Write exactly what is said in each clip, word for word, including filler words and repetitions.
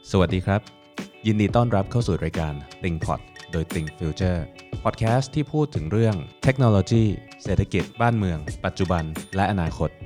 สวัสดีครับยินดีต้อนรับเข้าสู่รายการ Think Pod โดย Think Future Podcast ที่พูดถึงเรื่องเทคโนโลยีเศรษฐกิจบ้านเมืองปัจจุบันและอนาคต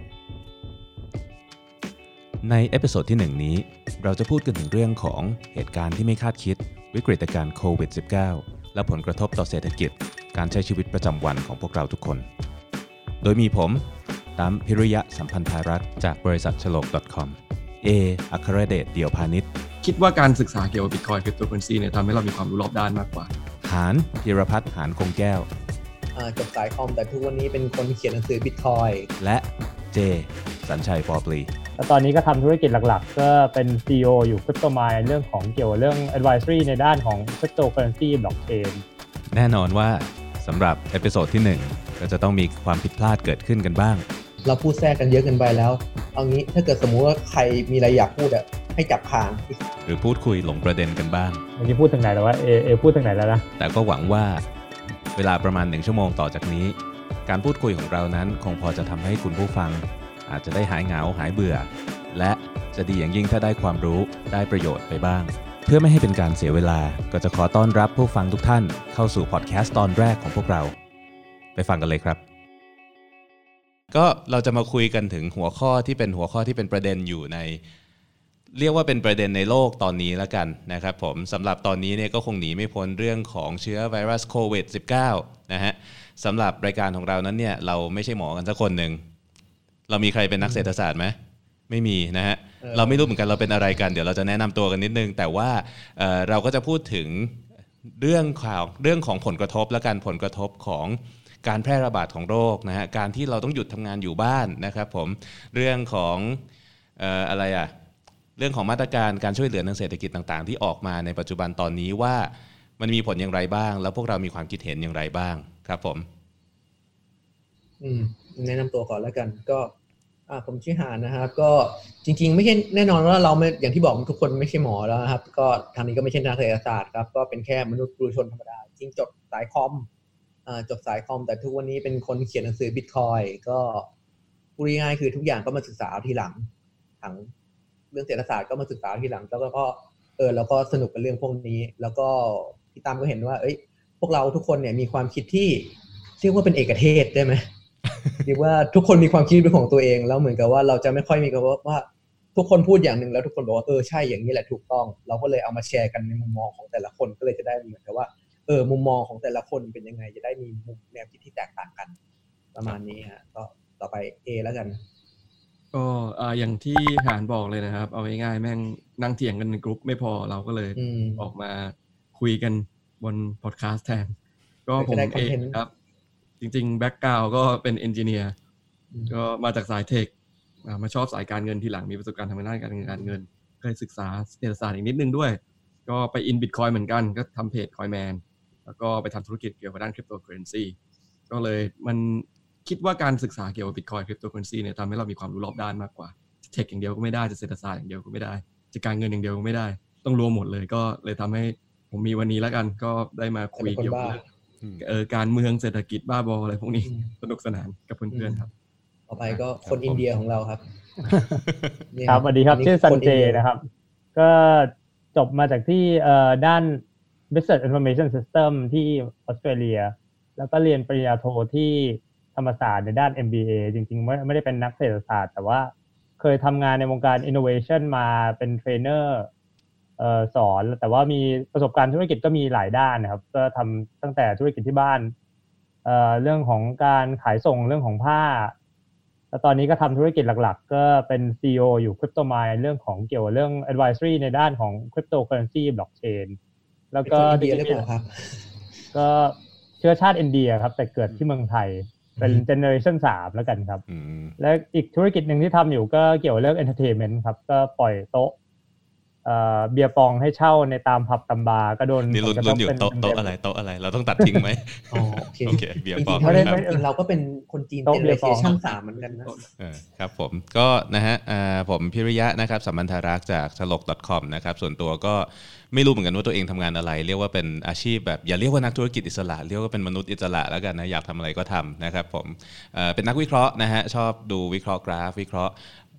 ในเอพิโซดที่หนึ่งนี้เราจะพูดกันถึงเรื่องของเหตุการณ์ที่ไม่คาดคิดวิกฤตการณ์โควิด สิบเก้า และผลกระทบต่อเศรษฐกิจการใช้ชีวิตประจำวันของพวกเราทุกคนโดยมีผมตั้มพิริยะสัมพันธารักษ์จากบริษัทฉลก .com เอ อัครเดชเดี่ยวพาณิชย์คิดว่าการศึกษาเกี่ยวกับ Bitcoin Cryptocurrency เนี่ยทำให้เรามีความรู้รอบด้านมากกว่าหานธีรพัฒน์หานคงแก้วจบสายคอมแต่ทุกวันนี้เป็นคนเขียนหนังสือ Bitcoin และเจสัญชัยปอปลีแล้วตอนนี้ก็ทำธุรกิจหลักๆก็เป็น ซี อี โอ อยู่ CryptoMine เรื่องของเกี่ยวกับเรื่อง advisory ในด้านของ Cryptocurrency Blockchain แน่นอนว่าสำหรับเอพิโซดที่หนึ่งก็จะต้องมีความผิดพลาดเกิดขึ้นกันบ้างเราพูดแทรกกันเยอะเกินไปแล้วเอางี้ถ้าเกิดสมมุติว่าใครมีอะไรอยากพูดอะให้จับคางหรือพูดคุยหลงประเด็นกันบ้างเมื่อกี้พูดถึงไหนแล้ววะเอเอพูดถึงไหนแล้วนะแต่ก็หวังว่าเวลาประมาณหนึ่งชั่วโมงต่อจากนี้การพูดคุยของเรานั้นคงพอจะทำให้คุณผู้ฟังอาจจะได้หายเหงาหายเบื่อและจะดีอย่างยิ่งถ้าได้ความรู้ได้ประโยชน์ไปบ้างเพื่อไม่ให้เป็นการเสียเวลาก็จะขอต้อนรับผู้ฟังทุกท่านเข้าสู่พอดแคสต์ตอนแรกของพวกเราไปฟังกันเลยครับก็เราจะมาคุยกันถึงหัวข้อที่เป็นหัวข้อที่เป็นประเด็นอยู่ในเรียกว่าเป็นประเด็นในโลกตอนนี้แล้วกันนะครับผมสำหรับตอนนี้เนี่ยก็คงหนีไม่พ้นเรื่องของเชื้อไวรัสโควิด สิบเก้า นะฮะสำหรับรายการของเรานั้นเนี่ยเราไม่ใช่หมอกันสักคนหนึ่งเรามีใครเป็นนักเศรษฐศาสตร์ไหมไม่มีนะฮะเราไม่รู้เหมือนกันเราเป็นอะไรกันเดี๋ยวเราจะแนะนำตัวกันนิดนึงแต่ว่า เอ่อ เราก็จะพูดถึงเรื่องข่าวเรื่องของผลกระทบและการผลกระทบของการแพร่ระบาดของโรคนะฮะการที่เราต้องหยุดทำงานอยู่บ้านนะครับผมเรื่องของเอ่ออะไรอ่ะเรื่องของมาตรการการช่วยเหลือทางเศรษฐกิจต่างๆที่ออกมาในปัจจุบันตอนนี้ว่ามันมีผลอย่างไรบ้างแล้วพวกเรามีความคิดเห็นอย่างไรบ้างครับผมอืมแนะนำตัวก่อนแล้วกันก็อ่าผมชื่อหานนะครับก็จริงๆไม่ใช่แน่นอนว่าเราไม่อย่างที่บอกทุกคนไม่ใช่หมอแล้วนะครับก็ทางนี้ก็ไม่ใช่นักเศรษฐศาสตร์ครับก็เป็นแค่มนุษย์ปุถุชนธรรมดาจริงจบสายคอมอ่าจบสายคอมแต่ทุกวันนี้เป็นคนเขียนหนังสือ Bitcoin ก็พูดง่ายๆคือทุกอย่างก็มาศึกษาทีหลังทั้งเรื่องเศรษฐศาสตร์ก็มาศึกษาทีหลังแล้วก็เออแล้วก็สนุกกับเรื่องพวกนี้แล้วก็พี่ตามก็เห็นว่าเอ้ยพวกเราทุกคนเนี่ยมีความคิดที่เรียกว่าเป็นเอกเทศได้ไหม เรียกว่าทุกคนมีความคิดเป็นของตัวเองแล้วเหมือนกับว่าเราจะไม่ค่อยมีกับว่าทุกคนพูดอย่างนึงแล้วทุกคนบอกว่าเออใช่อย่างนี้แหละถูกต้องเราก็เลยเอามาแชร์กันในมุมมองของแต่ละคนก็เลยจะได้เหมือนกับว่าเออมุมมองของแต่ละคนเป็นยังไงจะได้มีมุมแนวคิดที่แตกต่างกันประมาณนี้ฮะก็ต่อไป A แล้วกันก็อ่าอย่างที่หานบอกเลยนะครับเอาง่ายๆแม่งนั่งเถียงกันในกลุ่มไม่พอเราก็เลยออกมาคุยกันบนพอดคาสต์แทนก็ผมเองครับจริงๆแบ็คกราวด์ก็เป็นเอนจิเนียร์ก็มาจากสายเทคมาชอบสายการเงินทีหลังมีประสบการณ์ทางด้านการเงินการเงินเคยศึกษาเศรษฐศาสตร์อีกนิดนึงด้วยก็ไปอิน Bitcoin เหมือนกันก็ทำเพจ Coinman แล้วก็ไปทำธุรกิจเกี่ยวกับด้าน Cryptocurrency ก็เลยมันคิดว่าการศึกษาเกี่ยวกับ Bitcoin Cryptocurrency เนี่ยทำให้เรามีความรู้รอบด้านมากกว่าเทคอย่างเดียวก็ไม่ได้จะเศรษฐศาสตร์อย่างเดียวก็ไม่ได้จะการเงินอย่างเดียวก็ไม่ได้ต้องรวมหมดเลยก็เลยทำให้ผมมีวันนี้แล้วกันก็ได้มาคุยเกี่ยวกับเอ่อการเมืองเศรษฐกิจบ้าบออะไรพวกนี้สนุกสนานกับเพื่อนๆครับต่อไปก็คนอินเดียของเราครับครับสวัสดีครับชื่อซันเจนะครับก็จบมาจากที่เอ่อด้าน Business Information System ที่ออสเตรเลียแล้วก็เรียนปริญญาโทที่ธรรมศาสตร์ในด้าน เอ็ม บี เอ จริงๆไม่ไม่ได้เป็นนักเศรษฐศาสตร์แต่ว่าเคยทำงานในวงการ Innovation มาเป็นเทรนเนอร์เอ่อสอนแต่ว่ามีประสบการณ์ธุรกิจก็มีหลายด้านนะครับก็ทำตั้งแต่ธุรกิจที่บ้านเอ่อเรื่องของการขายส่งเรื่องของผ้าแล้วตอนนี้ก็ทำธุรกิจหลักๆก็เป็น ซี อี โอ อยู่ CryptoMine เรื่องของเกี่ยวกับเรื่อง advisory ในด้านของ Cryptocurrency Blockchain แล้วก็อินเดียหรือเปล่าครับก็เชื้อชาติอินเดียครับแต่เกิดที่เมืองไทยเป็น generation สามแล้วกันครับและอีกธุรกิจหนึ่งที่ทำอยู่ก็เกี่ยวกับเรื่อง entertainment ครับก็ปล่อยโต๊ะเอ่อเบียร์ปองให้เช่าในตามผับตามบาร์ก็โดนนี่ลุ้นอยู่โต๊ะโต๊ะอะไรโต๊ะอะไรเราต้องตัดทิ้งไหมอ๋อโอเคโอเคเบียร์ปองจริงๆเราก็เป็นคนจีน generation สามเหมือนกันนะเออครับผมก็นะฮะอ่าผมพิริยะนะครับสัมพันธารักษ์จากฉลก .com นะครับส่วนตัวก็ไม่รู้เหมือนกันว่าตัวเองทำงานอะไรเรียกว่าเป็นอาชีพแบบอย่าเรียกว่านักธุรกิจอิสระเรียกว่าเป็นมนุษย์อิสระแล้วกันนะอยากทำอะไรก็ทำนะครับผมเอ่อเป็นนักวิเคราะห์นะฮะชอบดูวิเคราะห์กราฟวิเคราะห์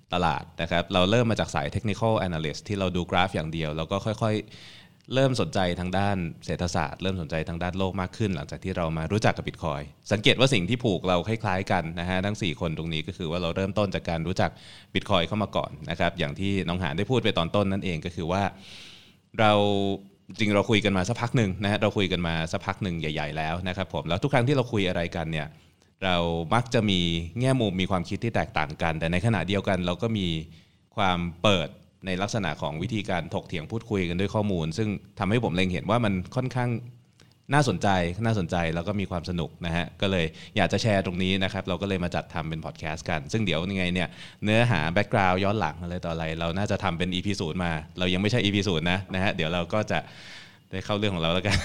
ตลาดนะครับเราเริ่มมาจากสาย technical analyst ที่เราดูกราฟอย่างเดียวแล้วก็ค่อยๆเริ่มสนใจทางด้านเศรษฐศาสตร์เริ่มสนใจทางด้านโลกมากขึ้นหลังจากที่เรามารู้จักกับ Bitcoin สังเกตว่าสิ่งที่ผูกเราคล้ายๆกันนะฮะทั้งสี่คนตรงนี้ก็คือว่าเราเริ่มต้นจากการรู้จัก Bitcoin เข้ามาก่อนนะครับอย่างที่น้องหานได้พูดไปตอนต้นนั่นเองก็คือว่าเราจริงเราคุยกันมาสักพักหนึ่งนะฮะเราคุยกันมาสักพักหนึ่งใหญ่ๆแล้วนะครับผมแล้วทุกครั้งที่เราคุยอะไรกันเนี่ยเรามักจะมีแง่มุมมีความคิดที่แตกต่างกันแต่ในขณะเดียวกันเราก็มีความเปิดในลักษณะของวิธีการถกเถียงพูดคุยกันด้วยข้อมูลซึ่งทำให้ผมเล็งเห็นว่ามันค่อนข้างน่าสนใจน่าสนใจแล้วก็มีความสนุกนะฮะก็เลยอยากจะแชร์ตรงนี้นะครับเราก็เลยมาจัดทำเป็นพอดแคสต์กันซึ่งเดี๋ยวยังไงเนี่ยเนื้อหาแบ็กกราวด์ย้อนหลังอะไรต่ออะไรเราน่าจะทำเป็น อี พี ศูนย์มาเรายังไม่ใช่ อี พี ศูนย์นะนะฮะเดี๋ยวเราก็จะได้เข้าเรื่องของเราแล้วกัน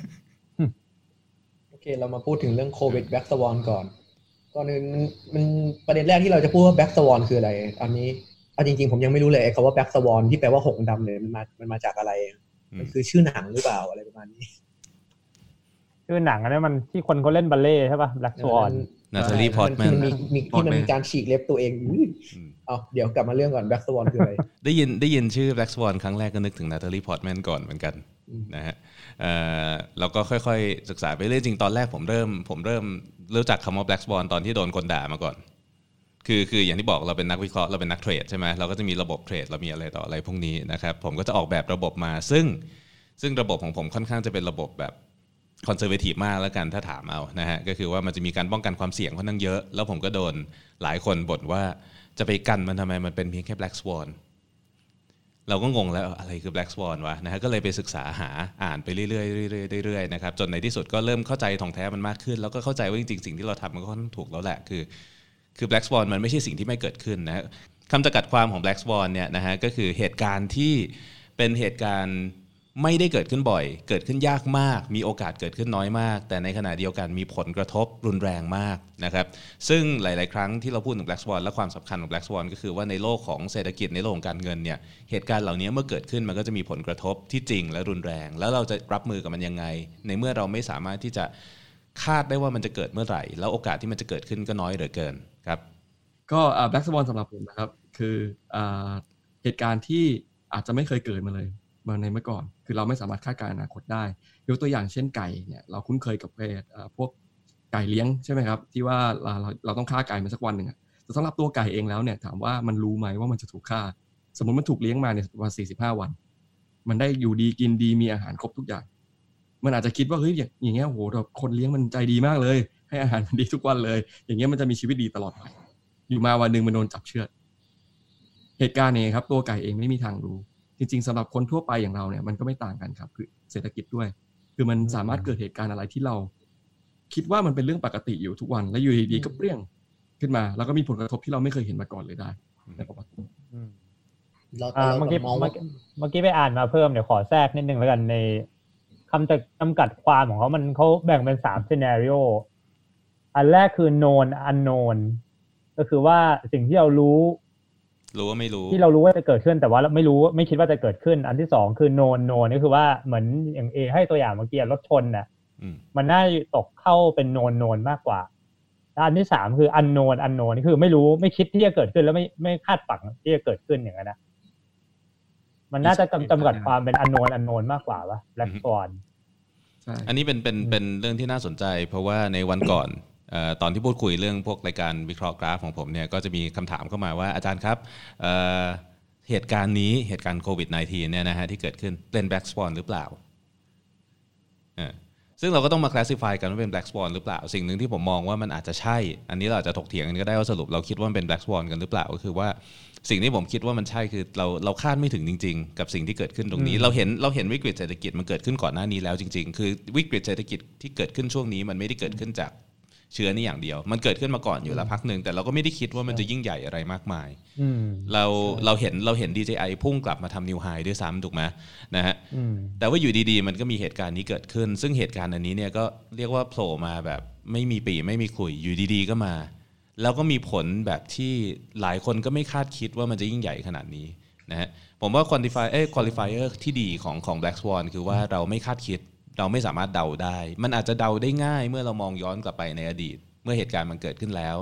โอเคเรามาพูดถึงเรื่องโควิดแบ็กสวอนก่อนก่อนอื่นมันมันประเด็นแรกที่เราจะพูดว่าแบ็กสวอนคืออะไรอันนี้เอาจริงๆผมยังไม่รู้เลยไอ้คำว่าแบ็กสวอนที่แปลว่าหงส์ดำเนี่ยมันมามันมาจากอะไรมันคือชื่อหนังหรือเปล่าอะไรประมาณนี้ชื่อหนังอันนี้มันที่คนเขาเล่นบัลเล่ใช่ป่ะแบล็กสวอนนาตาลีพอร์ตแมนที่มันมีการฉีกเล็บตัวเองเอาเดี๋ยวกลับมาเรื่องก่อนแบ็กสวอนคืออะไรได้ยินได้ยินชื่อแบล็กสวอนครั้งแรกก็นึกถึงนาตาลีพอร์ตแมนก่อนเหมือนกันนะฮะเอ่อเราก็ค่อยๆศึกษาไปเรื่อยจริงตอนแรกผมเริ่มผมเริ่มรู้จักคำว่า Black Swan ตอนที่โดนคนด่ามาก่อนคือคืออย่างที่บอกเราเป็นนักวิเคราะห์เราเป็นนักเทรดใช่ไหมเราก็จะมีระบบเทรดเรามีอะไรต่ออะไรพวกนี้นะครับผมก็จะออกแบบระบบมาซึ่งซึ่งระบบของผมค่อนข้างจะเป็นระบบแบบคอนเซอร์เวทีฟมากแล้วกันถ้าถามเอานะฮะก็คือว่ามันจะมีการป้องกันความเสี่ยงค่อนข้างเยอะแล้วผมก็โดนหลายคนบ่นว่าจะไปกันมันทำไมมันเป็นเพียงแค่ Black Swanเราก็งงแล้วอะไรคือ Black Swan วะนะฮะก็เลยไปศึกษาหาอ่านไปเรื่อยๆเรื่อยๆเรื่อยๆนะครับจนในที่สุดก็เริ่มเข้าใจท่องแท้มันมากขึ้นแล้วก็เข้าใจว่าจริงๆสิ่งที่เราทำมันก็ถูกแล้วแหละคือคือ Black Swan มันไม่ใช่สิ่งที่ไม่เกิดขึ้นนะคำจำกัดความของ Black Swan เนี่ยนะฮะก็คือเหตุการณ์ที่เป็นเหตุการณ์ไม่ได้เกิดขึ้นบ่อยเกิดขึ้นยากมากมีโอกาสเกิดขึ้นน้อยมากแต่ในขณะเดียวกันมีผลกระทบรุนแรงมากนะครับซึ่งหลายๆครั้งที่เราพูดถึง Black Swan และความสำคัญของ Black Swan ก็คือว่าในโลกของเศรษฐกิจในโลกของการเงินเนี่ยเหตุการณ์เหล่านี้เมื่อเกิดขึ้นมันก็จะมีผลกระทบที่จริงและรุนแรงแล้วเราจะรับมือกับมันยังไงในเมื่อเราไม่สามารถที่จะคาดได้ว่ามันจะเกิดเมื่อไหร่แล้วโอกาสที่มันจะเกิดขึ้นก็น้อยเหลือเกินครับก็ Black Swan สำหรับผมนะครับคือเหตุการณ์ที่อาจจะไม่เคยเกิดมาเลยมาในเมื่อก่อนคือเราไม่สามารถคาดการณ์อนาคตได้ยกตัวอย่างเช่นไก่เนี่ยเราคุ้นเคยกับพวกไก่เลี้ยงใช่ไหมครับที่ว่าเราเราต้องฆ่าไก่มาสักวันหนึ่งแต่สำหรับตัวไก่เองแล้วเนี่ยถามว่ามันรู้ไหมว่ามันจะถูกฆ่าสมมติมันถูกเลี้ยงมาเนี่ยประมาณสี่สิบห้าวันมันได้อยู่ดีกินดีมีอาหารครบทุกอย่างมันอาจจะคิดว่าเฮ้ยอย่างเงี้ยโหคนเลี้ยงมันใจดีมากเลยให้อาหารมันดีทุกวันเลยอย่างเงี้ยมันจะมีชีวิตดีตลอดไปอยู่มาวันนึงมันโดนจับเชือดเหตุการณ์นี้ครับตัวไก่เองไม่มีทางรู้จริงๆสำหรับคนทั่วไปอย่างเราเนี่ยมันก็ไม่ต่างกันครับคือเศรษฐกิจด้วยคือมันสามารถเกิดเหตุการณ์อะไรที่เราคิดว่ามันเป็นเรื่องปกติอยู่ทุกวันแล้วอยู่ดีๆก็เปรี้ยงขึ้นมาแล้วก็มีผลกระทบที่เราไม่เคยเห็นมาก่อนเลยได้ในประวัติอ่าเมื่อกี้เมื่อกี้ไปอ่านมาเพิ่มเดี๋ยวขอแทรกนิดนึงแล้วกันในคำจำกัดความของเขามันเขาแบ่งเป็นสามซีนาริโออันแรกคือ known unknown ก็คือว่าสิ่งที่เรารู้รู้ว่าไม่รู้ที่เรารู้ว่าจะเกิดขึ้นแต่ว่าเราไม่รู้ไม่คิดว่าจะเกิดขึ้นอันที่สองคือ known known ก็คือว่าเหมือนอย่างเอให้ตัวอย่างเมื่อกี้รถชนน่ะมันน่าตกเข้าเป็น known known มากกว่าอันที่สามคือ unknown unknown นี่คือไม่รู้ไม่คิดที่จะเกิดขึ้นแล้วไม่ไม่คาดฝันที่จะเกิดขึ้นอย่างนั้นนะมันน่าจะจำกัดความเป็น unknown unknown มากกว่าป่ะ Black Swan อันนี้เป็นเป็นเป็นเรื่องที่น่าสนใจเพราะว่าในวันก่อนเอ่อตอนที่พูดคุยเรื่องพวกรายการวิเคราะห์กราฟของผมเนี่ยก็จะมีคำถามเข้ามาว่าอาจารย์ครับเอ่อเหตุการณ์นี้เหตุการณ์โควิด สิบเก้า เนี่ยนะฮะที่เกิดขึ้นเป็น Black Swan หรือเปล่าอ่าซึ่งเราก็ต้องมา classify กันว่าเป็น Black Swan หรือเปล่าสิ่งหนึ่งที่ผมมองว่ามันอาจจะใช่อันนี้เราอาจจะถกเถียงกันก็ได้ว่าสรุปเราคิดว่ามันเป็น Black Swan กันหรือเปล่าก็คือว่าสิ่งที่ผมคิดว่ามันใช่คือเราเราคาดไม่ถึงจริงๆกับสิ่งที่เกิดขึ้นตรงนี้เราเห็นเราเห็นวิกฤตเศรษฐกิจมันเกิดขึ้นก่อนหน้านี้แล้วจริงๆคือวิกฤตเศรษฐกิจที่เกิดขึ้นช่วงนี้มันไม่ได้เกิดขึ้นจากเชื้อนี่อย่างเดียวมันเกิดขึ้นมาก่อนอยู่แล้วพักนึงแต่เราก็ไม่ได้คิดว่ามันจะยิ่งใหญ่อะไรมากมายเราเราเห็นเราเห็น ดี เจ ไอ พุ่งกลับมาทำนิวไฮด้วยซ้ำถูกไหมนะฮะแต่ว่าอยู่ดีๆมันก็มีเหตุการณ์นี้เกิดขึ้นซึ่งเหตุการณ์อันนี้เนี่ยก็เรียกว่าโผล่มาแบบไม่มีปีไม่มีคุยอยู่ดีๆก็มาแล้วก็มีผลแบบที่หลายคนก็ไม่คาดคิดว่ามันจะยิ่งใหญ่ขนาดนี้นะฮะผมว่า quantify เอ้ย qualifier ที่ดีของของ Black Swan คือว่าเราไม่คาดคิดเราไม่สามารถเดาได้มันอาจจะเดาได้ง่ายเมื่อเรามองย้อนกลับไปในอดีตเมื่อเหตุการณ์มันเกิดขึ้นแล้ว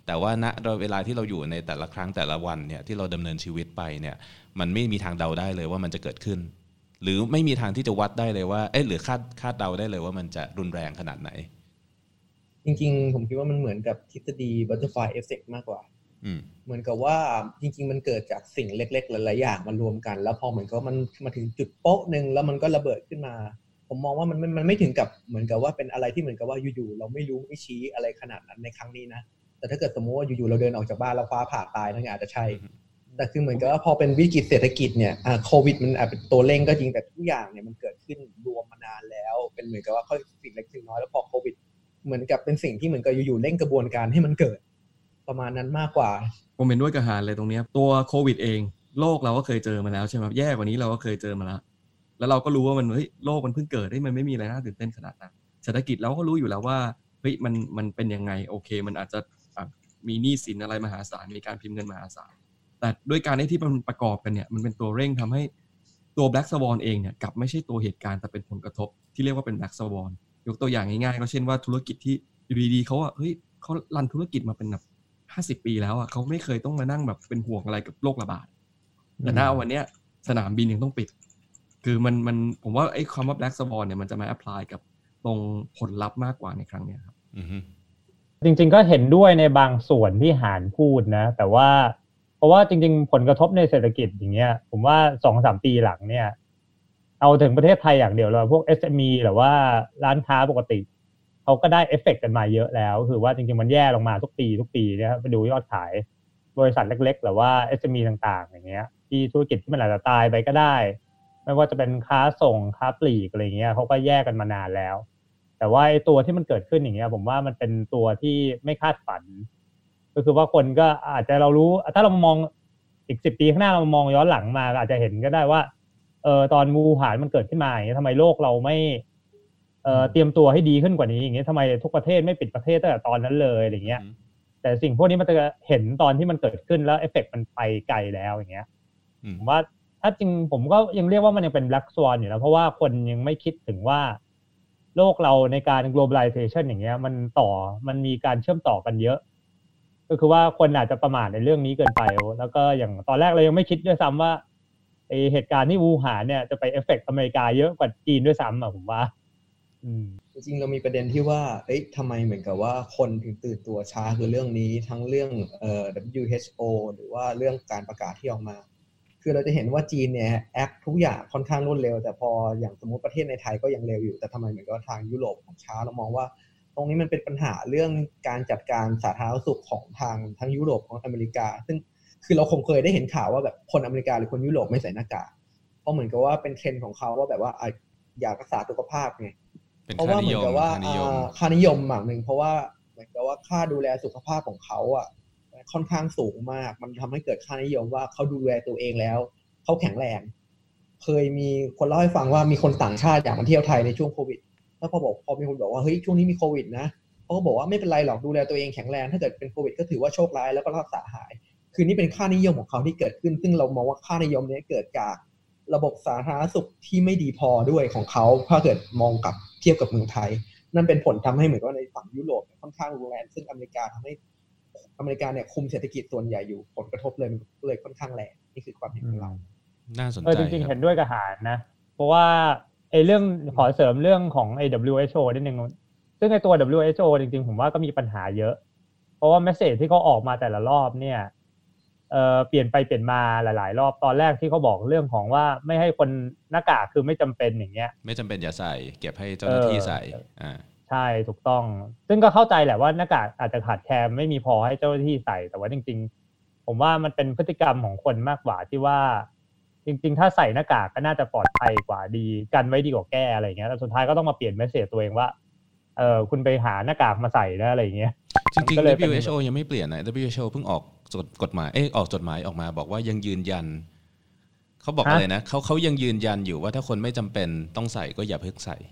แต่ว่าณเวลาที่เราอยู่ในแต่ละครั้งแต่ละวันเนี่ยที่เราดำเนินชีวิตไปเนี่ยมันไม่มีทางเดาได้เลยว่ามันจะเกิดขึ้นหรือไม่มีทางที่จะวัดได้เลยว่าเอ๊ะหรือคาดคาดเดาได้เลยว่ามันจะรุนแรงขนาดไหนจริงๆผมคิดว่ามันเหมือนกับทฤษฎี butterfly effect มากกว่าเหมือนกับว่าจริงๆมันเกิดจากสิ่งเล็กๆหลายๆอย่างมารวมกันแล้วพอเหมือนกับมันมาถึงจุดโป๊ะนึงแล้วมันก็ระเบิดขึ้นมาผมมองว่ามันมันไม่ถึงกับเหมือนกับว่าเป็นอะไรที่เหมือนกับว่าอยู่ๆเราไม่รู้ไม่ชี้อะไรขนาดนั้นในครั้งนี้นะแต่ถ้าเกิดสมมติว่าอยู่ๆเราเดินออกจากบ้านแล้วฟ้าผ่าตายนั่นอาจจะใช่แต่คือเหมือนกับว่าพอเป็นวิกฤตเศรษฐกิจเนี่ยอ่าโควิดมันอาจเป็นตัวเร่งก็จริงแต่ทุกอย่างเนี่ยมันเกิดขึ้นรวมมานานแล้วเป็นเหมือนกับว่าค่อยสิ่งเล็กสิ่งน้อยแล้วพอโควิดเหมือนกับเป็นสิ่งที่เหมือนกับอยู่ๆเร่งกระบวนการให้มันเกิดประมาณนั้นมากกว่าผมเห็นด้วยกับหาญเลยตรงนี้ตัวโควิดเองโลกเราก็เคยเจอมาแล้วใช่ไหมแย่กว่านี้เราก็เคยเจอมาแล้วแล้วเราก็รู้ว่ามันเฮ้ยโลกมันเพิ่งเกิดให้มันไม่มีอะไรน่าตื่นเต้นขนาดนั้นเศรษฐกิจเราก็รู้อยู่แล้วว่าเฮ้ยมันมันเป็นยังไงโอเคมันอาจจะมีหนี้สินอะไรมหาศาลมีการพิมพ์เงินมหาศาลแต่ด้วยการที่มันประกอบกันเนี่ยมันเป็นตัวเร่งทำให้ตัว Black Swan เองเนี่ยกลับไม่ใช่ตัวเหตุการณ์แต่เป็นผลกระทบที่เรียกว่าเป็น Black Swan ยกตัวอย่างง่ายๆก็เช่นว่าธุรกิจที่อยู่ดีๆเขาอ่ะเฮ้ยเขารันธุรกิจมาเป็นแบบห้าสิบปีแล้วอ่ะเขาไม่เคยต้องมานั่งแบบเป็นห่วงอะไรกับโรคระบาดแต่ณวันเนี้ยสนามบินยังต้องปิดคือมันมันผมว่าไอ้คำว่า Black Swan เนี่ยมันจะมา apply กับตรงผลลัพธ์มากกว่าในครั้งเนี้ยครับจริงๆก็เห็นด้วยในบางส่วนที่หาญพูดนะแต่ว่าเพราะว่าจริงๆผลกระทบในเศรษฐกิจอย่างเงี้ยผมว่า สองถึงสาม ปีหลังเนี่ยเอาถึงประเทศไทยอย่างเดียวเลยพวก เอส เอ็ม อี หรือว่าร้านค้าปกติเขาก็ได้เอฟเฟกต์กันมาเยอะแล้วคือว่าจริงๆมันแย่ลงมาทุกปีทุกปีนะครับไปดูยอดขายบริษัทเล็กๆหรือว่า เอส เอ็ม อี ต่างๆอย่างเงี้ยที่ธุรกิจที่มันอาจจะตายไปก็ได้ไม่ว่าจะเป็นค้าส่งค้าปลีกอะไรเงี้ยเขาก็แยกกันมานานแล้วแต่ว่าไอ้ตัวที่มันเกิดขึ้นอย่างเงี้ยผมว่ามันเป็นตัวที่ไม่คาดฝันก็คือว่าคนก็อาจจะเรารู้ถ้าเรามองอีกสิบปีข้างหน้าเรามองย้อนหลังมาอาจจะเห็นก็ได้ว่าเออตอนวู่หานมันเกิดขึ้นมาอย่างเงี้ยทำไมโลกเราไม่เอ่อเตรียมตัวให้ดีขึ้นกว่านี้อย่างเงี้ยทำไมทุกประเทศไม่ปิดประเทศตั้งแต่ตอนนั้นเลยอะไรเงี้ยแต่สิ่งพวกนี้มันจะเห็นตอนที่มันเกิดขึ้นแล้วเอฟเฟกต์มันไปไกลแล้วอย่างเงี้ยผมว่าถ้าจริงผมก็ยังเรียกว่ามันยังเป็น Black Swan อยู่นะเพราะว่าคนยังไม่คิดถึงว่าโลกเราในการ globalization อย่างเงี้ยมันต่อมันมีการเชื่อมต่อกันเยอะก็คือว่าคนอาจจะประมาทในเรื่องนี้เกินไปแล้วก็อย่างตอนแรกเรายังไม่คิดด้วยซ้ำว่าไอเหตุการณ์ที่วู่หานเนี่ยจะไปเอฟเฟกต์อเมริกาเยอะกว่าจีนด้วยซ้ำอ่ะผมว่าจริงๆเรามีประเด็นที่ว่าเอ๊ะทำไมเหมือนกับว่าคนถึงตื่นตัวช้าคือเรื่องนี้ทั้งเรื่องเอ่อ ดับเบิลยู เอช โอ หรือว่าเรื่องการประกาศที่ออกมาคือเราจะเห็นว่าจีนเนี่ยแอคทุกอย่างค่อนข้างรวดเร็วแต่พออย่างสมมติประเทศในไทยก็ยังเร็วอยู่แต่ทำไมเหมือนกับทางยุโรปของช้าเรามองว่าตรงนี้มันเป็นปัญหาเรื่องการจัดการสาธารณสุขของทางทั้งยุโรปของอเมริกาซึ่งคือเราคงเคยได้เห็นข่าวว่าแบบคนอเมริกาหรือคนยุโรปไม่ใส่หน้ากากเพราะเหมือนกับว่าเป็นเทรนด์ของเขาว่าแบบว่าอยากรักษาสุขภาพไงเพราะว่าเหมือนกับว่าค่านิยมอย่างหนึ่งเพราะว่าเหมือนกับว่าค่าดูแลสุขภาพของเขาอ่ะค่อนข้างสูงมากมันทำให้เกิดค่านิยมว่าเขาดูแลตัวเองแล้วเขาแข็งแรงเคยมีคนเล่าให้ฟังว่ามีคนต่างชาติอยากมาเที่ยวไทยในช่วงโควิดแล้วพอบอกพอมีคนบอกว่าเฮ้ยช่วงนี้มีโควิดนะเขาก็บอกว่าไม่เป็นไรหรอกดูแลตัวเองแข็งแรงถ้าเกิดเป็นโควิดก็ถือว่าโชคร้ายแล้วก็รักษาหายคือนี่เป็นค่านิยมของเขาที่เกิดขึ้นซึ่งเรามองว่าค่านิยมนี้เกิดจากระบบสาธารณสุขที่ไม่ดีพอด้วยของเขาถ้าเกิดมองกับเทียบกับเมืองไทยนั่นเป็นผลทำให้เหมือนว่าในฝั่งยุโรปค่อนข้างรุนแรงซึ่งอเมริกาทำให้อเมริกาเนี่ยคุมเศรษฐกิจส่วนใหญ่อยู่ผลกระทบเลยเลยค่อนข้างแรงนี่คือความเห็นของเราน่าสนใจเออจริงๆเห็นด้วยกับหาญนะเพราะว่าไอ้เรื่องขอเสริมเรื่องของไอ้ ดับเบิลยู เอช โอ นิดนึงซึ่งไอ้ตัว ดับเบิลยู เอช โอ จริงๆผมว่าก็มีปัญหาเยอะเพราะว่าเมสเสจที่เขาออกมาแต่ละรอบเนี่ยเอ่อเปลี่ยนไปเปลี่ยนมาหลายๆรอบตอนแรกที่เขาบอกเรื่องของว่าไม่ให้คนหน้ากากคือไม่จำเป็นอย่างเงี้ยไม่จำเป็นอย่าใส่เก็บให้เจ้าหน้าที่ใส่อ่าใช่ถูกต้องซึ่งก็เข้าใจแหละว่าหน้ากากอาจจะขาดแคลนไม่มีพอให้เจ้าหน้าที่ใส่แต่ว่าจริงๆผมว่ามันเป็นพฤติกรรมของคนมากกว่าที่ว่าจริงๆถ้าใส่หน้ากากก็น่าจะปลอดภัยกว่าดีกันไว้ดีกว่าแก้อะไรอย่างเงี้ยแต่สุดท้ายก็ต้องมาเปลี่ยนเมสเสจตัวเองว่าเออคุณไปหาหน้ากากมาใส่นะอะไรอย่างเงี้ยจริงๆ ดับเบิลยู เอช โอ ยังไม่เปลี่ยนนะ ดับเบิลยู เอช โอ เพิ่งออกกฎหมายเอ๊ะออกจดหมายออกมาบอกว่ายังยืนยันเขาบอกอะไรนะเขาเขายังยืนยันอยู่ว่าถ้าคนไม่จำเป็นต้องใส่ก็อย่าเพิ่งใส่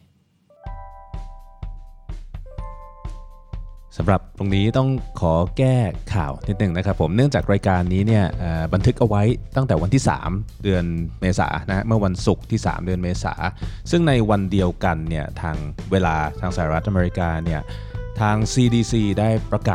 สำหรับตรงนี้ต้องขอแก้ข่าวนิดนึงนะครับผมเนื่องจากรายการนี้เนี่ยบันทึกเอาไว้ตั้งแต่วันที่สามเดือนเมษายนนะเมื่อวันศุกร์ที่สามเดือนเมษายนซึ่งในวันเดียวกันเนี่ยทางเวลาทางสหรัฐอเมริกาเนี่ยทาง ซี ดี ซี ได้ประกาศ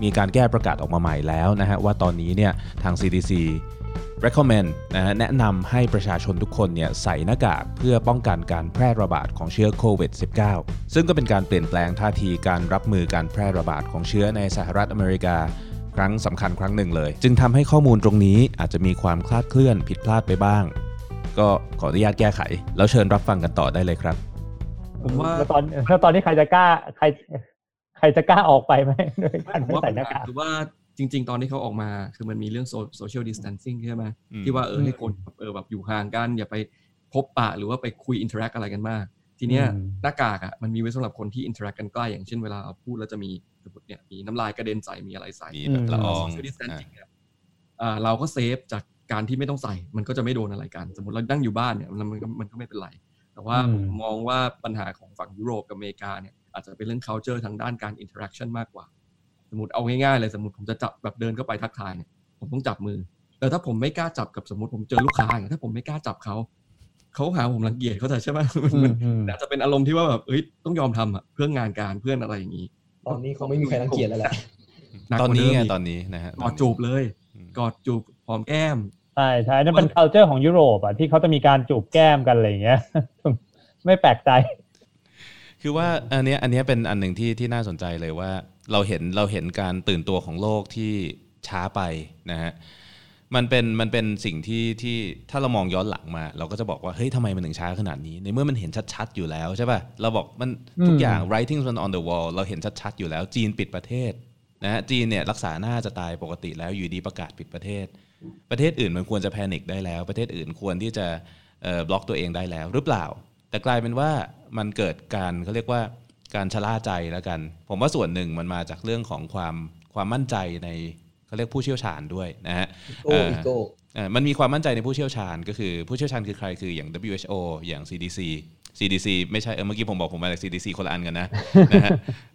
มีการแก้ประกาศออกมาใหม่แล้วนะฮะว่าตอนนี้เนี่ยทาง ซี ดี ซี recommend นะฮะแนะนำให้ประชาชนทุกคนเนี่ยใส่หน้ากากเพื่อป้องกันการแพร่ระบาดของเชื้อโควิด สิบเก้า ซึ่งก็เป็นการเปลี่ยนแปลงท่าทีการรับมือการแพร่ระบาดของเชื้อในสหรัฐอเมริกาครั้งสำคัญครั้งหนึ่งเลยจึงทำให้ข้อมูลตรงนี้อาจจะมีความคลาดเคลื่อนผิดพลาดไปบ้างก็ขออนุญาตแก้ไขแล้วเชิญรับฟังกันต่อได้เลยครับผมว่าแล้วตอนแล้วตอนนี้ใครจะกล้าใครใครจะกล้าออกไปไหมโดยการไม่ใส่หน้ากากคือว่าจริงๆตอนที่เขาออกมาคือมันมีเรื่อง social distancing ใช่ไหมที่ว่าเออให้คนเออแบบอยู่ห่างกันอย่าไปพบปะหรือว่าไปคุย interact อะไรกันมากทีเนี้ยหน้ากากอ่ะมันมีไว้สำหรับคนที่ interact กันใกล้อย่างเช่นเวลาเราพูดแล้วจะมีสมมติเนี่ยมีน้ำลายกระเด็นใส่มีอะไรใส่มีแบบละออง social distancing อ่าเราก็เซฟจากการที่ไม่ต้องใส่มันก็จะไม่โดนอะไรกันสมมติเรานั่งอยู่บ้านเนี่ยมันก็มันก็ไม่เป็นไรแต่ว่าผมมองว่าปัญหาของฝั่งยุโรปกับอเมริกาเนี่ยอาจจะเป็นเรื่อง culture ทางด้านการ interaction มากกว่าสมมติเอาง่ายๆเลยสมมติผมจะจับแบบเดินเข้าไปทักทายเนี่ยผมต้องจับมือแต่ถ้าผมไม่กล้าจับกับสมมติผมเจอลูกค้าอย่างถ้าผมไม่กล้าจับเขาเขาหาผมรังเกียจเขาจะใช่ไหมมันอาจจะเป็นอารมณ์ที่ว่าแบบเอ้ยต้องยอมทำอ่ะเพื่องานการเพื่อนอะไรอย่างนี้ตอนนี้เขาไม่มีใครรังเกียจแล้วแหละตอนนี้ไงตอนนี้นะฮะกอดจูบเลยกอดจูบหอมแก้มใช่ใช่นั่นเป็น culture ของยุโรปอ่ะที่เขาจะมีการจูบแก้มกันอะไรอย่างเงี้ยไม่แปลกใจคือว่าอันนี้อันนี้เป็นอันหนึ่งที่ที่น่าสนใจเลยว่าเราเห็นเราเห็นการตื่นตัวของโลกที่ช้าไปนะฮะมันเป็นมันเป็นสิ่งที่ที่ถ้าเรามองย้อนหลังมาเราก็จะบอกว่าเฮ้ยทำไมมันถึงช้าขนาดนี้ในเมื่อมันเห็นชัดๆอยู่แล้วใช่ป่ะเราบอกมันทุกอย่าง writing on the wall เราเห็นชัดๆอยู่แล้วจีนปิดประเทศนะฮะจีนเนี่ยรักษาหน้าจะตายปกติแล้วอยู่ดีประกาศปิดประเทศประเทศอื่นมันควรจะแพนิคได้แล้วประเทศอื่นควรที่จะเอ่อบล็อกตัวเองได้แล้วหรือเปล่าแต่กลายเป็นว่ามันเกิดการเขาเรียกว่าการชะล่าใจแล้วกันผมว่าส่วนหนึ่งมันมาจากเรื่องของความความมั่นใจในเขาเรียกผู้เชี่ยวชาญด้วยนะฮะโอ้อีโก้มันมีความมั่นใจในผู้เชี่ยวชาญก็คือผู้เชี่ยวชาญคือใครคืออย่าง ดับเบิลยู เอช โอ อย่าง ซี ดี ซี ซี ดี ซี ไม่ใช่เออเมื่อกี้ผมบอกผมมาจาก ซี ดี ซี คนละอันกันนะนะฮะ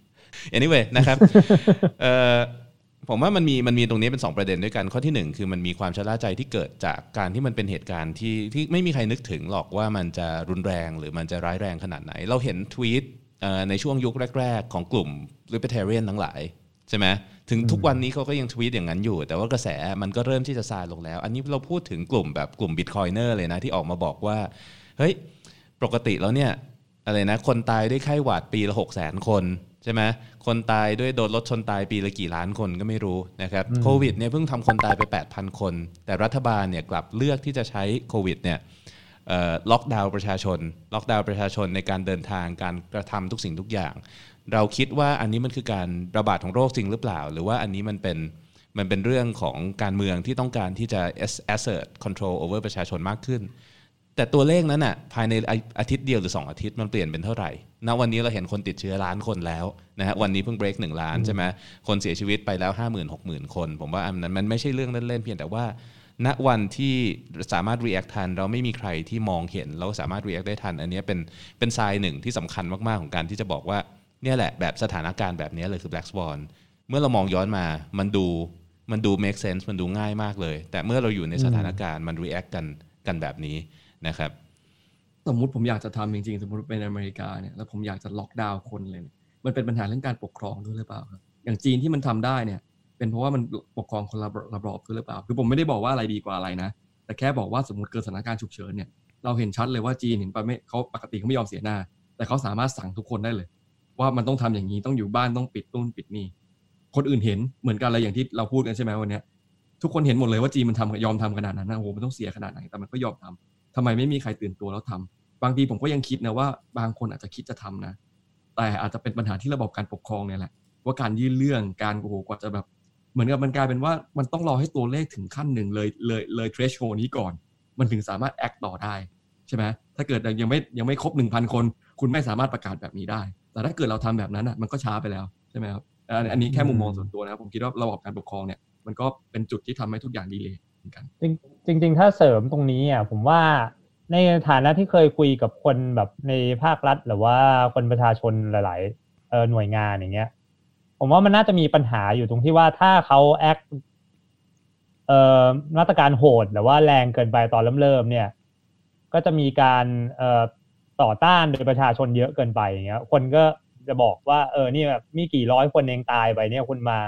anyway นะครับเอ่อผมว่ามันมีมันมีตรงนี้เป็นสองประเด็นด้วยกันข้อที่หนึ่งคือมันมีความชะล่าใจที่เกิดจากการที่มันเป็นเหตุการณ์ที่ที่ไม่มีใครนึกถึงหรอกว่ามันจะรุนแรงหรือมันจะร้ายแรงขนาดไหนเราเห็นทวีตในช่วงยุคแรกๆของกลุ่ม libertarian ทั้งหลายใช่ไหมถึงทุกวันนี้เขาก็ยังทวีตอย่างนั้นอยู่แต่ว่ากระแสมันก็เริ่มที่จะซาลงแล้วอันนี้เราพูดถึงกลุ่มแบบกลุ่ม Bitcoiner เลยนะที่ออกมาบอกว่าเฮ้ยปกติแล้วเนี่ยอะไรนะคนตายด้วยไข้หวัดปีละ หกแสน คนใช่ไหมคนตายด้วยโดนรถชนตายปีละกี่ล้านคนก็ไม่รู้นะครับโควิดเนี่ยเพิ่งทำคนตายไป แปดพัน คนแต่รัฐบาลเนี่ยกลับเลือกที่จะใช้โควิดเนี่ยล็อกดาวน์ประชาชนล็อกดาวน์ประชาชนในการเดินทางการกระทำทุกสิ่งทุกอย่างเราคิดว่าอันนี้มันคือการระบาดของโรคจริงหรือเปล่าหรือว่าอันนี้มันเป็นมันเป็นเรื่องของการเมืองที่ต้องการที่จะ assert control over ประชาชนมากขึ้นแต่ตัวเลขนั้นน่ะภายในอาทิตย์เดียวหรือสองอาทิตย์มันเปลี่ยนเป็นเท่าไหร่ณวันนี้เราเห็นคนติดเชื้อล้านคนแล้วนะฮะวันนี้เพิ่ง break หนึ่งล้านใช่ไหมคนเสียชีวิตไปแล้ว ห้าหมื่น หกหมื่น คนผมว่าอันนั้นมันไม่ใช่เรื่องเล่นๆเพียงแต่ว่าณวันที่สามารถ react ทันเราไม่มีใครที่มองเห็นเราสามารถ react ได้ทันอันนี้เป็นเป็นไซน์หนึ่งที่สำคัญมากๆของการที่จะบอกว่าเนี่ยแหละแบบสถานการณ์แบบนี้เลยคือ black swan เมื่อเรามองย้อนมามันดูมันดู make sense มันดูง่ายมากเลยแต่เมื่อเราอยู่ในสถานการณ์มัน react กันกันแบบนี้นะครับสมมุติผมอยากจะทำจริงๆสมมุติเป็นอเมริกาเนี่ยแล้วผมอยากจะล็อกดาวน์คนเลยมันเป็นปัญหาเรื่องการปกครองด้วยหรือเปล่าครับอย่างจีนที่มันทำได้เนี่ยเป็นเพราะว่ามันปกครองคนละระบอบด้วยหรือเปล่าคือผมไม่ได้บอกว่าอะไรดีกว่าอะไรนะแต่แค่บอกว่าสมมุติเกิดสถานการณ์ฉุกเฉินเนี่ยเราเห็นชัดเลยว่าจีนเห็นไปไม่เขาปกติเขาไม่ยอมเสียหน้าแต่เขาสามารถสั่งทุกคนได้เลยว่ามันต้องทำอย่างนี้ต้องอยู่บ้านต้องปิดตู้ปิดนี่คนอื่นเห็นเหมือนกันอะไรอย่างที่เราพูดกันใช่ไหมวันนี้ทุกคนเห็นหมดเลยว่าจีนมันทำยอมทำขนาดนั้นนะโอ้โหมันต้องเสียขนาดไหนแต่มันก็ยอมทำทำไมไม่มีใครตื่นตัวแล้วทำบางทีผมก็ยังคิดนะว่าบางคนอาจจะคิดจะทำนะแต่อาจจะเป็นปัญหาที่ระบบการปกครองเนี่ยแหละว่าการยื่นเรื่องการโอ้โหกว่าจะแบบเหมือนกับมันกลายเป็นว่ามันต้องรอให้ตัวเลขถึงขั้นหนึ่งเลยเลยเลย threshold นี้ก่อนมันถึงสามารถ act ต่อได้ใช่ไหมถ้าเกิดยังไม่ยังไม่ครบ หนึ่งพัน คนคุณไม่สามารถประกาศแบบนี้ได้แต่ถ้าเกิดเราทำแบบนั้นอ่ะมันก็ช้าไปแล้วใช่ไหมครับอันนี้แค่มุมมองส่วนตัวนะครับผมคิดว่าระบบการปกครองเนี่ยมันก็เป็นจุดที่ทำให้ทุกอย่างดีเลยเหมือนกันจริงจริงๆถ้าเสริมตรงนี้อ่ะผมว่าในฐานะที่เคยคุยกับคนแบบในภาครัฐหรือว่าคนประชาชนหลายๆเอ่อหน่วยงานอย่างเงี้ยผมว่ามันน่าจะมีปัญหาอยู่ตรงที่ว่าถ้าเขาแอคเอ่อมาตรการโหดหรือว่าแรงเกินไปตอนเริ่มๆเนี่ยก็จะมีการเอ่อต่อต้านโดยประชาชนเยอะเกินไปอย่างเงี้ยคนก็จะบอกว่าเออนี่แบบมีกี่ร้อยคนเองตายไปเนี่ยคุณมา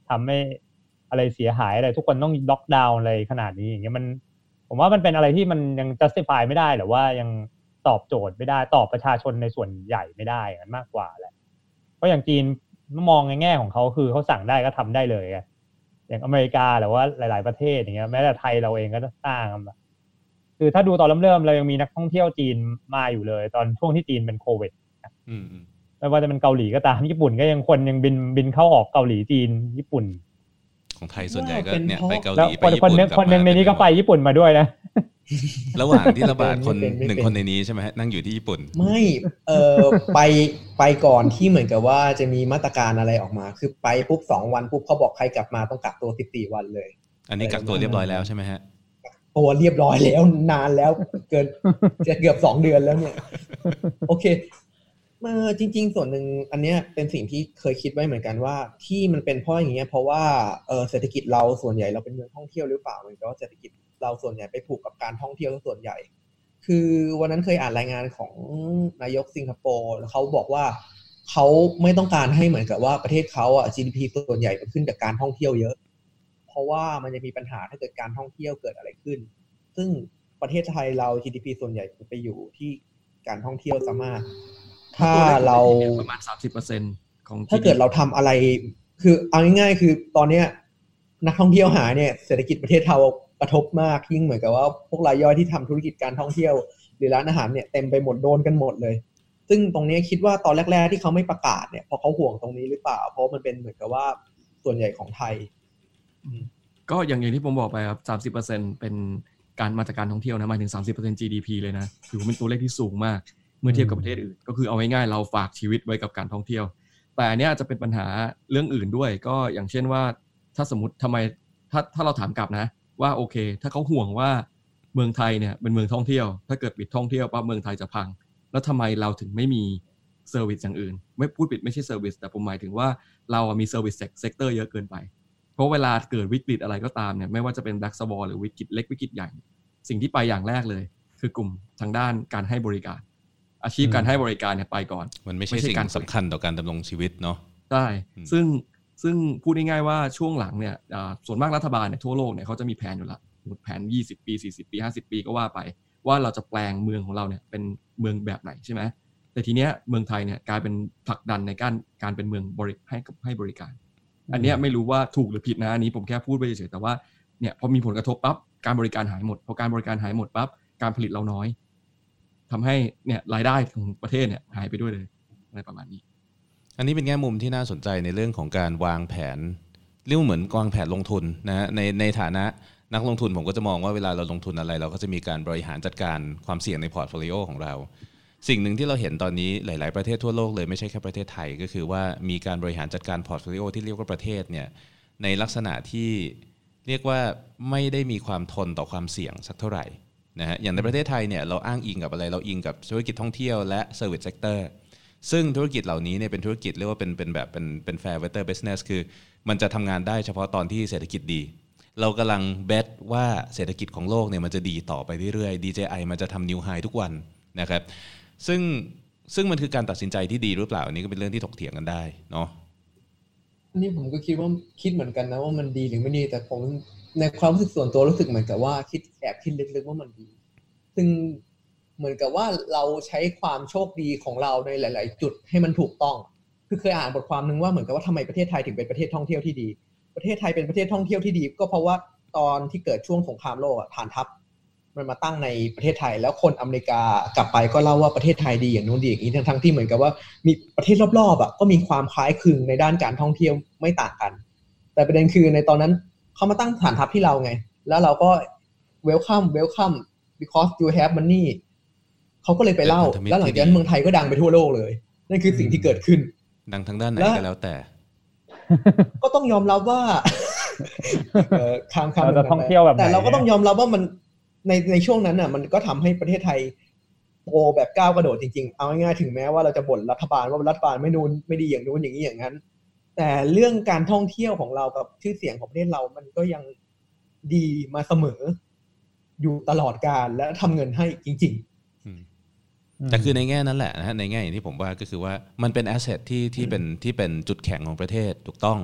ทำให้อะไรเสียหายอะไรทุกคนต้องล็อกดาวน์อะไรขนาดนี้อย่างเงี้ยมันผมว่ามันเป็นอะไรที่มันยัง justify ไม่ได้หรือว่ายังตอบโจทย์ไม่ได้ตอบประชาชนในส่วนใหญ่ไม่ได้อย่างนั้นมากกว่าแหละเพราะอย่างจีนมองในแง่ของเขาคือเขาสั่งได้ก็ทำได้เลยอย่างอเมริกาหรือว่าหลายๆประเทศอย่างเงี้ยแม้แต่ไทยเราเองก็สร้างคือถ้าดูตอนเริ่มๆเรายังมีนักท่องเที่ยวจีนมาอยู่เลยตอนช่วงที่จีนเป็นโควิดอืมไม่ว่าจะเป็นเกาหลีก็ตามญี่ปุ่นก็ยังคนยังบินบินเข้าออกเกาหลีจีนญี่ปุ่นของไทยส่วนใหญ่ก็เนี่ยไปเกาหลีไปญี่ปุ่นแล้วคนนึงในนี้ก็ไปญี่ปุ่นมาด้วยนะระหว่างที่ระบาดคนหนึ่งคนในนี้ใช่ไหมนั่งอยู่ที่ญี่ปุ่นไม่เออไปไปก่อนที่เหมือนกับว่าจะมีมาตรการอะไรออกมาคือไปปุ๊บสองวันปุ๊บเขาบอกใครกลับมาต้องกักตัวสิบสี่วันเลยอันนี้กักตัวเรียบร้อยแล้วใช่ไหมฮะตัวเรียบร้อยแล้วนานแล้วเกินจะเกือบสองเดือนแล้วเนี่ยโอเคมาจริงๆส่วนหนึ่งอันเนี้ยเป็นสิ่งที่เคยคิดไว้เหมือนกันว่าที่มันเป็นเพราะอย่างเงี้ยเพราะว่าเออเศรษฐกิจเราส่วนใหญ่เราเป็นเมืองท่องเที่ยวหรือเปล่าเหมือนกับว่าเศรษฐกิจเราส่วนใหญ่ไปผูกกับการท่องเที่ยวส่วนใหญ่คือวันนั้นเคยอ่านรายงานของนายกสิงคโปร์แล้วเขาบอกว่าเขาไม่ต้องการให้เหมือนกับว่าประเทศเขาอ่ะ จี ดี พี ส่วนใหญ่มันขึ้นจากการท่องเที่ยวเยอะเพราะว่ามันจะมีปัญหาถ้าเกิดการท่องเที่ยวเกิดอะไรขึ้นซึ่งประเทศไทยเรา จี ดี พี ส่วนใหญ่ไปอยู่ที่การท่องเที่ยวซะมากถ้าเราประมาณ สามสิบเปอร์เซ็นต์ ของถ้าเกิดเราทำอะไรคือเอาง่ายๆคือตอนเนี้ยนักท่องเที่ยวหายเนี่ยเศรษฐกิจประเทศเรากระทบมากยิ่งเหมือนกับว่าพวกรายย่อยที่ทำธุรกิจการท่องเที่ยวหรือร้านอาหารเนี่ยเต็มไปหมดโดนกันหมดเลยซึ่งตรงนี้คิดว่าตอนแรกๆที่เขาไม่ประกาศเนี่ยเพราะเขาห่วงตรงนี้หรือเปล่าเพราะมันเป็นเหมือนกับว่าส่วนใหญ่ของไทยก็อย่างอย่างที่ผมบอกไปครับ สามสิบเปอร์เซ็นต์ เป็นการมาจากการท่องเที่ยวนะหมายถึง สามสิบเปอร์เซ็นต์ จี ดี พี เลยนะถือว่าเป็นตัวเลขที่สูงมากเมื่อเทียบกับประเทศอื่นก็คือเอาง่ายๆเราฝากชีวิตไว้กับการท่องเที่ยวแต่อันเนี้ยจะเป็นปัญหาเรื่องอื่นด้วยก็อย่างเช่นว่าถ้าสมมติทำไมถ้าถ้าเราถามกลับนะว่าโอเคถ้าเขาห่วงว่าเมืองไทยเนี่ยเป็นเมืองท่องเที่ยวถ้าเกิดปิดท่องเที่ยวปั๊บเมืองไทยจะพังแล้วทำไมเราถึงไม่มีเซอร์วิสอย่างอื่นไม่พูดปิดไม่ใช่เซอร์วิสแต่ผมหมายถึงว่าเรามีเซอร์วิสเซกเตอร์เยอะเกินไปเพราะเวลาเกิดวิกฤตอะไรก็ตามเนี่ยไม่ว่าจะเป็นแบล็กสวอร์หรือวิกฤตเล็กวิกฤตใหญ่สิ่งที่ไปอย่างแรกเลยคือกลุ่มทางด้านการให้บริการอาชีพการให้บริการเนี่ยไปก่อนมันไม่ใช่สิ่งสำคัญต่อการดำรงชีวิตเนาะใช่ซึ่งซึ่งพูดง่ายๆว่าช่วงหลังเนี่ยส่วนมากรัฐบาลเนี่ยทั่วโลกเนี่ยเขาจะมีแผนอยู่แล้วแผนยี่สิบปีสี่สิบปีห้าสิบปีก็ว่าไปว่าเราจะแปลงเมืองของเราเนี่ยเป็นเมืองแบบไหนใช่ไหมแต่ทีเนี้ยเมืองไทยเนี่ยกลายเป็นผลักดันในการการเป็นเมืองบริให้ให้บริการอันเนี้ยไม่รู้ว่าถูกหรือผิดนะอันนี้ผมแค่พูดไปเฉยๆแต่ว่าเนี่ยพอมีผลกระทบปั๊บการบริการหายหมดพอการบริการหายหมดปั๊บการผลิตเราน้อยทำให้เนี่ยรายได้ของประเทศเนี่ยหายไปด้วยเลยอะไรประมาณนี้อันนี้เป็นแง่มุมที่น่าสนใจในเรื่องของการวางแผนเรียกว่าเหมือนวางแผนลงทุนนะในในฐานะนักลงทุนผมก็จะมองว่าเวลาเราลงทุนอะไรเราก็จะมีการบริหารจัดการความเสี่ยงในพอร์ตโฟลิโอของเราสิ่งหนึ่งที่เราเห็นตอนนี้หลายๆประเทศทั่วโลกเลยไม่ใช่แค่ประเทศไทยก็คือว่ามีการบริหารจัดการพอร์ตโฟลิโอที่เรียกว่าประเทศเนี่ยในลักษณะที่เรียกว่าไม่ได้มีความทนต่อความเสี่ยงสักเท่าไหร่นะฮะอย่างในประเทศไทยเนี่ยเราอ้างอิงกับอะไรเราอิงกับธุรกิจท่องเที่ยวและ Service Sector ซึ่งธุรกิจเหล่านี้เนี่ยเป็นธุรกิจเรียกว่าเป็นเป็นแบบเป็นเป็น fair weather business คือมันจะทำงานได้เฉพาะตอนที่เศรษฐกิจดีเรากำลังเบทว่าเศรษฐกิจของโลกเนี่ยมันจะดีต่อไปเรื่อยๆ ดี เจ ไอ มันจะทำนิวไฮทุกวันนะครับซึ่งซึ่งมันคือการตัดสินใจที่ดีหรือเปล่าอันนี้ก็เป็นเรื่องที่ถกเถียงกันได้เนาะนี่ผมก็คิดว่าคิดเหมือนกันนะว่ามันดีหรือไม่ดีแต่ผมในความรู้สึกส่วนตัวรู้สึกเหมือนกับว่าคิดแอบคิดลึกๆว่ามันดีซึ่งเหมือนกับว่าเราใช้ความโชคดีของเราในหลายๆจุดให้มันถูกต้องคือเคยอ่านบทความนึงว่าเหมือนกับว่าทำไมประเทศไทยถึงเป็นประเทศท่องเที่ยวที่ดีประเทศไทยเป็นประเทศท่องเที่ยวที่ดีก็เพราะว่าตอนที่เกิดช่วงสงครามโลกอ่ะฐานทัพมันมาตั้งในประเทศไทยแล้วคนอเมริกากลับไปก็เล่าว่าประเทศไทยดีอย่างนู้นดีอย่างนี้ทั้งๆที่เหมือนกับว่ามีประเทศรอบๆอ่ะก็มีความคล้ายคลึงในด้านการท่องเที่ยวไม่ต่างกันแต่ประเด็นคือในตอนนั้นเขามาตั้งฐานทัพที่เราไงแล้วเราก็ welcome welcome because you have money เขาก็เลยไปเล่าแล้วหลังจากนั้นเมืองไทยก็ดังไปทั่วโลกเลยนั่นคือสิ่งที่เกิดขึ้นดังทั้งด้านไหนก็แล้วแต่ก็ต้องยอมรับว่าเออคำคำเราท่องเที่ยวแบบแต่เราก็ต้องยอมรับว่ามันในในช่วงนั้นน่ะมันก็ทำให้ประเทศไทยโตแบบก้าวกระโดดจริงๆเอาง่ายๆถึงแม้ว่าเราจะบ่นรัฐบาลว่ารัฐบาลไม่นูนไม่ดีอย่างนู้นอย่างนี้อย่างนั้นแต่เรื่องการท่องเที่ยวของเรากับชื่อเสียงของประเทศเรามันก็ยังดีมาเสมออยู่ตลอดกาลและทำเงินให้จริงๆแต่คือในแง่นั้นแหละนะฮะในแง่อย่างที่ผมว่าก็คือว่ามันเป็นแอสเซทที่ที่เป็นที่เป็นจุดแข็งของประเทศถูกต้อง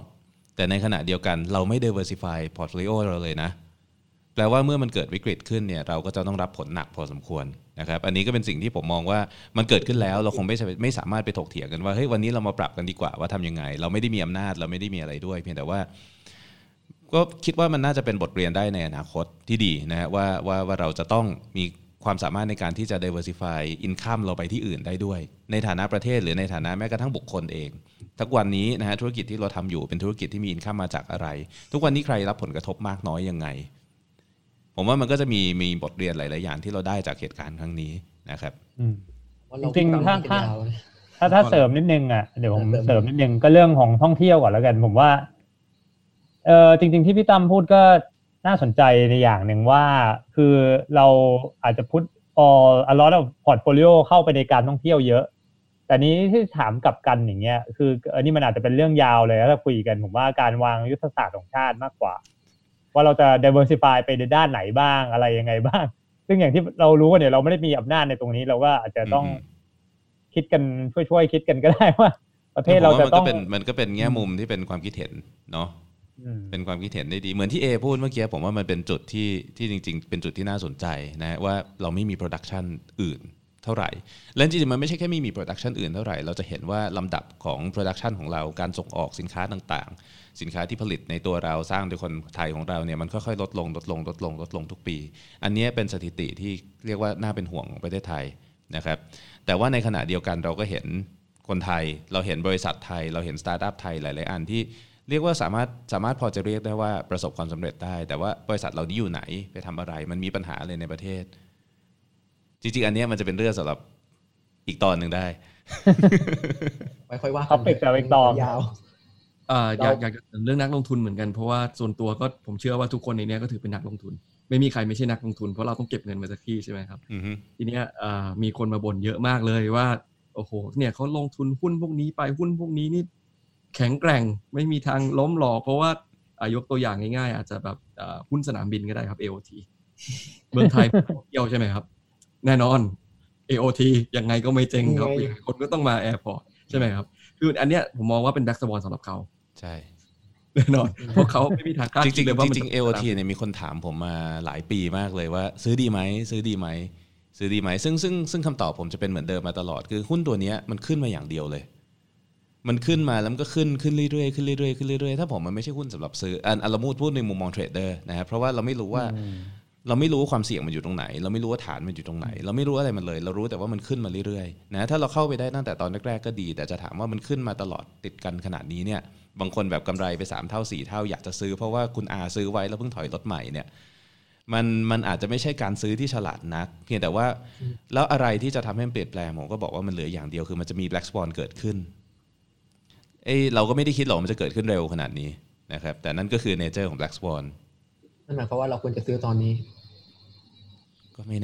แต่ในขณะเดียวกันเราไม่ diversify portfolio เราเลยนะแปลว่าเมื่อมันเกิดวิกฤตขึ้นเนี่ยเราก็จะต้องรับผลหนักพอสมควรนะครับอันนี้ก็เป็นสิ่งที่ผมมองว่ามันเกิดขึ้นแล้วเราคงไม่ไม่สามารถไปถกเถียงกันว่าเฮ้ยวันนี้เรามาปรับกันดีกว่าว่าทำยังไงเราไม่ได้มีอำนาจเราไม่ได้มีอะไรด้วยเพียงแต่ว่าก็คิดว่ามันน่าจะเป็นบทเรียนได้ในอนาคตที่ดีนะฮะว่าว่าว่าเราจะต้องมีความสามารถในการที่จะ diversify income เราไปที่อื่นได้ด้วยในฐานะประเทศหรือในฐานะแม้กระทั่งบุคคลเองทุกวันนี้นะฮะธุรกิจที่เราทำอยู่เป็นธุรกิจที่มี income มาจากอะไรทุกวันนี้ใครรับผลกระทบมากน้อยยังไงผมว่ามันก็จะมีมีบทเรียนหลายๆอย่างที่เราได้จากเหตุการณ์ครั้งนี้นะครับจริงๆถ้าถ้าถ้าถ้าเสริมนิดนึงอ่ะเดี๋ยวผมเสริมนิดนึงก็เรื่องของท่องเที่ยวก่อนแล้วกันผมว่าเออจริงๆที่พี่ตั้มพูดก็น่าสนใจในอย่างหนึ่งว่าคือเราอาจจะพุท all a lot of portfolio เข้าไปในการท่องเที่ยวเยอะแต่นี้ที่ถามกลับกันอย่างเงี้ยคืออันนี้มันอาจจะเป็นเรื่องยาวเลยถ้าคุยกันผมว่าการวางยุทธศาสตร์ของชาติมากกว่าว่าเราจะ diversify ไปในด้านไหนบ้างอะไรยังไงบ้างซึ่งอย่างที่เรารู้ว่าเนี่ยเราไม่ได้มีอำนาจในตรงนี้เราก็อาจจะต้องคิดกันช่วยๆคิดกันก็ได้ว่าประเทศเราจะต้องมันก็เป็นแง่มุมที่เป็นความคิดเห็นเนาะเป็นความคิดเห็นได้ดีเหมือนที่เอพูดเมื่อกี้ผมว่ามันเป็นจุดที่ที่จริงๆเป็นจุดที่น่าสนใจนะว่าเราไม่มีโปรดักชันอื่นเท่าไหร่และจริงๆมันไม่ใช่แค่ไม่มีโปรดักชันอื่นเท่าไหร่เราจะเห็นว่าลำดับของโปรดักชันของเราการส่งออกสินค้าต่างๆสินค้าที่ผลิตในตัวเราสร้างโดยคนไทยของเราเนี่ยมันค่อยๆลดลงลดลงลดลงลดลงทุกปีอันนี้เป็นสถิติที่เรียกว่าน่าเป็นห่วงของประเทศไทยนะครับแต่ว่าในขณะเดียวกันเราก็เห็นคนไทยเราเห็นบริษัทไทยเราเห็นสตาร์ทอัพไทยหลายๆอันที่เรียกว่าสามารถสามารถพอจะเรียกได้ว่าประสบความสำเร็จได้แต่ว่าบริษัทเรานี้อยู่ไหนไปทำอะไรมันมีปัญหาอะไรในประเทศจริงๆอันนี้มันจะเป็นเรื่องสำหรับอีกตอนหนึ่งได้ไม่ค่อยว่าท็อปิกจะเป็นตอนยาวอ่าอยากอยากเรื่องนักลงทุนเหมือนกันเพราะว่าส่วนตัวก็ผมเชื่อว่าทุกคนในนี้ก็ถือเป็นนักลงทุนไม่มีใครไม่ใช่นักลงทุนเพราะเราต้องเก็บเงินมาสักที่ใช่ไหมครับทีนี้อ่ามีคนมาบ่นเยอะมากเลยว่าโอ้โหเนี่ยเขาลงทุนหุ้นพวกนี้ไปหุ้นพวกนี้นี่แข็งแกร่งไม่มีทางล้มหรอกเพราะว่าอ่ายกตัวอย่างง่ายๆอาจจะแบบอ่าหุ้นสนามบินก็ได้ครับ เอ โอ ที เมืองไทยเที่ยวใช่ไหมครับแน่นอน เอ โอ ที ยังไงก็ไม่เจ๊งครับคนก็ต้องมาแอร์พอร์ตใช่ไหมครับคืออันเนี้ยผมมองว่าเป็นแบล็กสวอนสำหรับเขาใช่แน่นอนเพราะเขาไม่มีทางคาดคิดเลยว่าจริงๆ เอ โอ ที เนี่ยมีคนถามผมมาหลายปีมากเลยว่าซื้อดีไหมซื้อดีไหมซื้อดีไหมซึ่งซึ่งซึ่งคำตอบผมจะเป็นเหมือนเดิมมาตลอดคือหุ้นตัวนี้มันขึ้นมาอย่างเดียวเลยมันขึ้นมาแล้วมันก็ขึ้นขึ้นเรื่อยๆขึ้นเรื่อยๆขึ้นเรื่อยๆถ้าผมมันไม่ใช่หุ้นสำหรับซื้ออันอันเราพูดพูดในมุมมองเทรดเดอร์นะครับเพราะว่าเราไม่รู้ว่าเราไม่รู้ว่าความเสี่ยงมันอยู่ตรงไหนเราไม่รู้ว่าฐานมันอยู่ตรงไหนเราไม่รู้อะไรมันเลยเรารู้แต่ว่ามันขึ้นมาเรื่อยๆนะถ้าเราเข้าไปได้ตั้งแต่ตอนแรกๆก็ดีแต่จะถามว่ามันขึ้นมาตลอดติดกันขนาดนี้เนี่ยบางคนแบบกำไรไปสามเท่าสี่เท่าอยากจะซื้อเพราะว่าคุณอาซื้อไว้แล้วเพิ่งถอยรถใหม่เนี่ยมันมันอาจจะไม่ใช่การซื้อที่ฉลาดนักเพียงแต่ว่าแล้วอะไรที่จะทำให้มันเปลี่ยนแปลงผมก็บอกว่ามันเหลืออย่างเดียวคือมันจะมี black swan เกิดขึ้นเอ้เราก็ไม่ได้คิดหรอกมันจะเกิดขึ้นเร็วขนาดนี้นะครับแต่นั่นก็คือ nature ของ black swan นั่นหมายความว่าเราควรจะซื้อตอนนี้ก็ไม่แน่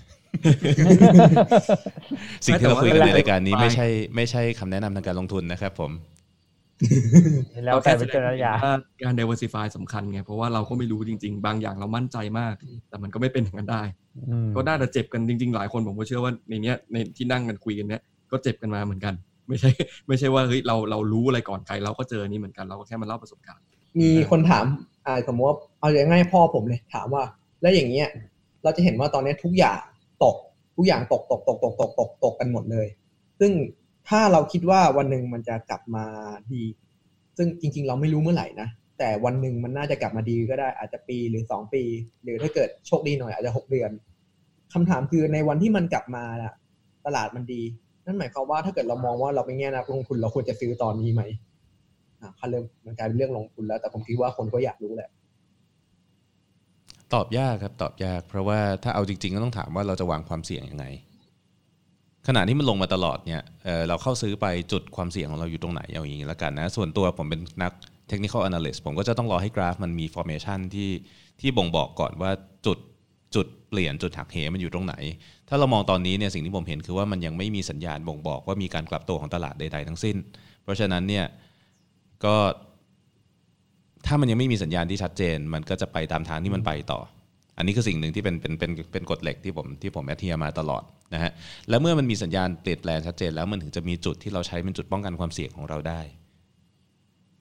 สิ่งที่เราคุยกันในรายการนี้ไม่ใช่ไม่ใช่คำแนะนำทางการลงทุนนะครับผมแล้วแต่วิจารณญาณการ diversify สำคัญไงเพราะว่าเราก็ไม่รู้จริงๆบางอย่างเรามั่นใจมากแต่มันก็ไม่เป็นอย่างนั้นได้ก็น่าจะเจ็บกันจริงๆหลายคนผมก็เชื่อว่าในเนี้ยในที่นั่งกันคุยกันเนี้ยก็เจ็บกันมาเหมือนกันไม่ใช่ไม่ใช่ว่าเฮ้ยเราเรารู้อะไรก่อนใครเราก็เจอนี้เหมือนกันเราก็แค่มาเล่าประสบการณ์มีคนถามอ่าสมมติว่าเอาอย่างง่ายพ่อผมเลยถามว่าแล้วอย่างเงี้ยเราจะเห็นว่าตอนนี้ทุกอย่างตกทุกอย่างตกตกตกตกตกตกตกกันหมดเลยซึ่งถ้าเราคิดว่าวันนึงมันจะกลับมาดีซึ่งจริงๆเราไม่รู้เมื่อไหร่นะแต่วันนึงมันน่าจะกลับมาดีก็ได้อาจจะปีหรือสองปีหรือถ้าเกิดโชคดีหน่อยอาจจะหกเดือนคำถามคือในวันที่มันกลับมาน่ะตลาดมันดีนั่นหมายความว่าถ้าเกิดเรามองว่าเราเป็นแง่นักลงทุนเราควรจะซื้อตอนนี้ไหมอ่าคันเริ่มมันกลายเป็นเรื่องลงทุนแล้วแต่ผมคิดว่าคนก็อยากรู้แหละตอบยากครับตอบยากเพราะว่าถ้าเอาจริงๆก็ต้องถามว่าเราจะวางความเสี่ยงยังไงขณะที่มันลงมาตลอดเนี่ย เอ่อ เราเข้าซื้อไปจุดความเสี่ยงของเราอยู่ตรงไหนเอาอย่างนี้แล้วกันนะส่วนตัวผมเป็นนัก technical analyst ผมก็จะต้องรอให้กราฟมันมี formation ที่ที่บ่งบอกก่อนว่าจุดจุดเปลี่ยนจุดหักเหมันอยู่ตรงไหนถ้าเรามองตอนนี้เนี่ยสิ่งที่ผมเห็นคือว่ามันยังไม่มีสัญญาณบ่งบอกว่ามีการกลับตัวของตลาดใดๆทั้งสิ้นเพราะฉะนั้นเนี่ยก็ถ้ามันยังไม่มีสัญญาณที่ชัดเจนมันก็จะไปตามทางที่มันไปต่ออันนี้คือสิ่งหนึ่งที่เป็นเป็นเป็นเป็นกฎเหล็กที่ผมที่ผมแอดเทียมาตลอดนะฮะแล้วเมื่อมันมีสัญญาณเปลี่ยนแปลงชัดเจนแล้วมันถึงจะมีจุดที่เราใช้เป็นจุดป้องกันความเสี่ยงของเราได้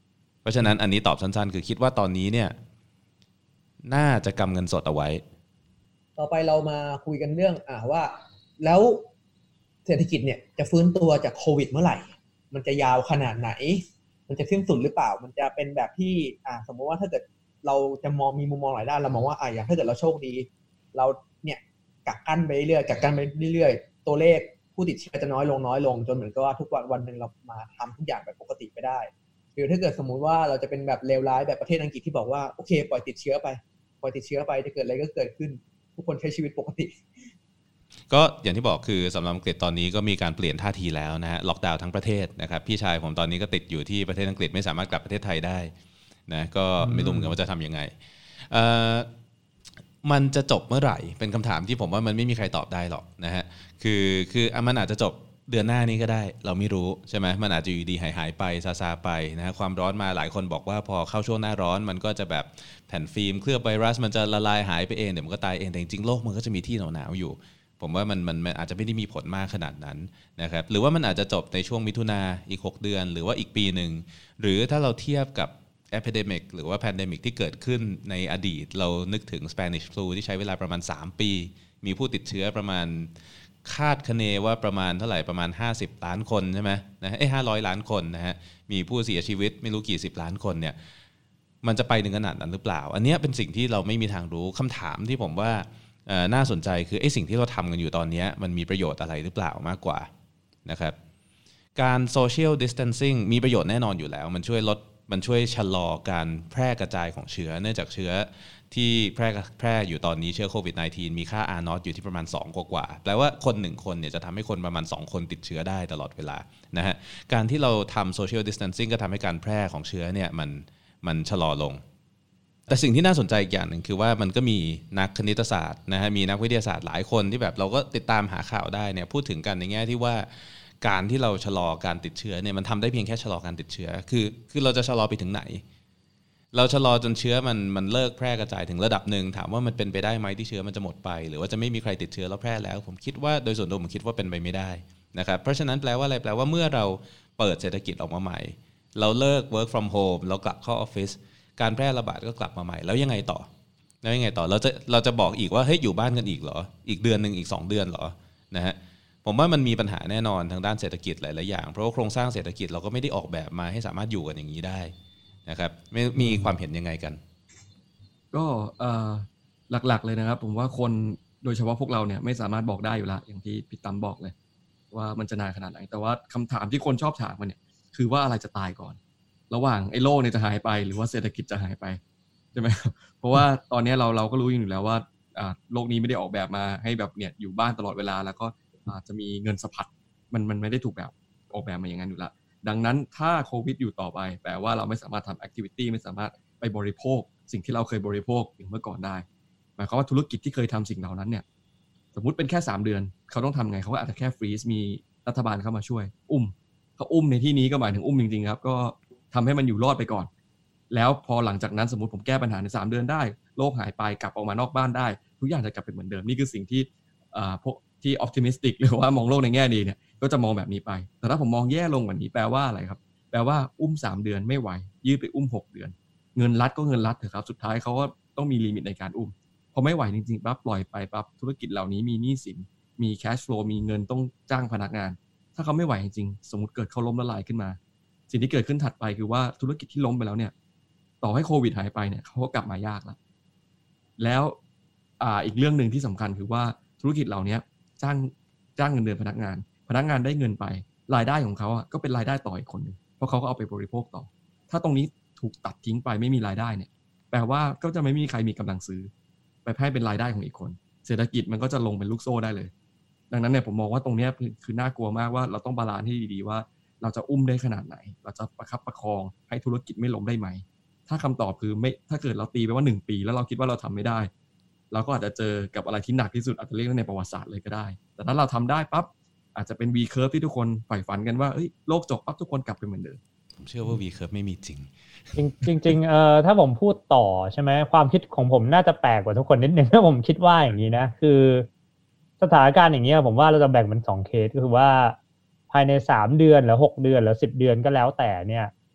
เพราะฉะนั้นอันนี้ตอบสั้นๆคือคิดว่าตอนนี้เนี่ยน่าจะกำเงินสดเอาไว้ต่อไปเรามาคุยกันเรื่องอ่าว่าแล้วเศรษฐกิจเนี่ยจะฟื้นตัวจากโควิดเมื่อไหร่มันจะยาวขนาดไหนมันจะสิ้นสุดหรือเปล่ามันจะเป็นแบบที่อ่าสมมติว่าถ้าเกิดเราจะมองมีมุมมองหลายด้านเรามองว่าอ่าอย่างถ้าเกิดเราโชคดีเราเนี่ยกักกั้นไปเรื่อยกักกั้นไปเรื่อยๆตัวเลขผู้ติดเชื้อจะน้อยลงน้อยลงจนเหมือนกับว่าทุกวันวันนึงเรามาทำทุกอย่างแบบปกติไปได้หรือถ้าเกิดสมมุติว่าเราจะเป็นแบบเลวร้ายแบบประเทศอังกฤษที่บอกว่าโอเคปล่อยติดเชื้อไปปล่อยติดเชื้อไปจะเกิดอะไรก็เกิดขึ้นทุกคนใช้ชีวิตปกติก็อย่างที่บอกคือสำหรับอังกฤษตอนนี้ก็มีการเปลี่ยนท่าทีแล้วนะฮะล็อกดาวน์ทั้งประเทศนะครับพี่ชายผมตอนนี้ก็ติดอยู่ที่ประเทศอังกฤษไม่สามารถกลับประเทศไทยได้นะก็ไม่รู้เหมือนกันว่าจะทำยังไงเอ่อมันจะจบเมื่อไหร่เป็นคำถามที่ผมว่ามันไม่มีใครตอบได้หรอกนะฮะคือคือมันอาจจะจบเดือนหน้านี้ก็ได้เราไม่รู้ใช่ไหมมันอาจจะอยู่ดีหายหายไปซาซาไปนะฮะความร้อนมาหลายคนบอกว่าพอเข้าช่วงหน้าร้อนมันก็จะแบบแผ่นฟิล์มเคลือบไวรัสมันจะละลายหายไปเองเดี๋ยวมันก็ตายเองแต่จริงๆโลกมันก็จะมีที่หนาวๆอยู่ผมว่ามันมันอาจจะไม่ได้มีผลมากขนาดนั้นนะครับหรือว่ามันอาจจะจบในช่วงมิถุนาอีกหกเดือนหรือว่าอีกปีนึงหรือถ้าเราเทียบกับepidemic หรือว่า pandemic ที่เกิดขึ้นในอดีตเรานึกถึง Spanish flu ที่ใช้เวลาประมาณสามปีมีผู้ติดเชื้อประมาณคาดคะเนว่าประมาณเท่าไหร่ประมาณห้าสิบล้านคนใช่ไหมนะฮะเอ้ยห้าร้อยล้านคนนะฮะมีผู้เสียชีวิตไม่รู้กี่สิบล้านคนเนี่ยมันจะไปถึงขนาดนั้นหรือเปล่าอันนี้เป็นสิ่งที่เราไม่มีทางรู้คำถามที่ผมว่าน่าสนใจคือไอ้สิ่งที่เราทำกันอยู่ตอนนี้มันมีประโยชน์อะไรหรือเปล่ามากกว่านะครับการ social distancing มีประโยชน์แน่นอนอยู่แล้วมันช่วยลดมันช่วยชะลอการแพร่กระจายของเชื้อเนื่องจากเชื้อที่แพร่แพร่อยู่ตอนนี้เชื้อโควิด สิบเก้า มีค่า อาร์ ศูนย์ อยู่ที่ประมาณสองกว่าๆแปลว่าคนหนึ่งคนเนี่ยจะทำให้คนประมาณสองคนติดเชื้อได้ตลอดเวลานะฮะการที่เราทำ social distancing ก็ทำให้การแพร่ของเชื้อเนี่ยมันมันชะลอลงแต่สิ่งที่น่าสนใจอีกอย่างหนึ่งคือว่ามันก็มีนักคณิตศาสตร์นะฮะมีนักวิทยาศาสตร์หลายคนที่แบบเราก็ติดตามหาข่าวได้เนี่ยพูดถึงกันในแง่ที่ว่าการที่เราชะลอการติดเชื้อเนี่ยมันทำได้เพียงแค่ชะลอการติดเชื้อคือคือเราจะชะลอไปถึงไหนเราชะลอจนเชื้อมันมันเลิกแพร่กระจายถึงระดับหนึ่งถามว่ามันเป็นไปได้ไหมที่เชื้อมันจะหมดไปหรือว่าจะไม่มีใครติดเชื้อแล้วแพร่แล้วผมคิดว่าโดยส่วนตัวผมคิดว่าเป็นไปไม่ได้นะครับเพราะฉะนั้นแปลว่าอะไรแปลว่าเมื่อเราเปิดเศรษฐกิจออกมาใหม่เราเลิก work from home เรากลับเข้าออฟฟิศการแพร่ระบาดก็กลับมาใหม่แล้วยังไงต่อแล้วยังไงต่อเราจะเราจะบอกอีกว่าเฮ้ยอยู่บ้านกันอีกเหรออีกเดือนนึงอีกสองเดือนเหรอนะฮะผมว่ามันมีปัญหาแน่นอนทางด้านเศรษฐกิจหลายๆอย่างเพราะว่าโครงสร้างเศรษฐกิจเราก็ไม่ได้ออกแบบมาให้สามารถอยู่กันอย่างนี้ได้นะครับมีความเห็นยังไงกันก็หลักๆเลยนะครับผมว่าคนโดยเฉพาะพวกเราเนี่ยไม่สามารถบอกได้อยู่แล้วอย่างที่พี่ตั้มบอกเลยว่ามันจะนานขนาดไหนแต่ว่าคำถามที่คนชอบถามมันเนี่ยคือว่าอะไรจะตายก่อนระหว่างไอ้โลกเนี่ยจะหายไปหรือว่าเศรษฐกิจจะหายไปใช่ไหมเพราะว่าตอนนี้เราเราก็รู้อยู่แล้วว่าโลกนี้ไม่ได้ออกแบบมาให้แบบเนี่ยอยู่บ้านตลอดเวลาแล้วก็อาจจะมีเงินสะพัดมันมันไม่ได้ถูกแบบออกแบบมาอย่างนั้นอยู่แล้วดังนั้นถ้าโควิดอยู่ต่อไปแปลว่าเราไม่สามารถทำแอคทิวิตี้ไม่สามารถไปบริโภคสิ่งที่เราเคยบริโภคอย่างเมื่อก่อนได้หมายความว่าธุรกิจที่เคยทำสิ่งเหล่านั้นเนี่ยสมมุติเป็นแค่สามเดือนเขาต้องทำไงเขาก็อาจจะแค่ฟรีซมีรัฐบาลเข้ามาช่วยอุ้มเขาอุ้มในที่นี้ก็หมายถึงอุ้มจริงๆครับก็ทำให้มันอยู่รอดไปก่อนแล้วพอหลังจากนั้นสมมุติผมแก้ปัญหาในสามเดือนได้โลกหายไปกลับออกมานอกบ้านได้ทุกอย่างจะกลับเป็นเหมือนเดิมนี่คือสิ่งที่พวกที่ optimistic หรือว่ามองโลกในแง่ดีเนี่ยก็จะมองแบบนี้ไปแต่ถ้าผมมองแย่ลงกว่านี้แปลว่าอะไรครับแปลว่าอุ้มสามเดือนไม่ไหวยืดไปอุ้มหกเดือนเงินรัฐก็เงินรัฐเถอะครับสุดท้ายเขาก็ต้องมีลิมิตในการอุ้มพอไม่ไหวจริงๆปั๊บปล่อยไปปั๊บธุรกิจเหล่านี้มีหนี้สินมี cash flow มีเงินต้องจ้างพนักงานถ้าเขาไม่ไหวจริงๆสมมุติเกิดเขาล้มละลายขึ้นมาสิ่งที่เกิดขึ้นถัดไปคือว่าธุรกิจที่ล้มไปแล้วเนี่ยต่อให้โควิดหายไปเนี่ยเขาก็กลับมายากแล้วแล้วอ่าอีกเรื่องนึงที่สำคัญคือว่าธุรกิจเหล่านี้จ้างจ้างเงินเดือนพนักงานพนักงานได้เงินไปรายได้ของเขาอ่ะก็เป็นรายได้ต่ออีกคนนึงเพราะเขาก็เอาไปบริโภคต่อถ้าตรงนี้ถูกตัดทิ้งไปไม่มีรายได้เนี่ยแปลว่าก็จะไม่มีใครมีกำลังซื้อไปให้เป็นรายได้ของอีกคนเศรษฐกิจมันก็จะลงเป็นลูกโซ่ได้เลยดังนั้นเนี่ยผมมองว่าตรงนี้คือน่ากลัวมากว่าเราต้องบาลานซ์ให้ดีๆว่าเราจะอุ้มได้ขนาดไหนเราจะประคับประคองให้ธุรกิจไม่ล้มได้ไหมถ้าคำตอบคือไม่ถ้าเกิดเราตีไปว่าหนึ่งปีแล้วเราคิดว่าเราทำไม่ได้เราก็อาจจะเจอกับอะไรที่หนักที่สุดอาจจะเรียกว่าในประวัติศาสตร์เลยก็ได้แต่ถ้าเราทำได้ปั๊บอาจจะเป็น V curve ที่ทุกคนใฝ่ฝันกันว่าเอ้ยโลกจบปั๊บทุกคนกลับไปเหมือนเดิมผมเชื่อว่า V curve ไม่มีจริงจริงจริงเอ่อถ้าผมพูดต่อใช่ไหมความคิดของผมน่าจะแปลกกว่าทุกคนนิดนึงถ้าผมคิดว่าอย่างนี้นะคือสถานการณ์อย่างนี้ผมว่าเราจะแบ่งเป็นสองเคสก็คือว่าภายในสามเดือนหรือหกเดือนหรือสิบเดือนก็แล้วแต่เนี่ย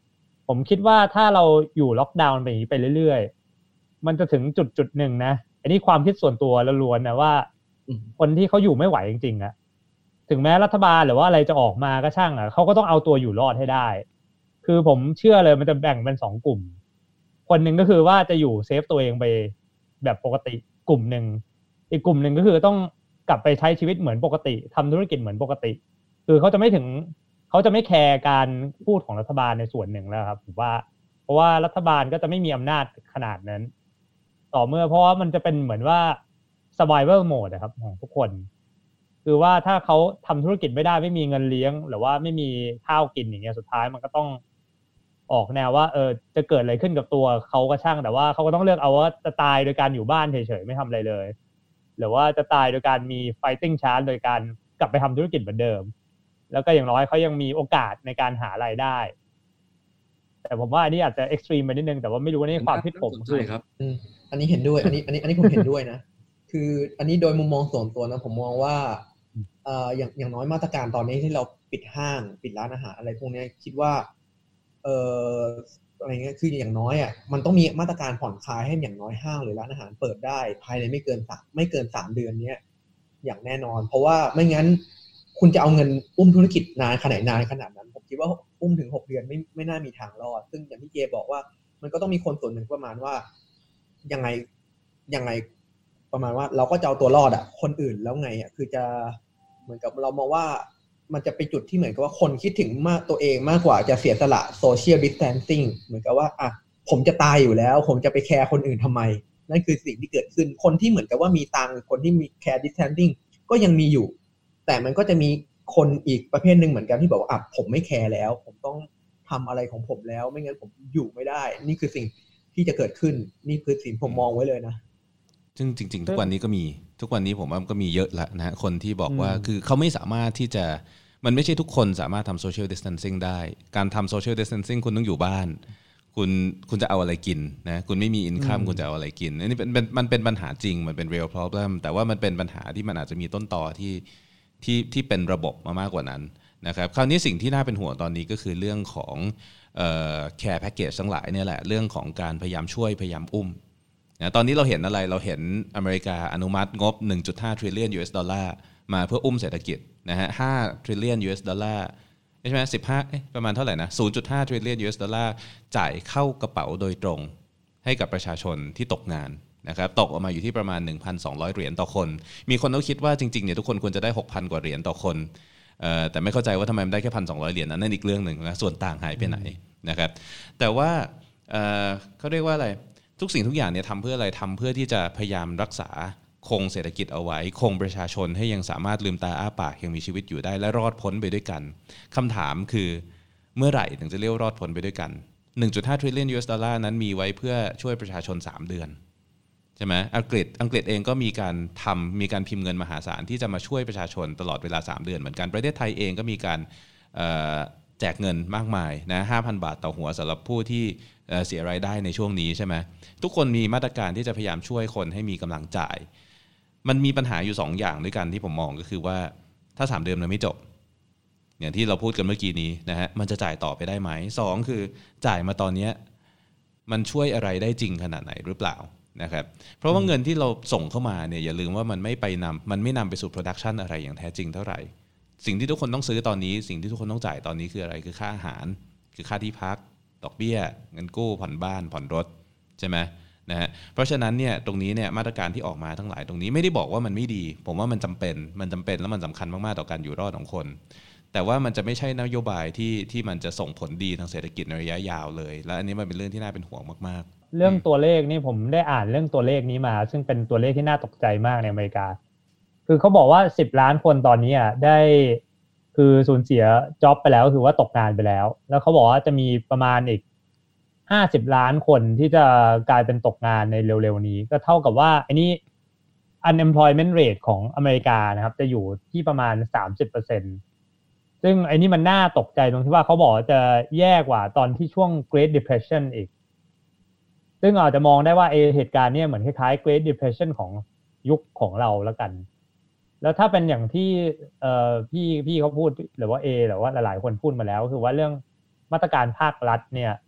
ผมคิดว่าถ้าเราอยู่ล็อกดาวน์ไปอย่างนี้ไปเรื่อยๆมันจะถึงจุดจุดหนึ่งนะอันนี้ความคิดส่วนตัวล้วนๆนะว่าคนที่เขาอยู่ไม่ไหวจริงๆอะถึงแม้รัฐบาลหรือว่าอะไรจะออกมาก็ช่างอะเขาก็ต้องเอาตัวอยู่รอดให้ได้คือผมเชื่อเลยมันจะแบ่งเป็นสองกลุ่มคนหนึ่งก็คือว่าจะอยู่เซฟตัวเองไปแบบปกติกลุ่มหนึ่งอีกกลุ่มหนึ่งก็คือต้องกลับไปใช้ชีวิตเหมือนปกติทำธุรกิจเหมือนปกติคือเขาจะไม่ถึงเขาจะไม่แคร์การพูดของรัฐบาลในส่วนหนึ่งแล้วครับผมว่าเพราะว่ารัฐบาลก็จะไม่มีอำนาจขนาดนั้นต่อเมื่อเพราะว่ามันจะเป็นเหมือนว่า survival mode นะครับของทุกคนคือว่าถ้าเขาทำธุรกิจไม่ได้ไม่มีเงินเลี้ยงหรือว่าไม่มีข้าวกินอย่างเงี้ยสุดท้ายมันก็ต้องออกแนวว่าเออจะเกิดอะไรขึ้นกับตัวเขาก็ช่างแต่ว่าเขาก็ต้องเลือกเอาว่าจะตายโดยการอยู่บ้านเฉยๆไม่ทำอะไรเลยหรือว่าจะตายโดยการมี fighting chance โดยการกลับไปทำธุรกิจเหมือนเดิมแล้วก็อย่างน้อยเขายังมีโอกาสในการหารายได้แต่ผมว่าอันนี้อาจจะเอ็กซ์ตรีมไปนิดนึงแต่ว่าไม่รู้ว่านี่ความคิดผมคือครับอันนี้เห็นด้วยอันนี้อันนี้อันนี้ผมเห็นด้วยนะคืออันนี้โดยมุมมองส่วนตัวนะผมมองว่าเอ่ออย่างอย่างน้อยมาตรการตอนนี้ที่เราปิดห้างปิดร้านอาหารอะไรพวกนี้คิดว่าเอ่ออะไรเงี้ยคืออย่างน้อยอ่ะมันต้องมีมาตรการผ่อนคลายให้อย่างน้อยห้างหรือร้านอาหารเปิดได้ภายในไม่เกินสามไม่เกินสามเดือนเนี้ยอย่างแน่นอนเพราะว่าไม่งั้นคุณจะเอาเงินอุ้มธุรกิจนานขนาดนานขนาดนั้นผมคิดว่าอุ้มถึงหกเดือนไม่ไม่น่ามีทางรอดซึ่งอย่างที่เจบอกว่ามันก็ต้องมีคนส่วนหนึ่งประมาณว่ายังไงยังไงประมาณว่าเราก็จะเอาตัวรอดอ่ะคนอื่นแล้วไงอ่ะคือจะเหมือนกับเรามองว่ามันจะไปจุดที่เหมือนกับว่าคนคิดถึงมากตัวเองมากกว่าจะเสียสละโซเชียลดิสแทนซิ่งเหมือนกับว่าอ่ะผมจะตายอยู่แล้วผมจะไปแคร์คนอื่นทำไมนั่นคือสิ่งที่เกิดขึ้นคนที่เหมือนกับว่ามีตังค์คนที่มีแคร์ดิสแทนซิ่งก็ยังมีอยู่แต่มันก็จะมีคนอีกประเภทหนึ่งเหมือนกันที่บอกว่าอ่ะผมไม่แคร์แล้วผมต้องทำอะไรของผมแล้วไม่งั้นผมอยู่ไม่ได้นี่คือสิ่งที่จะเกิดขึ้นนี่คือสิ่งผมมองไว้เลยนะซึ่งจริงๆทุกวันนี้ก็มีทุกวันนี้ผมว่าก็มีเยอะละนะฮะคนที่บอกว่าคือเขาไม่สามารถที่จะมันไม่ใช่ทุกคนสามารถทำ social distancing ได้การทำ social distancing คุณต้องอยู่บ้านคุณคุณจะเอาอะไรกินนะคุณไม่มี income คุณจะเอาอะไรกินอันนี้เป็นมันเป็นปัญหาจริงมันเป็น real problem แต่ว่ามันเป็นปัญหาที่มันอาจจะมีต้นตอที่ที่ที่เป็นระบบมามากกว่านั้นนะครับคราวนี้สิ่งที่น่าเป็นห่วงตอนนี้ก็คือเรื่องของเอ่อ care package ทั้งหลายเนี่ยแหละเรื่องของการพยายามช่วยพยายามอุ้มนะตอนนี้เราเห็นอะไรเราเห็นอเมริกาอนุมัติงบ หนึ่งจุดห้า trillion ยู เอส ดอลลาร์มาเพื่ออุ้มเศรษฐกิจนะฮะห้า trillion ยู เอส ดอลลาร์ใช่ไหมสิบห้าเอ๊ะประมาณเท่าไหร่นะ ศูนย์จุดห้า trillion ยู เอส ดอลลาร์จ่ายเข้ากระเป๋าโดยตรงให้กับประชาชนที่ตกงานนะครับตกออกมาอยู่ที่ประมาณ หนึ่งพันสองร้อย เหรียญต่อคนมีคนเขาคิดว่าจริงๆเนี่ยทุกคนควรจะได้ หกพัน กว่าเหรียญต่อคนเอ่อแต่ไม่เข้าใจว่าทำไมมันได้แค่ หนึ่งพันสองร้อย เหรียญนั้นนั่นอีกเรื่องนึงนะส่วนต่างหายไปไหนนะครับแต่ว่าเอ่อเขาเรียกว่าอะไรทุกสิ่งทุกอย่างเนี่ยทำเพื่ออะไรทำเพื่อที่จะพยายามรักษาคงเศรษฐกิจเอาไว้คงประชาชนให้ยังสามารถลืมตาอ้าปากยังมีชีวิตอยู่ได้และรอดพ้นไปด้วยกันคำถามคือเมื่อไหร่ถึงจะเรียกรอดพ้นไปด้วยกัน หนึ่งจุดห้า trillion ยู เอส ดอลลาร์นั้นมีไว้เพื่อช่วยประชาชนสามเดือนใช่ไหมอังกฤษอังกฤษเองก็มีการทำมีการพิมพ์เงินมหาศาลที่จะมาช่วยประชาชนตลอดเวลาสามเดือนเหมือนกันประเทศไทยเองก็มีการแจกเงินมากมายนะ ห้าพัน บาทต่อหัวสำหรับผู้ที่เสียรายได้ในช่วงนี้ใช่ไหมทุกคนมีมาตรการที่จะพยายามช่วยคนให้มีกำลังจ่ายมันมีปัญหาอยู่สองอย่างด้วยกันที่ผมมองก็คือว่าถ้าสามเดือนมันไม่จบอย่างที่เราพูดกันเมื่อกี้นี้นะฮะมันจะจ่ายต่อไปได้ไหมสองคือจ่ายมาตอนนี้มันช่วยอะไรได้จริงขนาดไหนหรือเปล่านะครับเพราะว่าเงินที่เราส่งเข้ามาเนี่ยอย่าลืมว่ามันไม่ไปนำมันไม่นำไปสู่โปรดักชันอะไรอย่างแท้จริงเท่าไหร่สิ่งที่ทุกคนต้องซื้อตอนนี้สิ่งที่ทุกคนต้องจ่ายตอนนี้คืออะไรคือค่าอาหารคือค่าที่พักดอกเบี้ยเงินกู้ผ่อนบ้านผ่อนรถใช่ไหมนะฮะเพราะฉะนั้นเนี่ยตรงนี้เนี่ยมาตรการที่ออกมาทั้งหลายตรงนี้ไม่ได้บอกว่ามันไม่ดีผมว่ามันจำเป็นมันจำเป็นแล้วมันสำคัญมากๆต่อการอยู่รอดของคนแต่ว่ามันจะไม่ใช่นโยบายที่ที่มันจะส่งผลดีทางเศรษฐกิจในระยะยาวเลยและอันนี้มันเป็นเรื่องที่น่าเป็นห่วงมากๆเรื่องตัวเลขนี่ผมได้อ่านเรื่องตัวเลขนี้มาซึ่งเป็นตัวเลขที่น่าตกใจมากในอเมริกาคือเขาบอกว่าสิบล้านคนตอนนี้อ่ะได้คือสูญเสียจ็อบไปแล้วคือว่าตกงานไปแล้วแล้วเขาบอกว่าจะมีประมาณอีกห้าสิบล้านคนที่จะกลายเป็นตกงานในเร็วๆนี้ก็เท่ากับว่าอันนี้ unemployment rate ของอเมริกานะครับจะอยู่ที่ประมาณ สามสิบเปอร์เซ็นต์ ซึ่งไอ้นี่มันน่าตกใจตรงที่ว่าเขาบอกจะแย่กว่าตอนที่ช่วง Great Depression อีกซึ่งอาจจะมองได้ว่าไอ้เหตุการณ์นี้เหมือนคล้ายๆ Great Depression ของยุคของเราแล้วกันแล้วถ้าเป็นอย่างที่เอ่อพี่พี่เขาพูดหรือว่า A หรือว่าหลายๆคนพูดมาแล้วคือว่าเรื่องมาตรการภาครัฐเนี่ย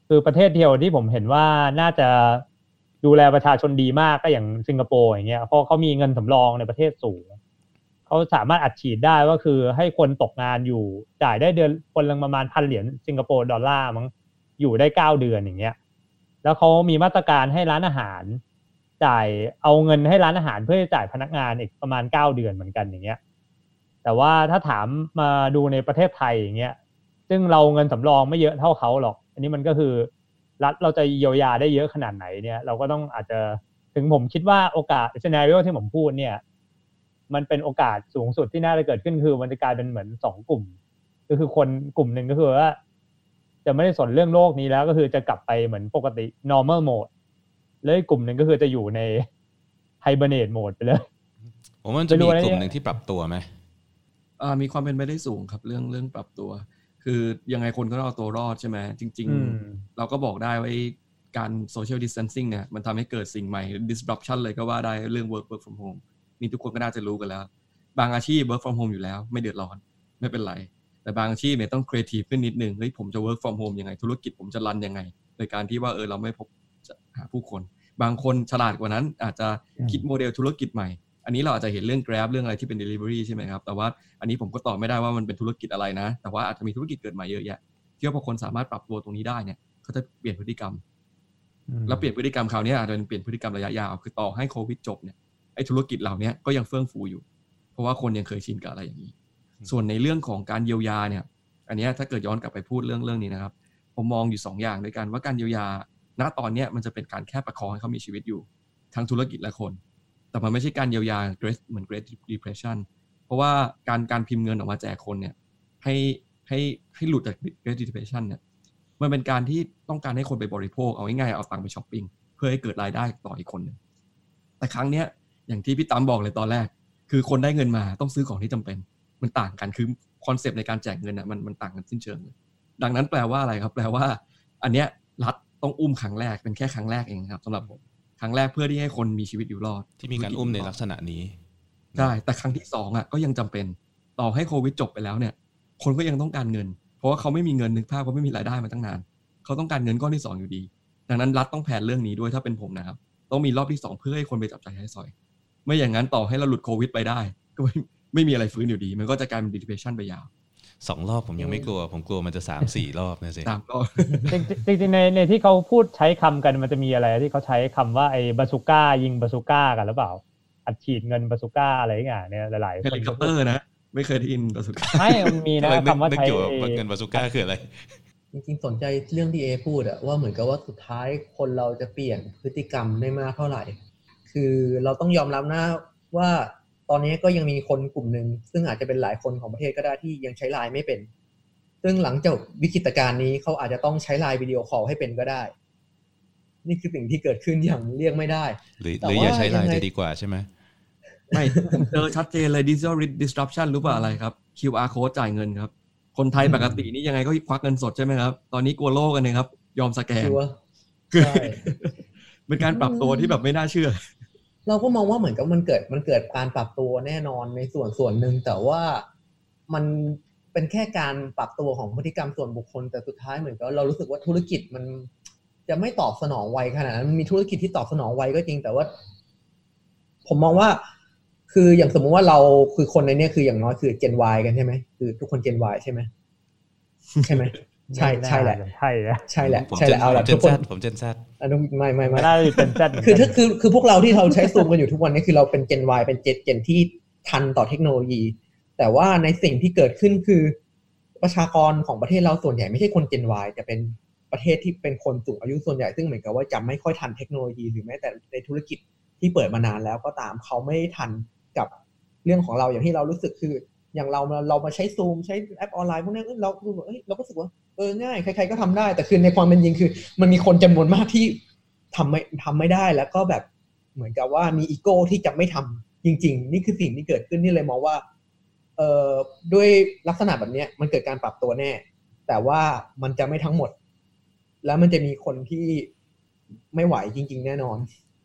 คือประเทศเดียวที่ผมเห็นว่าน่าจะดูแลประชาชนดีมากก็อย่างสิงคโปร์อย่างเงี้ยเพราะเขามีเงินสำรองในประเทศสูงเขาสามารถอัดฉีดได้ว่าคือให้คนตกงานอยู่จ่ายได้เดือนคนละประมาณพันเหรียญสิงคโปร์ดอลลาร์มั้งอยู่ได้เก้าเดือนอย่างเงี้ยแล้วเขามีมาตรการให้ร้านอาหารจ่ายเอาเงินให้ร้านอาหารเพื่อจ่ายพนักงานอีกประมาณเก้าเดือนเหมือนกันอย่างเงี้ยแต่ว่าถ้าถามมาดูในประเทศไทยอย่างเงี้ยซึ่งเราเงินสำรองไม่เยอะเท่าเขาหรอกอันนี้มันก็คือรัฐเราจะเยียวยาได้เยอะขนาดไหนเนี่ยเราก็ต้องอาจจะถึงผมคิดว่าโอกาส scenario ที่ผมพูดเนี่ยมันเป็นโอกาสสูงสุดที่น่าจะเกิดขึ้นคือมันจะกลายเป็นเหมือนสองกลุ่มก็คือคนกลุ่มหนึ่งก็คือว่าจะไม่ได้สนเรื่องโลกนี้แล้วก็คือจะกลับไปเหมือนปกติ normal mode แล้วอีกกลุ่มหนึ่งก็คือจะอยู่ใน hibernate mode ไปเลยผมว่ามันจะมีกลุ่มหนึ่งที่ปรับตัวไหมอ่ามีความเป็นไปได้สูงครับเรื่องเรื่องปรับตัวคือยังไงคนก็ต้องเอาตัวรอดใช่ไหมจริงๆเราก็บอกได้ว่าการ social distancing เนี่ยมันทำให้เกิดสิ่งใหม่ disruption เลยก็ว่าได้เรื่อง work work from home นี่ทุกคนก็น่าจะรู้กันแล้วบางอาชีพ work from home อยู่แล้วไม่เดือดร้อนไม่เป็นไรแต่บางอาชีพเนี่ยต้อง creative ขึ้นนิดนึงเฮ้ยผมจะ work from home ยังไงธุรกิจผมจะรันยังไงโดยการที่ว่าเออเราไม่พบหาผู้คนบางคนฉลาดกว่านั้นอาจจะคิดโมเดลธุรกิจใหม่อันนี้เราอาจจะเห็นเรื่อง Grab เรื่องอะไรที่เป็น delivery ใช่ไหมครับแต่ว่าอันนี้ผมก็ตอบไม่ได้ว่ามันเป็นธุรกิจอะไรนะแต่ว่าอาจจะมีธุรกิจเกิดใหม่เยอะแยะที่ว่าพอคนสามารถปรับตัวตรงนี้ได้เนี่ยเขาจะเปลี่ยนพฤติกรรมแล้วเปลี่ยนพฤติกรรมคราวนี้อาจจะเป็นเปลี่ยนพฤติกรรมระยะยาวคือต่อให้โควิดจบเนี่ยไอ้ธุรกิจเหล่านี้ก็ยังเฟื่องฟูอยู่เพราะว่าคนยังเคยชินกับอะไรอย่างนี้ส่วนในเรื่องของการเยียวยาเนี่ยอันนี้ถ้าเกิดย้อนกลับไปพูดเรื่องเรื่องนี้นะครับผมมองอยู่สองอย่างด้วยกันว่าการเยียวยาณตอนนี้มันจะเป็นการแค่ประคองให้เขามีชีวิตอยู่ทั้งธุรกิจและคนแต่มันไม่ใช่การเยียวยาเหมือน Great Depression เพราะว่าการการพิมพ์เงินออกมาแจกคนเนี่ยให้ให้ให้หลุดจาก Great Depression เนี่ยมันเป็นการที่ต้องการให้คนไปบริโภคเอาง่ายๆเอาตังค์ไปช้อปปิ้งเพื่อให้เกิดรายได้ต่ออีกคนนึงแต่ครั้งเนี้ยอย่างที่พี่ตั้มบอกเลยตอนแรกคือคนได้เงินมาต้องซื้อของที่จำเป็นมันต่างกันคือคอนเซปต์ในการแจกเงินน่ะมันมันต่างกันสิ้นเชิงเลยดังนั้นแปลว่าอะไรครับแปลว่าอันเนี้ยรัฐต้องอุ้มครั้งแรกเป็นแค่ครั้งแรกเองครับสำหรับผมครั้งแรกเพื่อที่ให้คนมีชีวิตอยู่รอดที่มีการอุ้มในลักษณะนี้ใช่แต่ครั้งที่สองอ่ะก็ยังจำเป็นต่อให้โควิดจบไปแล้วเนี่ยคนก็ยังต้องการเงินเพราะว่าเขาไม่มีเงินนึกภาพว่าไม่มีรายได้มาตั้งนานเขาต้องการเงินก้อนที่สองอยู่ดีดังนั้นรัฐต้องแผนเรื่องนี้ด้วยถ้าเป็นผมนะครับต้องมีรอบที่สองเพื่อให้คนไปจับจ่ายใช้สอยไม่อย่างนั้นต่อให้เราหลุดโควิดไปได้ก็ไม่ไม่มีอะไรฟื้นอยู่ดีมันก็จะกลายเป็น depression ไปยาวสองรอบผมยังไม่กลัวผมกลัวมันจะ สามสี่ รอบนะสิสามรอบจริงๆในในที่เขาพูดใช้คำกันมันจะมีอะไรที่เขาใช้คำว่าไอ้บาซูก้ายิงบาซูก้ากันหรือเปล่าอัดฉีดเงินบาซูก้าอะไรอย่างเงี้ยเนี่ยหลายๆคนเฮลิคอปเตอร์นะไม่เคยได้ยินบาซูก้าไม่มันมีนะคำว่าใช้เงินบาซูก้าคืออะไรจริงๆสนใจเรื่องที่เอพูดอะว่าเหมือนกับว่าสุดท้ายคนเราจะเปลี่ยนพฤติกรรมได้มากเท่าไหร่คือเราต้องยอมรับนะว่าตอนนี้ก็ยังมีคนกลุ่มนึงซึ่งอาจจะเป็นหลายคนของประเทศก็ได้ที่ยังใช้ไลน์ไม่เป็นซึ่งหลังจากวิกฤตการณ์นี้เขาอาจจะต้องใช้ไลน์วิดีโอคอลให้เป็นก็ได้นี่คือสิ่งที่เกิดขึ้นอย่างเรียกไม่ได้หรือหรืออย่าใช้ไลน์จะดีกว่าใช่ไหมไม่เจอชัดเจนเลย digital disruption รู้ป่ะอะไรครับ คิว อาร์ code จ่ายเงินครับคนไทยปกตินี่ยังไงก็ควักเงินสดใช่ไหมครับตอนนี้กลัวโลกกันเลยครับยอมสแกนใช่เป็นการปรับตัวที่แบบไม่น่าเชื่อเราก็มองว่าเหมือนกับมันเกิดมันเกิดการปรับตัวแน่นอนในส่วนส่วนหนึ่งแต่ว่ามันเป็นแค่การปรับตัวของพฤติกรรมส่วนบุคคลแต่สุดท้ายเหมือนกับเรารู้สึกว่าธุรกิจมันจะไม่ตอบสนองไวขนาดนั้นมันมีธุรกิจที่ตอบสนองไวก็จริงแต่ว่าผมมองว่าคืออย่างสมมุติว่าเราคือคนในนี้คืออย่างน้อยคือ Gen Y กันใช่ไหมคือทุกคน Gen Y ใช่ไหมใช่ไหมใช่ใช่แหละใช่แหละใช่แหละใช่แหละเอาละทุกคนผม Gen Z อันนู้นไม่ไม่ไม่ได้เป็น Z คือถ้าคือคือพวกเราที่เราใช้ซูมกันอยู่ทุกวันนี้คือเราเป็น Gen Y เป็น Gen Gen ที่ทันต่อเทคโนโลยีแต่ว่าในสิ่งที่เกิดขึ้นคือประชากรของประเทศเราส่วนใหญ่ไม่ใช่คน Gen Y แต่เป็นประเทศที่เป็นคนสูงอายุส่วนใหญ่ซึ่งเหมือนกับว่าจะไม่ค่อยทันเทคโนโลยีหรือแม้แต่ในธุรกิจที่เปิดมานานแล้วก็ตามเขาไม่ทันกับเรื่องของเราอย่างที่เรารู้สึกคืออย่างเราเรามาใช้ซูมใช้แอปออนไลน์พวกนี้เราเอ้ยเราก็รู้สึกว่าเออง่ายใครๆก็ทำได้แต่คือในความเป็นจริงคือมันมีคนจำนวนมากที่ทำไม่ทำไม่ได้แล้วก็แบบเหมือนกับว่ามีอีโก้ที่จะไม่ทำจริงๆนี่คือสิ่งที่เกิดขึ้นนี่เลยมองว่าเอ่อด้วยลักษณะแบบนี้มันเกิดการปรับตัวแน่แต่ว่ามันจะไม่ทั้งหมดแล้วมันจะมีคนที่ไม่ไหวจริงๆแน่นอน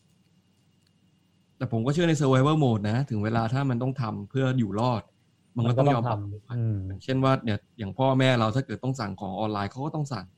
แต่ผมก็เชื่อใน survival mode นะถึงเวลาถ้ามันต้องทำเพื่ออยู่รอดมันก็ต้องยอมปรับอย่างเช่นว่าเนี่ยอย่างพ่อแม่เราถ้าเกิดต้องสั่งของออนไลน์เขาก็ต้องสั่ง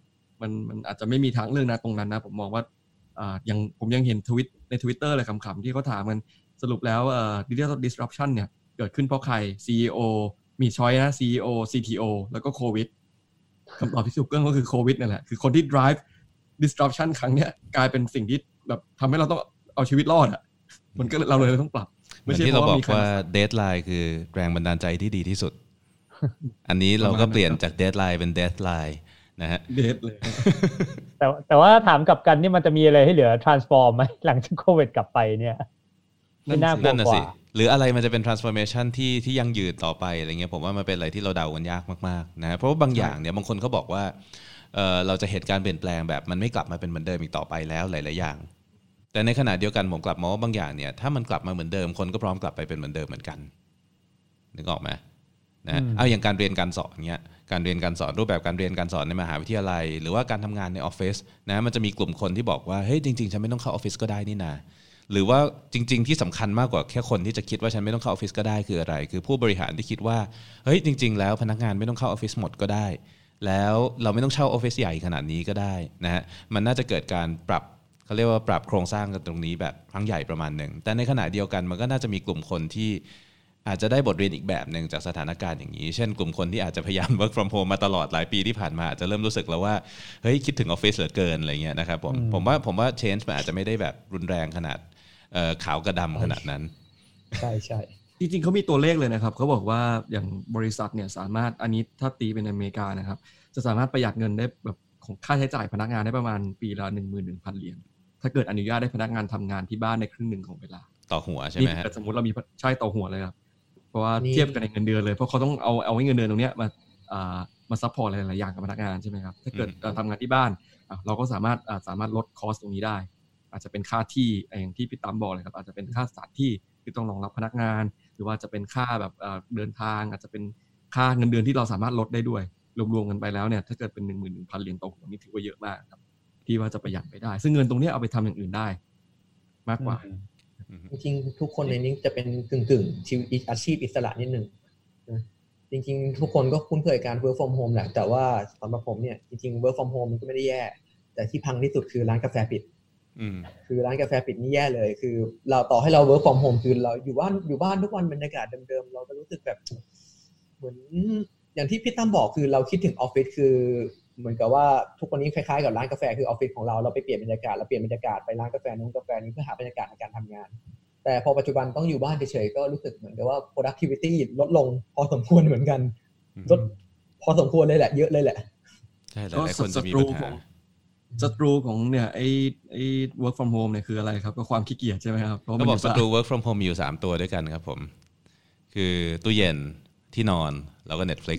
มันมันอาจจะไม่มีทางเลือกนะตรงนั้นนะผมมองว่าอ่ายังผมยังเห็นทวิตใน Twitter เลยขำๆที่เขาถามกันสรุปแล้วเอ่อ digital disruption เนี่ยเกิดขึ้นเพราะใคร ซี อี โอ มีช้อยนะ ซี อี โอ ซี ที โอ แล้วก็โควิดคำตอบที่ถูกต้องก็คือโควิดนั่นแหละคือคนที่ drive disruption ครั้งเนี้ยกลายเป็นสิ่งที่แบบทำให้เราต้องเอาชีวิตรอดอ่ะมันก็เราเลยต้องปรับไม่ใช่ที่เราบอกว่าเดดไลน์คือแรงบันดาลใจที่ดีที่สุดอันนี้เราก็เปลี่ยนจากเดดไลน์เป็นเดดไลน์นะฮะเดดเลยแต่แต่ว่าถามกลับกันนี่มันจะมีอะไรให้เหลือ transform ไหมหลังจากโควิดกลับไปเนี่ยนั่นนั่นน่ะสิหรืออะไรมันจะเป็น transformation ที่ที่ยั่งยืนต่อไปอะไรเงี้ยผมว่ามันเป็นอะไรที่เราเดากันยากมากๆนะเพราะว่าบางอย่างเนี่ยบางคนเขาบอกว่าเอ่อเราจะเห็นการเปลี่ยนแปลงแบบมันไม่กลับมาเป็นเหมือนเดิมอีกต่อไปแล้วหลายๆอย่างแต่ในขณะเดียวกันผมกลับมองว่าบางอย่างเนี่ยถ้ามันกลับมาเหมือนเดิมคนก็พร้อมกลับไปเป็นเหมือนเดิมเหมือนกันนึกออกไหมนะเอาอย่างการเรียนการสอนเงี้ยการเรียนการสอนรูปแบบการเรียนการสอนในมหาวิทยาลัยหรือว่าการทำงานในออฟฟิศนะมันจะมีกลุ่มคนที่บอกว่าเฮ้ยจริงๆฉันไม่ต้องเข้าออฟฟิศก็ได้นี่นาหรือว่าจริงๆที่สำคัญมากกว่าแค่คนที่จะคิดว่าฉันไม่ต้องเข้าออฟฟิศก็ได้คืออะไรคือผู้บริหารที่คิดว่าเฮ้ยจริงๆแล้วพนักงานไม่ต้องเข้าออฟฟิศหมดก็ได้แล้วเราไม่ต้องเช่าออฟฟิศใหญ่ขนาดนี้ก็ได้นะฮะมันน่าจะเกิดการปรับเขาเรียกว่าปรับโครงสร้างกันตรงนี้แบบครั้งใหญ่ประมาณหนึ่งแต่ในขณะเดียวกันมันก็น่าจะมีกลุ่มคนที่อาจจะได้บทเรียนอีกแบบนึงจากสถานการณ์อย่างนี้เช่นกลุ่มคนที่อาจจะพยายาม work from home มาตลอดหลายปีที่ผ่านมาอาจจะเริ่มรู้สึกแล้วว่าเฮ้ยคิดถึงออฟฟิศเหลือเกินอะไรเงี้ยนะครับผมผมว่าผมว่า change มันอาจจะไม่ได้แบบรุนแรงขนาดขาวกระดำขนาดนั้นใช่ใช่จริงๆเขามีตัวเลขเลยนะครับเขาบอกว่าอย่างบริษัทเนี่ยสามารถอันนี้ถ้าตีเป็นอเมริกานะครับจะสามารถประหยัดเงินได้แบบของค่าใช้จ่ายพนักงานได้ประมาณปีละ หนึ่งหมื่นหนึ่งพัน เหรียญถ้าเกิดอนุญาตให้พนักงานทำงานที่บ้านในครึ่งหนึ่งของเวลาต่อหัวใช่ไหมครับสมมติเรามีใช่ต่อหัวเลยครับเพราะว่าเทียบกันในเงินเดือนเลยเพราะเขาต้องเอาเอาให้เงินเดือนตรงเนี้ยมาอ่ามาซัพพอร์ตหลายๆอย่างกับพนักงานใช่ไหมครับถ้าเกิดทำงานที่บ้านเราก็สามารถสามารถลดคอสตรงนี้ได้อาจจะเป็นค่าที่อย่างที่พี่ตั้มบอกเลยครับอาจจะเป็นค่าสถานที่ที่ต้องรองรับพนักงานหรือว่าจะเป็นค่าแบบเดินทางอาจจะเป็นค่าเงินเดือนที่เราสามารถลดได้ด้วยรวมๆกันไปแล้วเนี่ยถ้าเกิดเป็น หนึ่งหมื่นหนึ่งพัน เหรียญต่อหัวนี่ถือว่าเยอะมากครับที่ว่าจะประหยัดไปได้ซึ่งเงินตรงนี้เอาไปทำอย่างอื่นได้มากกว่าจริงๆทุกคนในนี้จะเป็นกึ่งๆชีวิตอาชีพอิสระนิดนึงจริงๆทุกคนก็คุ้นเคยการ work from home แหละแต่ว่าสำหรับผมเนี่ยจริงๆ work from home มันก็ไม่ได้แย่แต่ที่พังที่สุดคือร้านกาแฟปิดคือร้านกาแฟปิดนี่แย่เลยคือเราต่อให้เรา work from home คือเราอยู่บ้านอยู่บ้านทุกวันบรรยากาศเดิมๆเราก็รู้สึกแบบเหมือนอย่างที่พี่ตั้มบอกคือเราคิดถึงออฟฟิศคือเหมือนกับว่าทุกวันนี้คล้ายๆกับร้านกาแฟคือออฟฟิศของเราเราไปเปลี่ยนบรรยากาศเราเปลี่ยนบรรยากาศไปร้านกาแฟนู้นกาแฟนี้เพื่อหาบรรยากาศในการทำงานแต่พอปัจจุบันต้องอยู่บ้านเฉยๆก็รู้สึกเหมือนกับว่า productivity ลดลงพอสมควรเหมือนกันลดพอสมควรเลยแหละเยอะเลยแหละใช่หลายคนจะมีปัญหาศัตรูของเนี่ยไอ้ไอ้ work from home เนี่ยคืออะไรครับก็ความขี้เกียจใช่ไหมครับก็บอกศัตรู work from home มีอยู่สามตัวด้วยกันครับผมคือตู้เย็นที่นอนแล้วก็ Netflix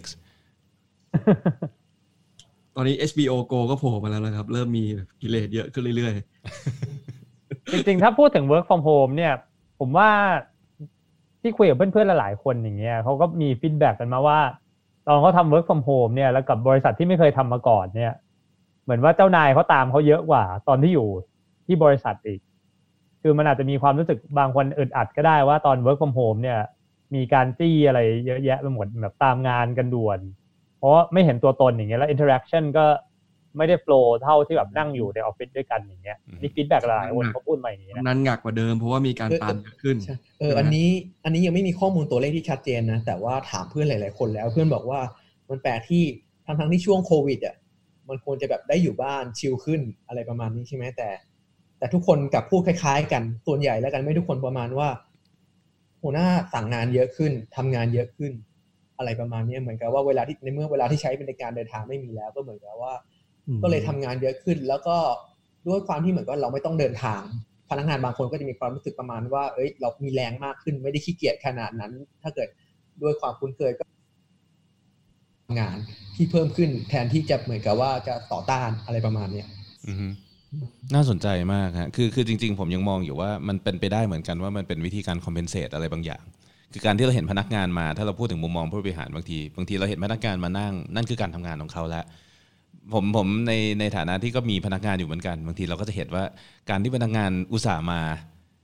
ตอนนี้ เอช บี โอ Go ก็โผล่มาแล้วนะครับเริ่มมีกิเลสเยอะขึ้นเรื่อยๆจริงๆถ้าพูดถึง work from home เนี่ยผมว่าที่คุยกับเพื่อนๆหลายๆคนอย่างเงี้ยเขาก็มีฟีดแบ็กกันมาว่าตอนเขาทำ work from home เนี่ยแล้วกับบริษัทที่ไม่เคยทำมาก่อนเนี่ยเหมือนว่าเจ้านายเขาตามเขาเยอะกว่าตอนที่อยู่ที่บริษัทอีกคือมันอาจจะมีความรู้สึกบางคนอึดอัดก็ได้ว่าตอน work from home เนี่ยมีการจี้อะไรเยอะแยะไปหมดแบบตามงานกันด่วนเพราะไม่เห็นตัวตนอย่างเงี้ยแล้ว interaction ก็ไม่ได้โฟลว์เท่าที่แบบนั่งอยู่ในออฟฟิศด้วยกันอย่างเงี้ยนี่ฟีดแบ็กหลายคนเขาพูดมาอย่างนี้นะนั้นหนักกว่าเดิมเพราะว่ามีการตามเยอะขึ้นเอออันนี้อันนี้ยังไม่มีข้อมูลตัวเลขที่ชัดเจนนะแต่ว่าถามเพื่อนหลายๆคนแล้วเพื่อนบอกว่ามันแปลกที่ทั้งๆที่ช่วงโควิดอ่ะมันควรจะแบบได้อยู่บ้านชิลขึ้นอะไรประมาณนี้ใช่ไหมแต่แต่ทุกคนกลับพูดคล้ายๆกันส่วนใหญ่แล้วกันไม่ทุกคนประมาณว่าหัวหน้าสั่งงานเยอะขึ้นทำงานเยอะขึ้นอะไรประมาณนี้เหมือนกับว่าเวลาที่ในเมื่อเวลาที่ใช้ในการเดินทางไม่มีแล้วก็เหมือนกับว่าก็เลยทำงานเยอะขึ้นแล้วก็ด้วยความที่เหมือนกับเราไม่ต้องเดินทางพนักงานบางคนก็จะมีความรู้สึกประมาณว่าเอ้ยเรามีแรงมากขึ้นไม่ได้ขี้เกียจขนาดนั้นถ้าเกิดด้วยความคุ้นเคยก็งานที่เพิ่มขึ้นแทนที่จะเหมือนกับว่าจะต่อต้านอะไรประมาณนี้น่าสนใจมากฮะคือคือจริงๆผมยังมองอยู่ว่ามันเป็นไปได้เหมือนกันว่ามันเป็นวิธีการ compensate อะไรบางอย่างคือการที่เราเห็นพนักงานมาถ้าเราพูดถึงมุมมองผู้บริหารบางทีบางทีเราเห็นพนักงานมานั่งนั่นคือการทำงานของเขาแล้วผมผมในในฐานะที่ก็มีพนักงานอยู่เหมือนกันบางทีเราก็จะเห็นว่าการที่พนักงานอุตส่าห์มา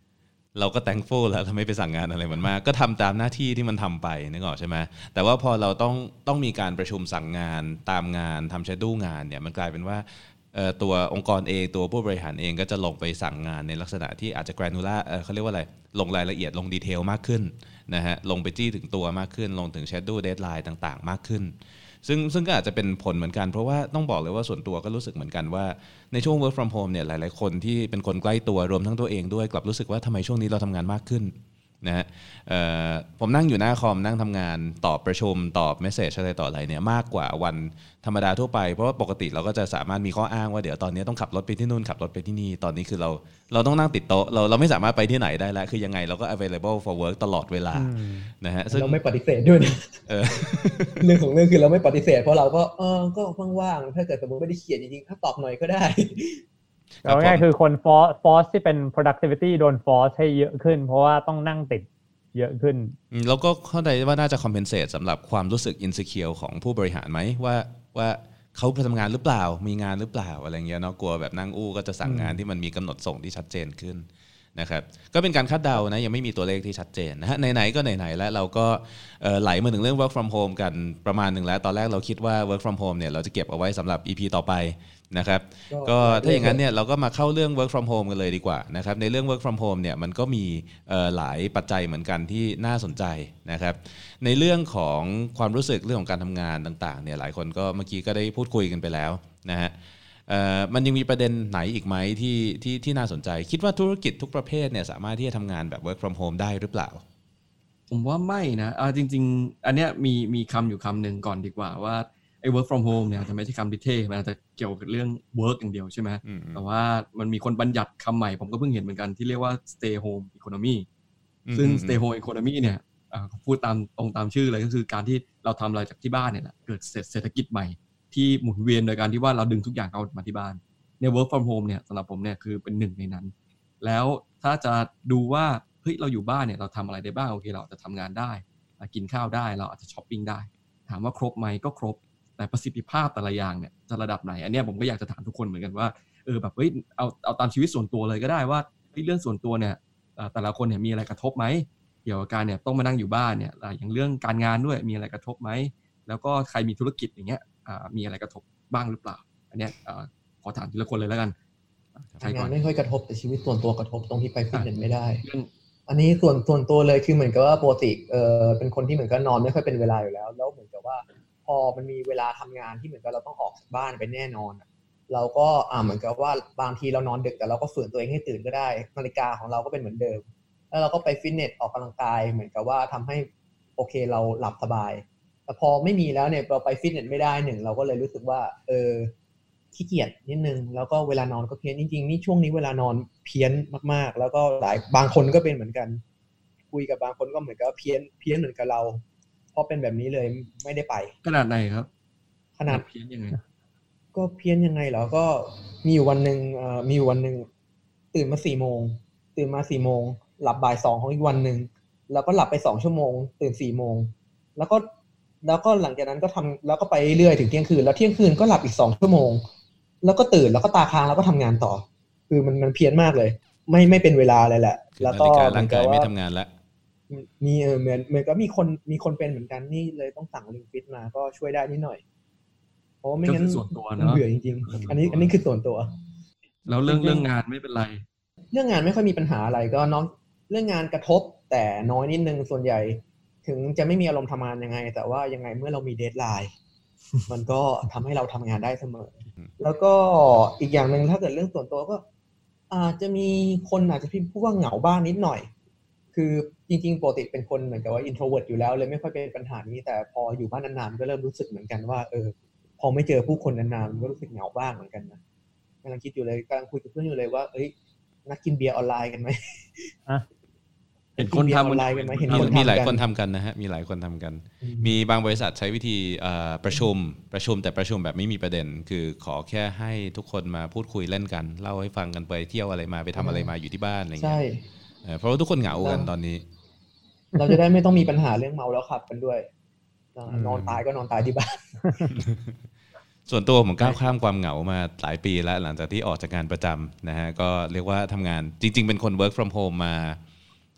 เราก็ thankful แล้วเราไม่ไปสั่งงานอะไรมันมากก็ทำตามหน้าที่ที่มันทำไปนึกออกใช่ไหมแต่ว่าพอเราต้องต้องมีการประชุมสั่งงานตามงานทำ schedule งานเนี่ยมันกลายเป็นว่าตัวองค์กรเองตัวผู้บริหารเองก็จะลงไปสั่งงานในลักษณะที่อาจจะ granular เอ่อเขาเรียกว่าอะไรลงรายละเอียดลงดีเทลมากขึ้นนะฮะลงไปจี้ถึงตัวมากขึ้นลงถึง schedule deadline ต่างๆมากขึ้นซึ่งซึ่งก็อาจจะเป็นผลเหมือนกันเพราะว่าต้องบอกเลยว่าส่วนตัวก็รู้สึกเหมือนกันว่าในช่วง work from home เนี่ยหลายๆคนที่เป็นคนใกล้ตัวรวมทั้งตัวเองด้วยกลับรู้สึกว่าทำไมช่วงนี้เราทำงานมากขึ้นนะฮะผมนั่งอยู่หน้าคอมนั่งทำงานตอบประชุมตอบเมสเสจอะไรต่ออะไรเนี่ยมากกว่าวันธรรมดาทั่วไปเพราะว่าปกติเราก็จะสามารถมีข้ออ้างว่าเดี๋ยวตอนนี้ต้องขับรถไปที่นู่นขับรถไปที่นี่ตอนนี้คือเราเราต้องนั่งติดโต๊ะเราเราไม่สามารถไปที่ไหนได้แล้วคือยังไงเราก็ available for work ตลอดเวลานะฮะซึ่งเราไม่ปฏิเสธด้วยนะเรื่องของเรื่องคือเราไม่ปฏิเสธเพราะเราก็เออก็ว่างๆถ้าเกิดสมมติไม่ได้เขียนจริงๆถ้าตอบหน่อยก็ได้เอาง่ายคือคนฟอร์ฟอร์สที่เป็น productivity โดนฟอร์สให้เยอะขึ้นเพราะว่าต้องนั่งติดเยอะขึ้นแล้วก็เข้าใจว่าน่าจะ compensate สำหรับความรู้สึก insecure ของผู้บริหารไหมว่าว่าเขาทำงานหรือเปล่ามีงานหรือเปล่าอะไรเงี้ยเนาะกลัวแบบนั่งอู้ก็จะสั่งงานที่มันมีกำหนดส่งที่ชัดเจนขึ้นนะครับก็เป็นการคาดเดานะยังไม่มีตัวเลขที่ชัดเจนนะฮะไหนๆก็ไหนๆแล้วเราก็ไหลมาถึงเรื่อง work from home กันประมาณหนึ่งแล้วตอนแรกเราคิดว่า work from home เนี่ยเราจะเก็บเอาไว้สำหรับ อี พี ต่อไปนะครับก็ถ้าอย่างนั้นเนี่ยเราก็มาเข้าเรื่อง work from home กันเลยดีกว่านะครับในเรื่อง work from home เนี่ยมันก็มีหลายปัจจัยเหมือนกันที่น่าสนใจนะครับในเรื่องของความรู้สึกเรื่องของการทำงานต่างๆเนี่ยหลายคนก็เมื่อกี้ก็ได้พูดคุยกันไปแล้วนะฮะมันยังมีประเด็นไหนอีกไหมที่ที่ที่น่าสนใจคิดว่าธุรกิจทุกประเภทเนี่ยสามารถที่จะทำงานแบบ work from home ได้หรือเปล่าผมว่าไม่นะอ่าจริงๆอันเนี้ยมีมีคำอยู่คำหนึ่งก่อนดีกว่าว่าไอ้ work from home เนี่ยจะไม่ใช่คำที่เท่มันอาจจะเกี่ยวกับเรื่อง work อย่างเดียวใช่ไหมแต่ว่ามันมีคนบัญญัติคำใหม่ผมก็เพิ่งเห็นเหมือนกันที่เรียกว่า stay home economy ซึ่ง stay home economy เนี่ยพูดตามตรงตามชื่อเลยก็คือการที่เราทำอะไรจากที่บ้านเนี่ยเกิดเศรษฐกิจใหม่ที่หมุนเวียนโดยการที่ว่าเราดึงทุกอย่างเข้ามาที่บ้านใน work from home เนี่ยสำหรับผมเนี่ยคือเป็นหนึ่งในนั้นแล้วถ้าจะดูว่าเฮ้ยเราอยู่บ้านเนี่ยเราทำอะไรได้บ้างโอเคเราจะทำงานได้กินข้าวได้เราอาจจะช้อปปิ้งได้ถามว่าครบไหมก็ครบแต่ประสิทธิภาพแต่ละอย่างเนี่ยจะระดับไหนอันนี้ผมก็อยากจะถามทุกคนเหมือนกันว่าเออแบบเฮ้ยเอาเอาตามชีวิตส่วนตัวเลยก็ได้ว่าเรื่องส่วนตัวเนี่ยแต่ละคนเนี่ยมีอะไรกระทบไหมเกี่ยวกับการเนี่ยต้องมานั่งอยู่บ้านเนี่ยอย่างเรื่องการงานด้วยมีอะไรกระทบไหมแล้วก็ใครมีธุรกิจอย่างเงี้ยมีอะไรกระทบบ้างหรือเปล่าอันเนี้ยขอถามทีละคนเลยแล้วกันงานไม่ค่อยกระทบแต่ชีวิตส่วนตัวกระทบตรงที่ไปฟิตเนสไม่ได้อันนี้ส่วนส่วนตัวเลยคือเหมือนกับว่าปกติเออเป็นคนที่เหมือนกับนอนไม่ค่อยเป็นเวลาอยู่แล้วแล้วเหมือนกับว่าพอมันมีเวลาทำงานที่เหมือนกับเราต้องออกจากบ้านไปแน่นอนเราก็อ่าเหมือนกับว่าบางทีเรานอนดึกแต่เราก็ฝืนตัวเองให้ตื่นก็ได้นาฬิกาของเราก็เป็นเหมือนเดิมแล้วเราก็ไปฟิตเนสออกกำลังกายเหมือนกับว่าทำให้โอเคเราหลับสบายแต่พอไม่มีแล้วเนี่ยเราไปฟิตเนสไม่ได้หนึ่งเราก็เลยรู้สึกว่าเออขี้เกียจนิดนึงแล้วก็เวลานอนก็เพี้ยนจริงๆนี่ช่วงนี้เวลานอนเพี้ยนมากๆแล้วก็หลายบางคนก็เป็นเหมือนกันคุยกับบางคนก็เหมือนกับเพี้ยนเพี้ยนเหมือนกับเราเพราะเป็นแบบนี้เลยไม่ได้ไปขนาดไหนครับขนาดเพี้ยนยังไงก็เพี้ยนยังไงเหรอก็มีอยู่วันนึงเอ่อมีอยู่วันนึงตื่นมาสี่โมงตื่นมาสี่โมงหลับบ่ายสองของอีกวันนึงแล้วก็หลับไปสองชั่วโมงตื่นสี่โมงแล้วก็แล้วก็หลังจากนั้นก็ทำแล้วก็ไปเรื่อยถึงเที่ยงคืนแล้วเที่ยงคืนก็หลับอีกสองชั่วโมงแล้วก็ตื่นแล้วก็ตาค้างแล้วก็ทำงานต่อคือมันมันเพี้ยนมากเลยไม่ไม่เป็นเวลาเลยแหละแล้วก็ร่างกายไม่ทำงานแล้วมีเออเหมือนเหมือนก็มีคนมีคนเป็นเหมือนกันนี่เลยต้องสั่งลิงฟิตมาก็ช่วยได้นิดหน่อยเพราะไม่งั้นมันเบื่อจริงๆอันนี้อันนี้คือส่วนตัวแล้วเรื่องเรื่องงานไม่เป็นไรเรื่องงานไม่ค่อยมีปัญหาอะไรก็น้องเรื่องงานกระทบแต่น้อยนิดนึงส่วนใหญ่ถึงจะไม่มีอารมณ์ทำงานยังไงแต่ว่ายังไงเมื่อเรามีเดดไลน์มันก็ทำให้เราทำงานได้เสมอแล้วก็อีกอย่างนึงถ้าเกิดเรื่องส่วนตัวก็อาจจะมีคนอาจจะพูดว่าเหงาบ้างนิดหน่อยคือจริงๆปกติเป็นคนเหมือนกับว่า introvert อยู่แล้วเลยไม่ค่อยเป็นปัญหานี้แต่พออยู่บ้านนานๆก็เริ่มรู้สึกเหมือนกันว่าเออพอไม่เจอผู้คนนานๆก็รู้สึกเหงาบ้างเหมือนกันนะกำลังคิดอยู่เลยกำลังคุยกับเพื่อนอยู่เลยว่าเอ้ยนัดกินเบียร์ออนไลน์กันไหมอ่ะเห็นคนทำออนไลน์กันไหมเห็นคนมีหลายคนทำกันนะฮะมีหลายคนทำกันมีบางบริษัทใช้วิธีประชุมประชุมแต่ประชุมแบบไม่มีประเด็นคือขอแค่ให้ทุกคนมาพูดคุยเล่นกันเล่าให้ฟังกันไปเที่ยวอะไรมาไปทำอะไรมาอยู่ที่บ้านอะไรเงี้ยเพราะว่าทุกคนเหงากันตอนนี้เราจะได้ไม่ต้องมีปัญหาเรื่องเมาแล้วขับกันด้วยนอนตายก็นอนตายที่บ้านส่วนตัวผมก้าวข้ามความเหงามาหลายปีแล้วหลังจากที่ออกจากงานประจำนะฮะก็เรียกว่าทำงานจริงๆเป็นคน work from home มา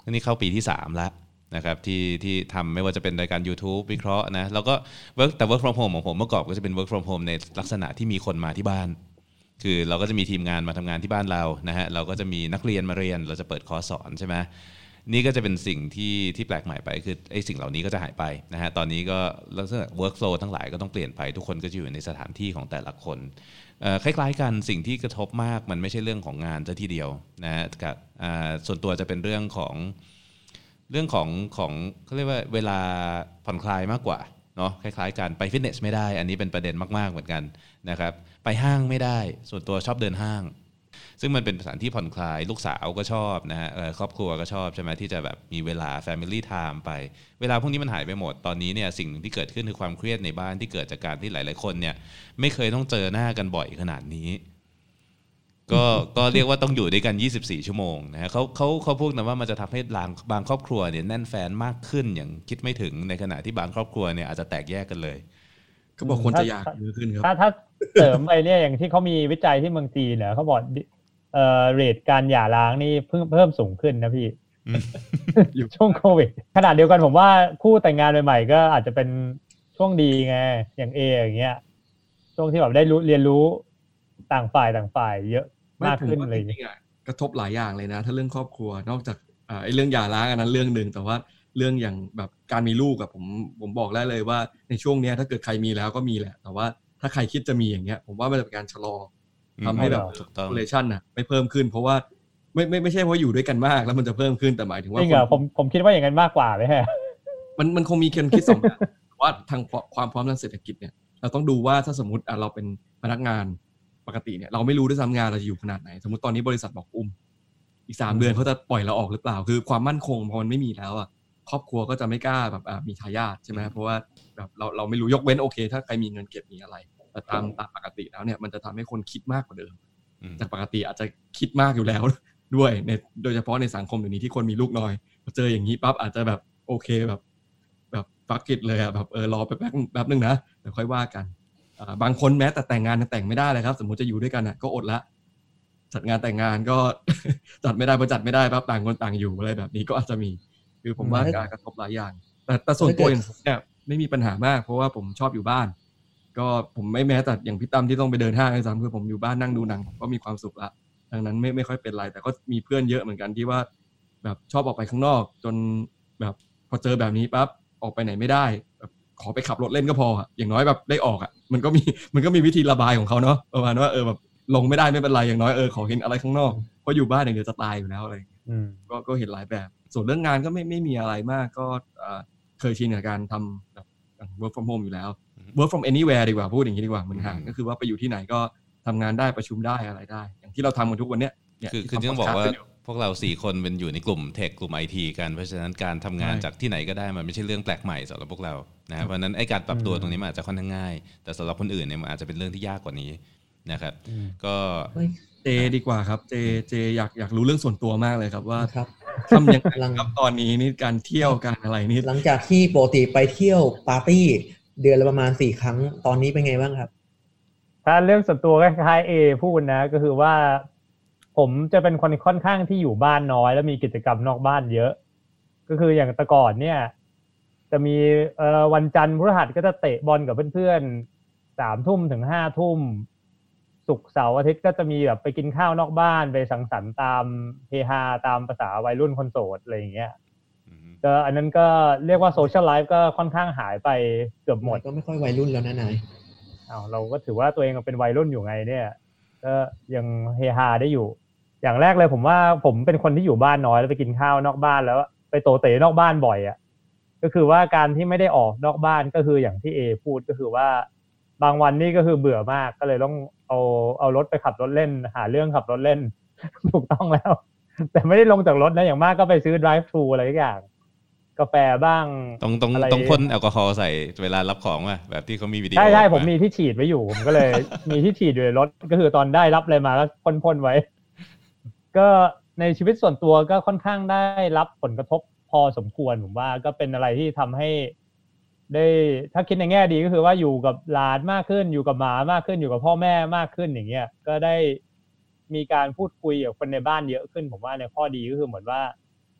นี่เข้าปีที่สามแล้วนะครับที่ที่ทำไม่ว่าจะเป็นรายการ YouTube วิเคราะห์นะแล้วก็ work แต่ work from home ของผมเมื่อก่อนก็จะเป็น work from home ในลักษณะที่มีคนมาที่บ้านคือเราก็จะมีทีมงานมาทำงานที่บ้านเรานะฮะเราก็จะมีนักเรียนมาเรียนเราจะเปิดคอร์สสอนใช่ไหมนี่ก็จะเป็นสิ่งที่ที่แปลกใหม่ไปคือไอ้สิ่งเหล่านี้ก็จะหายไปนะฮะตอนนี้ก็ลักษณะ workflow ทั้งหลายก็ต้องเปลี่ยนไปทุกคนก็จะอยู่ในสถานที่ของแต่ละคนคล้ายๆกันสิ่งที่กระทบมากมันไม่ใช่เรื่องของงานซะทีเดียวนะฮะกับส่วนตัวจะเป็นเรื่องของเรื่องของของเขาเรียกว่าเวลาผ่อนคลายมากกว่าเนาะคล้ายๆกันไปฟิตเนสไม่ได้อันนี้เป็นประเด็นมากๆเหมือนกันนะครับไปห้างไม่ได้ส่วนตัวชอบเดินห้างซึ่งมันเป็นสถานที่ผ่อนคลายลูกสาวก็ชอบนะฮะครอบครัวก็ชอบใช่ไหมที่จะแบบมีเวลา family time ไปเวลาพวกนี้มันหายไปหมดตอนนี้เนี่ยสิ่งหนึ่งที่เกิดขึ้นคือความเครียดในบ้านที่เกิดจากการที่หลายๆคนเนี่ยไม่เคยต้องเจอหน้ากันบ่อยขนาดนี้ก็ก็เรียกว่าต้องอยู่ด้วยกันยี่สิบสี่ชั่วโมงนะฮะเขาเขาเขาพูดนะว่ามันจะทำให้บางบางครอบครัวเนี่ยแน่นแฟนมากขึ้นอย่างคิดไม่ถึงในขณะที่บางครอบครัวเนี่ยอาจจะแตกแยกกันเลยเขาบอกคนจะอยากเยอะขึ้นครับถ้าถ้าเสริมไปเนี่ยอย่างที่เขามีวิจัยที่เมืองจีนเนี่ยเขาบอกเอ่อเรทการหย่าร้างนี่เพิ่มเพิ่มสูงขึ้นนะพี่อยู่ช่วงโควิดขณะเดียวกันผมว่าคู่แต่งงานใหม่ๆก็อาจจะเป็นช่วงดีไงอย่างเออย่างเงี้ยช่วงที่แบบได้รู้เรียนรู้ต่างฝ่ายต่างฝ่ายเยอะมากขึ้นเลยจริงๆกระทบหลายอย่างเลยนะถ้าเรื่องครอบครัวนอกจากอ่าไอ้เรื่องหย่าร้างอันนั้นเรื่องนึงแต่ว่าเรื่องอย่างแบบการมีลูกอะผมผมบอกได้เลยว่าในช่วงนี้ถ้าเกิดใครมีแล้วก็มีแหละแต่ว่าถ้าใครคิดจะมีอย่างเงี้ยผมว่ามันจะเป็นการชะลอทำให้แบบ population น่ะไม่เพิ่มขึ้นเพราะว่าไม่ไม่ไม่ใช่เพราะอยู่ด้วยกันมากแล้วมันจะเพิ่มขึ้นแต่หมายถึงว่าจริงเหรอผมผมคิดว่าอย่างนั้นมากกว่าเลยฮะมันมันคงมีคนคิดสองอย่างว่าทางความพร้อมทางเศรษฐกิจเนี่ยเราต้องดูว่าถ้าสมมุติเราเป็นพนักงานปกติเนี่ยเราไม่รู้ด้วยซ้ำงานเราจะอยู่ขนาดไหนสมมุติตอนนี้บริษัทบอกอุ้มอีกสามเดือนเขาจะปล่อยเราออกหรือเปล่าคือความมั่นคงพอมันไม่มีแล้วอ่ะครอบครัวก็จะไม่กล้าแบบมีทายาทใช่ไหมเพราะว่าแบบเราเราไม่รู้ยกเว้นโอเคถ้าใครมีเงินเก็บมีอะไรแต่ตามตามปกติแล้วเนี่ยมันจะทำให้คนคิดมากกว่าเดิมจากปกติอาจจะคิดมากอยู่แล้วด้วยในโดยเฉพาะในสังคมเดี๋ยวนี้ที่คนมีลูกน้อยพอเจออย่างนี้ปั๊บอาจจะแบบโอเคแบบแบบฟักกิตเลยอ่ะแบบเออรอแป๊บแป๊บนึงนะเดี๋ยวค่อยว่ากันบางคนแม้แต่แต่งงานยังแต่งไม่ได้เลยครับสมมุติจะอยู่ด้วยกันอ่ะก็อดละจัดงานแต่งงานก็ จัดไม่ได้พอจัดไม่ได้ปั๊บต่างคนต่างอยู่อะไรแบบนี้ก็อาจจะมีคือผมว่าการกระทบหลายอย่างแต่แต่ส่วนตัวอย่างผมเนี่ยไม่มีปัญหามากเพราะว่าผมชอบอยู่บ้านก็ผมไม่แม้แต่อย่างพี่ตั้มที่ต้องไปเดินห้างเลยซ้ำคือผมอยู่บ้านนั่งดูหนังผมก็มีความสุขละดังนั้นไม่ไม่ค่อยเป็นไรแต่ก็มีเพื่อนเยอะเหมือนกันที่ว่าแบบชอบออกไปข้างนอกจนแบบพอเจอแบบนี้ปั๊บออกไปไหนไม่ได้แบบขอไปขับรถเล่นก็พออย่างน้อยแบบได้ออกอ่ะมันก็มีมันก็มีวิธีระบายของเขาเนาะประมาณว่าเออแบบลงไม่ได้ไม่เป็นไรอย่างน้อยเออขอเห็นอะไรข้างนอกเพราะอยู่บ้านอย่างเดียวจะตายอยู่แล้วอะไรก็ก็เห็นหลายแบบส่วนเรื่องงานก็ไม่ไม่มีอะไรมากก็เคยชินกับการทำแบบ work from home อยู่แล้ว work from anywhere ดีกว่าพูดอย่างนี้ดีกว่ามันห่างก็คือว่าไปอยู่ที่ไหนก็ทำงานได้ประชุมได้อะไรได้อย่างที่เราทำกันทุกวันเนี้ยคือคือต้องบอกว่าพวกเราสี่คนเป็นอยู่ในกลุ่มเทคกลุ่ม ไอ ที กันเพราะฉะนั้นการทำงานจากที่ไหนก็ได้มันไม่ใช่เรื่องแปลกใหม่สำหรับพวกเรานะเพราะฉะนั้นไอ้การปรับตัวตรงนี้มันอาจจะค่อนข้างง่ายแต่สำหรับคนอื่นเนี่ยมันอาจจะเป็นเรื่องที่ยากกว่านี้นะครับก็เจดีกว่าครับเจเจอยากอยากรู้เรื่องส่วนตัวมากเลยครับว่าทำยังไงครับตอนนี้นี่การเที่ยวการอะไรนี่หลังจากที่ปกติไปเที่ยวปาร์ตี้เดือนละประมาณสี่ครั้งตอนนี้เป็นไงบ้างครับถ้าเรื่องส่วนตัวคล้ายๆเอพูดนะก็คือว่าผมจะเป็นคนค่อนข้างที่อยู่บ้านน้อยแล้วมีกิจกรรมนอกบ้านเยอะก็คืออย่างแต่ก่อนเนี่ยจะมีเอ่อวันจันทร์พฤหัสก็จะเตะบอลกับเพื่อนๆสามทุ่มถึงห้าทุ่มศุกร์เสาร์อาทิตย์ก็จะมีแบบไปกินข้าวนอกบ้านไปสังสรรค์ตามเฮฮาตามภาษาวัยรุ่นคนโสดอะไรอย่างเงี้ยก็อันนั้นก็เรียกว่าโซเชียลไลฟ์ก็ค่อนข้างหายไปเกือบหมดก็ไม่ค่อยวัยรุ่นแล้วนะนายอ้าวเราก็ถือว่าตัวเองเป็นวัยรุ่นอยู่ไงเนี่ยก็ยังเฮฮาได้อยู่อย่างแรกเลยผมว่าผมเป็นคนที่อยู่บ้านน้อยแล้วไปกินข้าวนอกบ้านแล้วไปโตเตะนอกบ้านบ่อยอ่ะก็คือว่าการที่ไม่ได้ออกนอกบ้านก็คืออย่างที่เอพูดก็คือว่าบางวันนี่ก็คือเบื่อมากก็เลยต้องเอาเอารถไปขับรถเล่นหาเรื่องขับรถเล่น ถูกต้องแล้วแต่ไม่ได้ลงจากรถนะอย่างมากก็ไปซื้อ drive thru อะไรอย่างกาแฟบ้างต้องต้องต้องพ่นแอลกอฮอล์ใส่เวลารับของอ่ะแบบที่เขามีวิดีโอใช่ใช่ผมมีที่ฉีดไว้อยู่ผมก็เลยมีที่ฉีดอยู่ในรถก็คือตอนได้รับอะไรมาก็พ่นๆไว้ก็ในชีวิตส่วนตัวก็ค่อนข้างได้รับผลกระทบพอสมควรผมว่าก็เป็นอะไรที่ทำให้ได้ถ้าคิดในแง่ดีก็คือว่าอยู่กับหลานมากขึ้นอยู่กับหมามากขึ้นอยู่กับพ่อแม่มากขึ้นอย่างเงี้ยก็ได้มีการพูดคุยกับคนในบ้านเยอะขึ้นผมว่าในข้อดีก็คือเหมือนว่า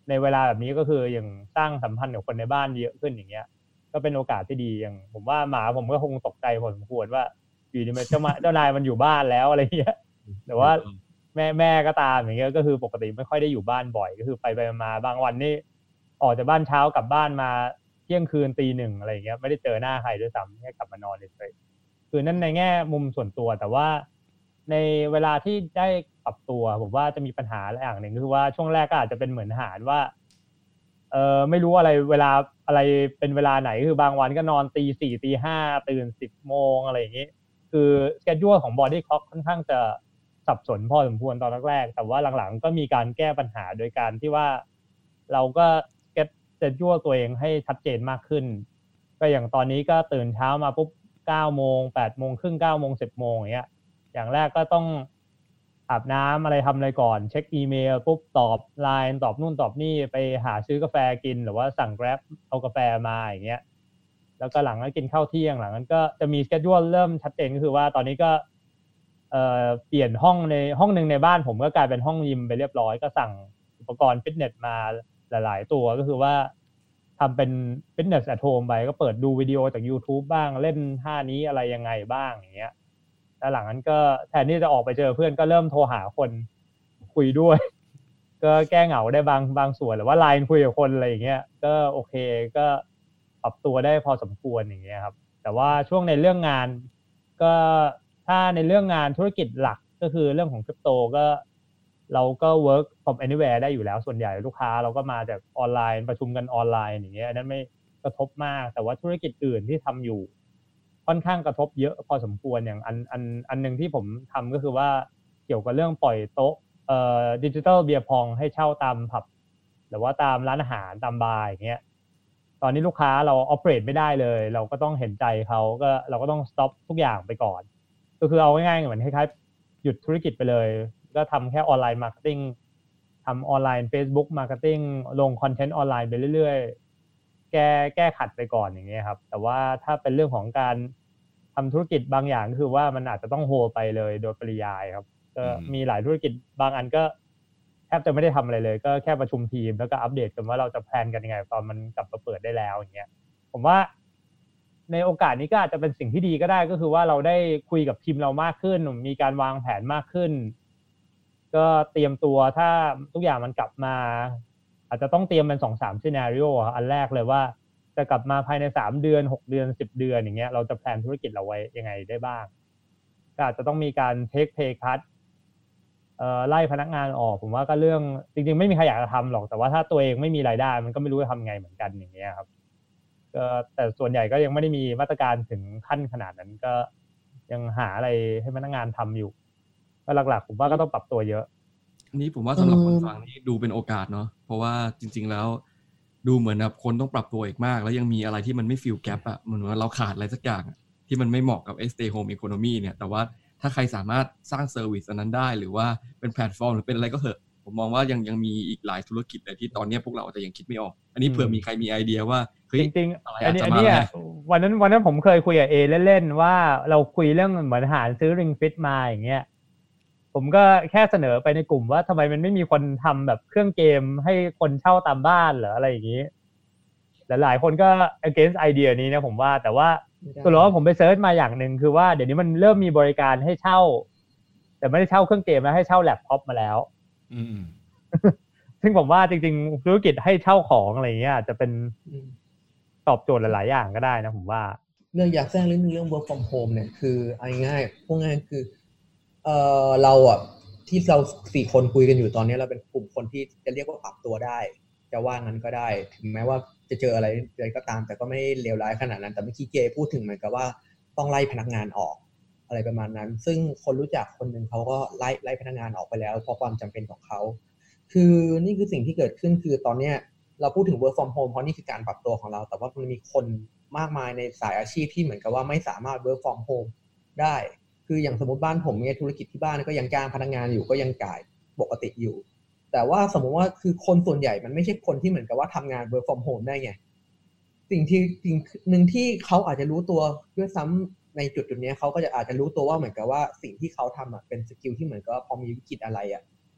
ในเวลาแบบนี้ก็คืออย่างสร้างสัมพันธ์กับคนในบ้านเยอะขึ้นอย่างเงี้ยก็เป็นโอกาสที่ดีอย่างผมว่าหมาผมก็คงตกใจพอสมควรว่าอยู่ดีมันเจ้าเจ้านายมันอยู่บ้านแล้วอะไรเงี้ยแต่ว่าแม่แม่ก็ตามอย่างเงี้ยก็คือปกติไม่ค่อยได้อยู่บ้านบ่อยก็คือไปไปมาบางวันนี่ออกจากบ้านเช้ากลับบ้านมาเที่ยงคืนตีหนึ่งอะไรเงี้ยไม่ได้เจอหน้าใครด้วยซ้ำแค่กลับมานอนเฉยๆคือนั่นในแง่มุมส่วนตัวแต่ว่าในเวลาที่ได้ปรับตัวผมว่าจะมีปัญหาอย่างหนึ่งคือว่าช่วงแรกก็อาจจะเป็นเหมือนหารว่าเออไม่รู้อะไรเวลาอะไรเป็นเวลาไหนคือบางวันก็นอนตีสี่ตีห้าตื่นสิบโมงอะไรอย่างนี้คือสเกจญัวของ body clock ค่อนข้างจะสับสนพอสมควรตอนแรกๆแต่ว่าหลังๆก็มีการแก้ปัญหาโดยการที่ว่าเราก็สเกจญัวตัวเองให้ชัดเจนมากขึ้นก็อย่างตอนนี้ก็ตื่นเช้ามาปุ๊บเก้าโมงแปดโมงครึ่งเก้าโมงสิบโมงอย่างเงี้ยอย่างแรกก็ต้องอาบน้ำอะไรทำอะไรก่อนเช็คอีเมลปุ๊บตอบไลน์ตอบนู่นตอบนี่ไปหาซื้อกาแฟกินหรือว่าสั่ง Grab เอากาแฟมาอย่างเงี้ยแล้วก็หลังนั้นกินข้าวเที่ยงหลังนั้นก็จะมีสเกจญัวเริ่มชัดเจนก็คือว่าตอนนี้ก็เอ่อเปลี่ยนห้องในห้องนึงในบ้านผมก็กลายเป็นห้องยิมไปเรียบร้อยก็สั่งอุปกรณ์ฟิตเนสมาหลายๆตัวก็คือว่าทำเป็น fitness at home ไปก็เปิดดูวิดีโอจาก YouTube บ้างเล่นท่านี้อะไรยังไงบ้างอย่างเงี้ยแล้วหลังนั้นก็แทนที่จะออกไปเจอเพื่อนก็เริ่มโทรหาคนคุยด้วยก็แก้เหงาได้บางบางส่วนหรือว่า ไลน์ คุยกับคนอะไรอย่างเงี้ยก็โอเคก็ปรับตัวได้พอสมควรอย่างเงี้ยครับแต่ว่าช่วงในเรื่องงานก็ถ้าในเรื่องงานธุรกิจหลักก็คือเรื่องของคริปโตก็เราก็ work from anywhere ได้อยู่แล้วส่วนใหญ่ลูกค้าเราก็มาจากออนไลน์ประชุมกันออนไลน์อย่างเงี้ยอันนั้นไม่กระทบมากแต่ว่าธุรกิจอื่นที่ทำอยู่ค่อนข้างกระทบเยอะพอสมควรอย่างอันอันอันนึงที่ผมทำก็คือว่าเกี่ยวกับเรื่องปล่อยโต๊ะเอ่อดิจิทัลเบียร์พองให้เช่าตามผับหรือว่าตามร้านอาหารตามบาร์อย่างเงี้ยตอนนี้ลูกค้าเราออเปเรตไม่ได้เลยเราก็ต้องเห็นใจเขาก็เราก็ต้องสต็อปทุกอย่างไปก่อนก็คือเอาง่ายๆเหมือนคล้ายๆหยุดธุรกิจไปเลยก็ทำแค่ออนไลน์มาร์เก็ตติ้งทำออนไลน์ Facebook มาร์เก็ตติ้งลงคอนเทนต์ออนไลน์ไปเรื่อยๆแก้แก้ขัดไปก่อนอย่างเงี้ยครับแต่ว่าถ้าเป็นเรื่องของการทำธุรกิจบางอย่างก็คือว่ามันอาจจะต้องโฮลไปเลยโดยปริยายครับก็มีหลายธุรกิจบางอันก็แทบจะไม่ได้ทำอะไรเลยก็แค่ประชุมทีมแล้วก็อัปเดตกันว่าเราจะแพลนกันยังไงตอนมันกลับมาเปิดได้แล้วอย่างเงี้ยผมว่าในโอกาสนี้ก็อาจจะเป็นสิ่งที่ดีก็ได้ก็คือว่าเราได้คุยกับทีมเรามากขึ้นมีการวางแผนมากขึ้นก็เตรียมตัวถ้าทุกอย่างมันกลับมาอาจจะต้องเตรียมเป็น สองสาม scenario อันแรกเลยว่าจะกลับมาภายในสามเดือนหกเดือนสิบเดือนอย่างเงี้ยเราจะแพลนธุรกิจเราไว้ยังไงได้บ้างก็อาจจะต้องมีการ take pay cut เอ่อไล่พนักงานออกผมว่าก็เรื่องจริงๆไม่มีใครอยากจะทำหรอกแต่ว่าถ้าตัวเองไม่มีรายได้มันก็ไม่รู้จะทำไงเหมือนกันอย่างเงี้ยครับก็แต่ส่วนใหญ่ก็ยังไม่ได้มีมาตรการถึงขั้นขนาดนั้นก็ยังหาอะไรให้พนักงานทำอยู่ก็หลักๆผมว่าก็ต้องปรับตัวเยอะนี่ผมว่าสำหรับคนฟังนี่ดูเป็นโอกาสเนาะเพราะว่าจริงๆแล้วดูเหมือนแบบคนต้องปรับตัวอีกมากแล้วยังมีอะไรที่มันไม่ฟิลแกปอ่ะเหมือนว่าเราขาดอะไรสักอย่างที่มันไม่เหมาะกับ stay home economy เนี่ยแต่ว่าถ้าใครสามารถสร้างเซอร์วิสอันนั้นได้หรือว่าเป็นแพลตฟอร์มหรือเป็นอะไรก็เถอะผมมองว่ายังยังมีอีกหลายธุรกิจเลยที่ตอนนี้พวกเราอาจจะยังคิดไม่ออกอันนี้เผื่อมีใครมีไอเดียว่าเฮ้ยจริงๆอันนี้อันนี้วันนั้นวันนั้นผมเคยคุยกับเอเล่นๆว่าเราคุยเรื่องเหมือนหารซื้อ Ring Fit มาอย่างเงี้ยผมก็แค่เสนอไปในกลุ่มว่าทำไมมันไม่มีคนทำแบบเครื่องเกมให้คนเช่าตามบ้านหรืออะไรอย่างงี้หลายๆคนก็ against ไอเดียนี้นะผมว่าแต่ว่าสรุปว่าผมไปเซิร์ชมาอย่างนึงคือว่าเดี๋ยวนี้มันเริ่มมีบริการให้เช่าแต่ไม่ได้เช่าเครื่องเกมนะให้เช่าแล็ปท็อปมาแล้วอืมซึ่งผมว่าจริงๆธุรกิจให้เช่าของอะไรเงี้ยอาจจะเป็นตอบโจทย์หลายๆอย่างก็ได้นะผมว่าเรื่องอยากแทรกเรื่องเรื่อง work from home เนี่ยคือเอาง่ายๆพวกง่ายคือเอ่อเราอ่ะที่เราสี่คนคุยกันอยู่ตอนนี้เราเป็นกลุ่มคนที่จะเรียกว่าปรับตัวได้จะว่างั้นก็ได้ถึงแม้ว่าจะเจออะไรอะไรก็ตามแต่ก็ไม่เลวร้ายขนาดนั้นแต่เมื่อกี้เจพูดถึงเหมือนกับว่าต้องไล่พนักงานออกอะไรประมาณนั้นซึ่งคนรู้จักคนนึงเขาก็ไล่ไล่พนักงานออกไปแล้วเพราะความจำเป็นของเขาคือนี่คือสิ่งที่เกิดขึ้นคือตอนเนี้ยเราพูดถึง work from home เพราะนี่คือการปรับตัวของเราแต่ว่ามันมีคนมากมายในสายอาชีพที่เหมือนกับว่าไม่สามารถ work from home ได้คืออย่างสมมติบ้านผมเนี่ยธุรกิจที่บ้านก็ยังจ้างพนักงานอยู่ก็ยังจ่ายปกติอยู่แต่ว่าสมมติว่าคือคนส่วนใหญ่มันไม่ใช่คนที่เหมือนกับว่าทำงาน work from home ได้ไงสิ่งที่สิ่งหนึ่งที่เขาอาจจะรู้ตัวด้วยซ้ำในจุดจุดนี้เขาก็จะอาจจะรู้ตัวว่าเหมือนกับว่าสิ่งที่เขาทำอ่ะเป็นสกิลที่เหมือนกับพอมีวิกฤตอะไรอ่ะ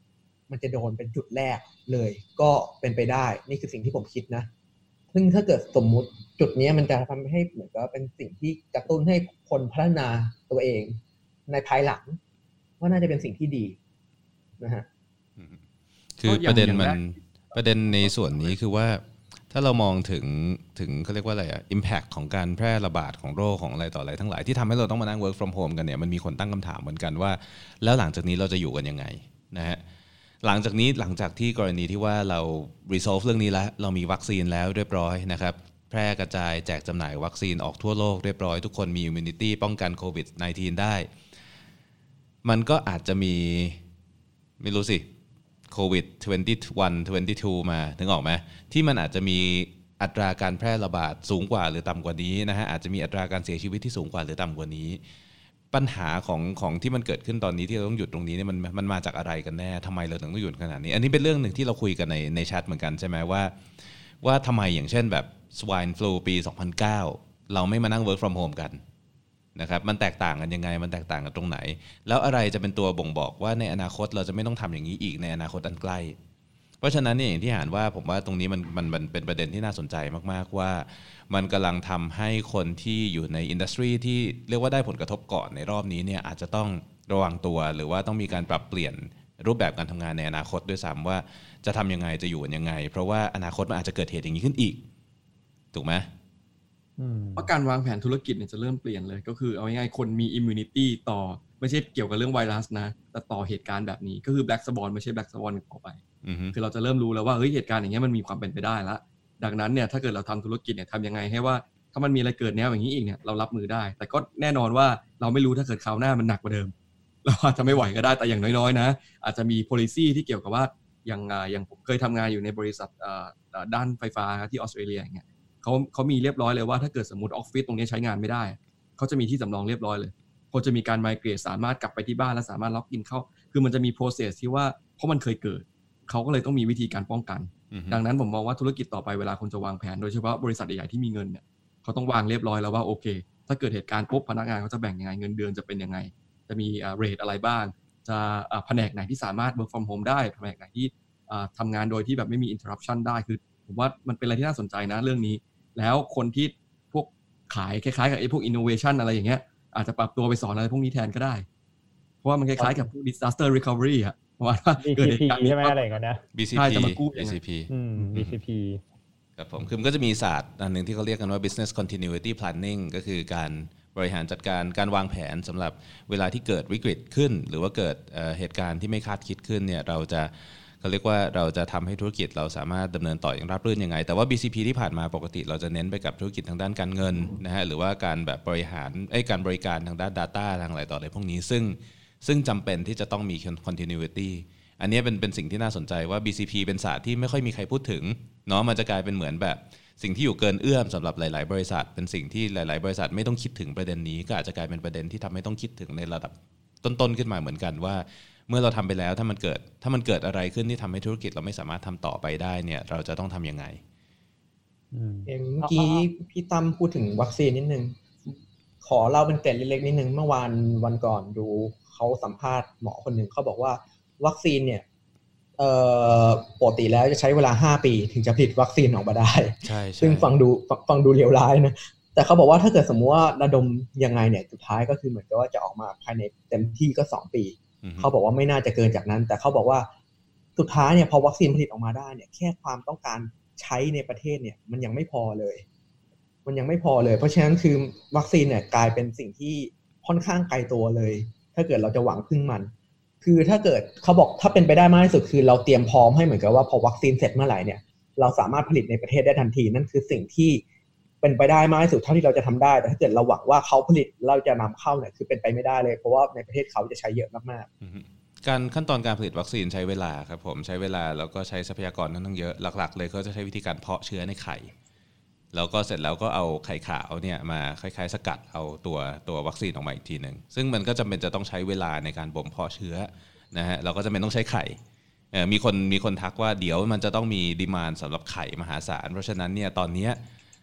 มันจะโดนเป็นจุดแรกเลยก็เป็นไปได้นี่คือสิ่งที่ผมคิดนะซึ่งถ้าเกิดสมมุติจุดนี้มันจะทำให้เหมือนกับเป็นสิ่งที่กระตุ้นให้คนพัฒนาตัวเองในภายหลังว่าน่าจะเป็นสิ่งที่ดีนะฮะคือประเด็นมันประเด็นในส่วนนี้คือว่าถ้าเรามองถึงถึงเขาเรียกว่าอะไรอ่ะ impact ของการแพร่ระบาดของโรคของอะไรต่ออะไรทั้งหลายที่ทำให้เราต้องมานั่ง work from home กันเนี่ยมันมีคนตั้งคำถามเหมือนกันว่าแล้วหลังจากนี้เราจะอยู่กันยังไงนะฮะหลังจากนี้หลังจากที่กรณีที่ว่าเรา resolve เรื่องนี้แล้วเรามีวัคซีนแล้วเรียบร้อยนะครับแพร่กระจายแจกจำหน่ายวัคซีนออกทั่วโลกเรียบร้อยทุกคนมี immunity ป้องกันโควิด สิบเก้า ได้มันก็อาจจะมีไม่รู้สิโควิดยี่สิบเอ็ด ยี่สิบสองมาถึงออกไหมที่มันอาจจะมีอัตราการแพร่ระบาดสูงกว่าหรือต่ำกว่านี้นะฮะอาจจะมีอัตราการเสียชีวิตที่สูงกว่าหรือต่ำกว่านี้ปัญหาของของที่มันเกิดขึ้นตอนนี้ที่เราต้องหยุดตรงนี้เนี่ยมันมันมาจากอะไรกันแน่ทำไมเราถึงต้องหยุดขนาดนี้อันนี้เป็นเรื่องหนึ่งที่เราคุยกันในในแชทเหมือนกันใช่ไหมว่าว่าทำไมอย่างเช่นแบบ swine flu ปีสองพันเก้าเราไม่มานั่ง work from home กันนะครับมันแตกต่างกันยังไงมันแตกต่างกันตรงไหนแล้วอะไรจะเป็นตัวบ่งบอกว่าในอนาคตเราจะไม่ต้องทำอย่างนี้อีกในอนาคตอันใกล้เพราะฉะนั้นเนี่ยอย่างที่หานว่าผมว่าตรงนี้มันมันมันเป็นประเด็นที่น่าสนใจมากๆว่ามันกำลังทำให้คนที่อยู่ในอินดัสทรีที่เรียกว่าได้ผลกระทบก่อนในรอบนี้เนี่ยอาจจะต้องระวังตัวหรือว่าต้องมีการปรับเปลี่ยนรูปแบบการทำงานในอนาคตด้วยซ้ำว่าจะทำยังไงจะอยู่ยังไงเพราะว่าอนาคตมันอาจจะเกิดเหตุอย่างนี้ขึ้นอีกถูกไหมเพราะการวางแผนธุรกิจเนี่ยจะเริ่มเปลี่ยนเลยก็คือเอาง่ายๆคนมีอิมมูนิตี้ต่อไม่ใช่เกี่ยวกับเรื่องไวรัสนะแต่ต่อเหตุการณ์แบบนี้ก็คือแบล็กสวอนไม่ใช่แบล็กสวอนต่อไปคือเราจะเริ่มรู้แล้วว่าเฮ้ยเหตุการณ์อย่างเงี้ยมันมีความเป็นไปได้ละดังนั้นเนี่ยถ้าเกิดเราทำธุรกิจเนี่ยทำยังไงให้ว่าถ้ามันมีอะไรเกิดแนวอย่างนี้อีกเนี่ยเรารับมือได้แต่ก็แน่นอนว่าเราไม่รู้ถ้าเกิดคราวหน้ามันหนักกว่าเดิมเราอาจจะไม่ไหวก็ได้แต่อย่างน้อยๆนะอาจจะมี policy ที่เกี่ยวกับว่าอย่างอย่างผมเคยทำงานอยู่ในบริษัทด้านไฟฟ้าที่ออสเตรเลียอย่างเงี้ยเขาเขามีเรียบร้อยเลยว่าถ้าเกิดสมมุติออฟฟิศตรงนี้ใช้งานไม่ได้เขาจะมีที่สำรองเรียบร้อยเลยคนจะมีการไมเกรตสามารถกลับไปที่บ้านและสามารถล็อกอินเข้าคือมันจะมี process ที่ว่าเพราะมันเคยเกิดเขาก็เลยต้องมีวิธีการป้องกัน mm-hmm. ดังนั้นผมมองว่าธุรกิจต่อไปเวลาคนจะวางแผนโดยเฉพาะบริษัทใหญ่ๆที่มีเงินเนี่ยเขาต้องวางเรียบร้อยแล้วว่าโอเคถ้าเกิดเหตุการณ์ปุ๊บพนักงานเขาจะแบ่งยังไงเงินเดือนจะเป็นยังไงจะมีเรทอะไรบ้างจะแผนกไหนที่สามารถ work from home ได้แผนกไหนที่ทำงานโดยที่แบบไม่มี interruption ได้คือผมว่ามันเป็นอะไรที่น่าสนใจนะเรื่องนี้แล้วคนที่พวกขายคล้ายๆกับไอ้พวก innovation อะไรอย่างเงี้ยอาจจะปรับตัวไปสอนอะไรพวกนี้แทนก็ได้เพราะว่ามันคล้ายๆกับ disaster recovery อ่ะว่าเกิดเหตุการณ์ใช่ไหมอะไรกันนะบี ซี พีจะมากู้บี ซี พีอืม บี ซี พีครับผมคือมันก็จะมีศาสตร์อันนึงที่เขาเรียกกันว่า business continuity planning ก็คือการบริหารจัดการการวางแผนสำหรับเวลาที่เกิดวิกฤตขึ้นหรือว่าเกิดเหตุการณ์ที่ไม่คาดคิดขึ้นเนี่ยเราจะเขาเรียกว่าเราจะทำให้ธุรกิจเราสามารถดำเนินต่ออย่างราบรื่นยังไงแต่ว่า บี ซี พี ที่ผ่านมาปกติเราจะเน้นไปกับธุรกิจทางด้านการเงินนะฮะหรือว่าการแบบบริหารไอ้การบริการทางด้าน data ทางอะไรต่ออะไรพวกนี้ซึ่งซึ่งจำเป็นที่จะต้องมี continuity อันนี้เป็นเป็นสิ่งที่น่าสนใจว่า บี ซี พี เป็นศาสตร์ที่ไม่ค่อยมีใครพูดถึงเนาะมันจะกลายเป็นเหมือนแบบสิ่งที่อยู่เกินเอื้อมสำหรับหลายๆบริษัทเป็นสิ่งที่หลายๆบริษัทไม่ต้องคิดถึงประเด็นนี้ก็อาจจะกลายเป็นประเด็นที่ทำให้ต้องคิดถึงในระดับต้นๆขึ้นมาเหมือนกันว่าเมื่อเราทำไปแล้วถ้ามันเกิดถ้ามันเกิดอะไรขึ้นที่ทำให้ธุรกิจเราไม่สามารถทำต่อไปได้เนี่ยเราจะต้องทำยังไงเมื่อกี้พี่ตั้มพูดถึงวัคซีนนิดนึงขอเล่าเป็นเกร็ดเล็กๆนิดนึงเมื่อวานวันก่อนดูเขาสัมภาษณ์หมอคนหนึ่งเขาบอกว่าวัคซีนเนี่ยเอ่อปกติแล้วจะใช้เวลาห้าปีถึงจะผลิตวัคซีนออกมาได้ใช่ซึ่งฟังดูฟังดูเลวร้ายนะแต่เขาบอกว่าถ้าเกิดสมมุติว่าระดมยังไงเนี่ยสุดท้ายก็คือเหมือนกับว่าจะออกมาภายในเต็มที่ก็สองปีเขาบอกว่าไม่น่าจะเกินจากนั้นแต่เขาบอกว่าสุดท้ายเนี่ยพอวัคซีนผลิตออกมาได้เนี่ยแค่ความต้องการใช้ในประเทศเนี่ยมันยังไม่พอเลยมันยังไม่พอเลยเพราะฉะนั้นคือวัคซีนเนี่ยกลายเป็นสิ่งที่ค่อนข้างไกลตัวเลยถ้าเกิดเราจะหวังพึ่งมันคือถ้าเกิดเขาบอกถ้าเป็นไปได้มากที่สุดคือเราเตรียมพร้อมให้เหมือนกับว่าพอวัคซีนเสร็จเมื่อไหร่เนี่ยเราสามารถผลิตในประเทศได้ทันทีนั่นคือสิ่งที่เป็นไปได้มากที่สุดเท่าที่เราจะทำได้แต่ถ้าเกิดเราหวังว่าเขาผลิตเราจะนำเข้าเนี่ยคือเป็นไปไม่ได้เลยเพราะว่าในประเทศเขาจะใช้เยอะมากๆการขั้นตอนการผลิตวัคซีนใช้เวลาครับผมใช้เวลาแล้วก็ใช้ทรัพยากรนั่นทั้งเยอะหลักๆเลยเขาจะใช้วิธีการเพาะเชื้อในไข่แล้วก็เสร็จแล้วก็เอาไข่ขาวเนี่ยมาคล้ายๆสกัดเอาตัวตัววัคซีนออกมาอีกทีนึงซึ่งมันก็จำเป็นจะต้องใช้เวลาในการบ่มเพาะเชื้อนะฮะเราก็จำเป็นต้องใช้ไข่มีคนมีคนทักว่าเดี๋ยวมันจะต้องมีดีมานด์สำหรับไข่มหาศาลเพราะฉะนั้นเนี่ยตอนนี้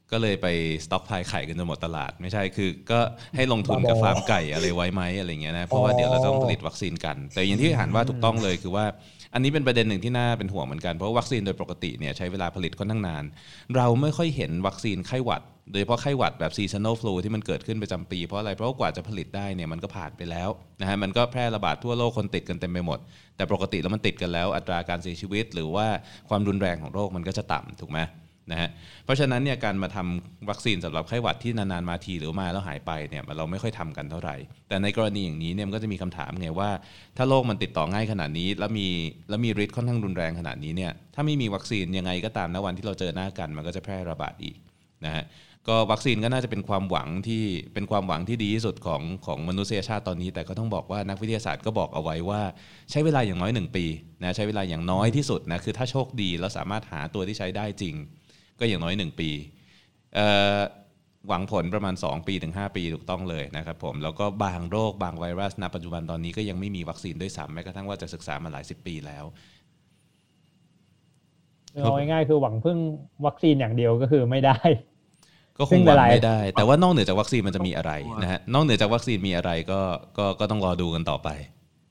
ก็เลยไปสต็อกพายไข่กันจนหมดตลาดไม่ใช่คือก็ให้ลงทุนกับฟาร์มไก่อะไรไว้ไหมอะไรเงี้ยนะเพราะว่าเดี๋ยวเราต้องผลิตวัคซีนกันแต่อย่างที่หันว่าถูกต้องเลยคือว่าอันนี้เป็นประเด็นหนึ่งที่น่าเป็นห่วงเหมือนกันเพราะวัคซีนโดยปกติเนี่ยใช้เวลาผลิตค่อนข้างนานเราไม่ค่อยเห็นวัคซีนไข้หวัดโดยเฉพาะไข้หวัดแบบ seasonal flu ที่มันเกิดขึ้นประจำปีเพราะอะไรเพราะว่ากว่าจะผลิตได้เนี่ยมันก็ผ่านไปแล้วนะฮะมันก็แพร่ระบาดทั่วโลกคนติดกันเต็มไปหมดแต่ปกติแล้วมันติดกันแล้วอัตราการเสียชีวิตหรือว่าความรุนแรงของโรคมันก็จะต่ำถูกไหมนะฮะเพราะฉะนั้นเนี่ยการมาทำวัคซีนสำหรับไข้หวัดที่นานๆมาทีหรือมาแล้วหายไปเนี่ยเราไม่ค่อยทำกันเท่าไหร่แต่ในกรณีอย่างนี้เนี่ยมันก็จะมีคำถามไงว่าถ้าโรคมันติดต่อง่ายขนาดนี้แล้วมีแล้วมีฤทธิ์ค่อนข้างรุนแรงขนาดนี้เนี่ยถ้าไม่มีวัคซีนยังไงก็ตามณวันที่เราเจอหน้ากันมันก็จะแพร่ระบาดอีกนะฮะก็วัคซีนก็น่าจะเป็นความหวังที่เป็นความหวังที่ดีที่สุดของของมนุษยชาติตอนนี้แต่ก็ต้องบอกว่านักวิทยาศาสตร์ก็บอกเอาไว้ว่าใช้เวลาอย่างน้อยหนึ่งปีนะใช้เวลาอย่างน้อยที่สุดนะคือถ้าโชคดีแล้วสามารถหาตัวที่ใช้ได้จริงก็อย่างน้อยหนึ่งปีหวังผลประมาณสองปีถึงห้าปีถูกต้องเลยนะครับผมแล้วก็บางโรคบางไวรัสณปัจจุบันตอนนี้ก็ยังไม่มีวัคซีนด้วยซ้ำแม้กระทั่งว่าจะศึกษามาหลายสิบปีแล้วเอาง่ายๆคือหวังพึ่งวัคซีนอย่างเดียวก็คือไม่ได้ก็คงหวังไม่ได้แต่ว่านอกเหนือจากวัคซีนมันจะมีอะไรนะฮะนอกเหนือจากวัคซีนมีอะไรก็ก็ก็ต้องรอดูกันต่อไป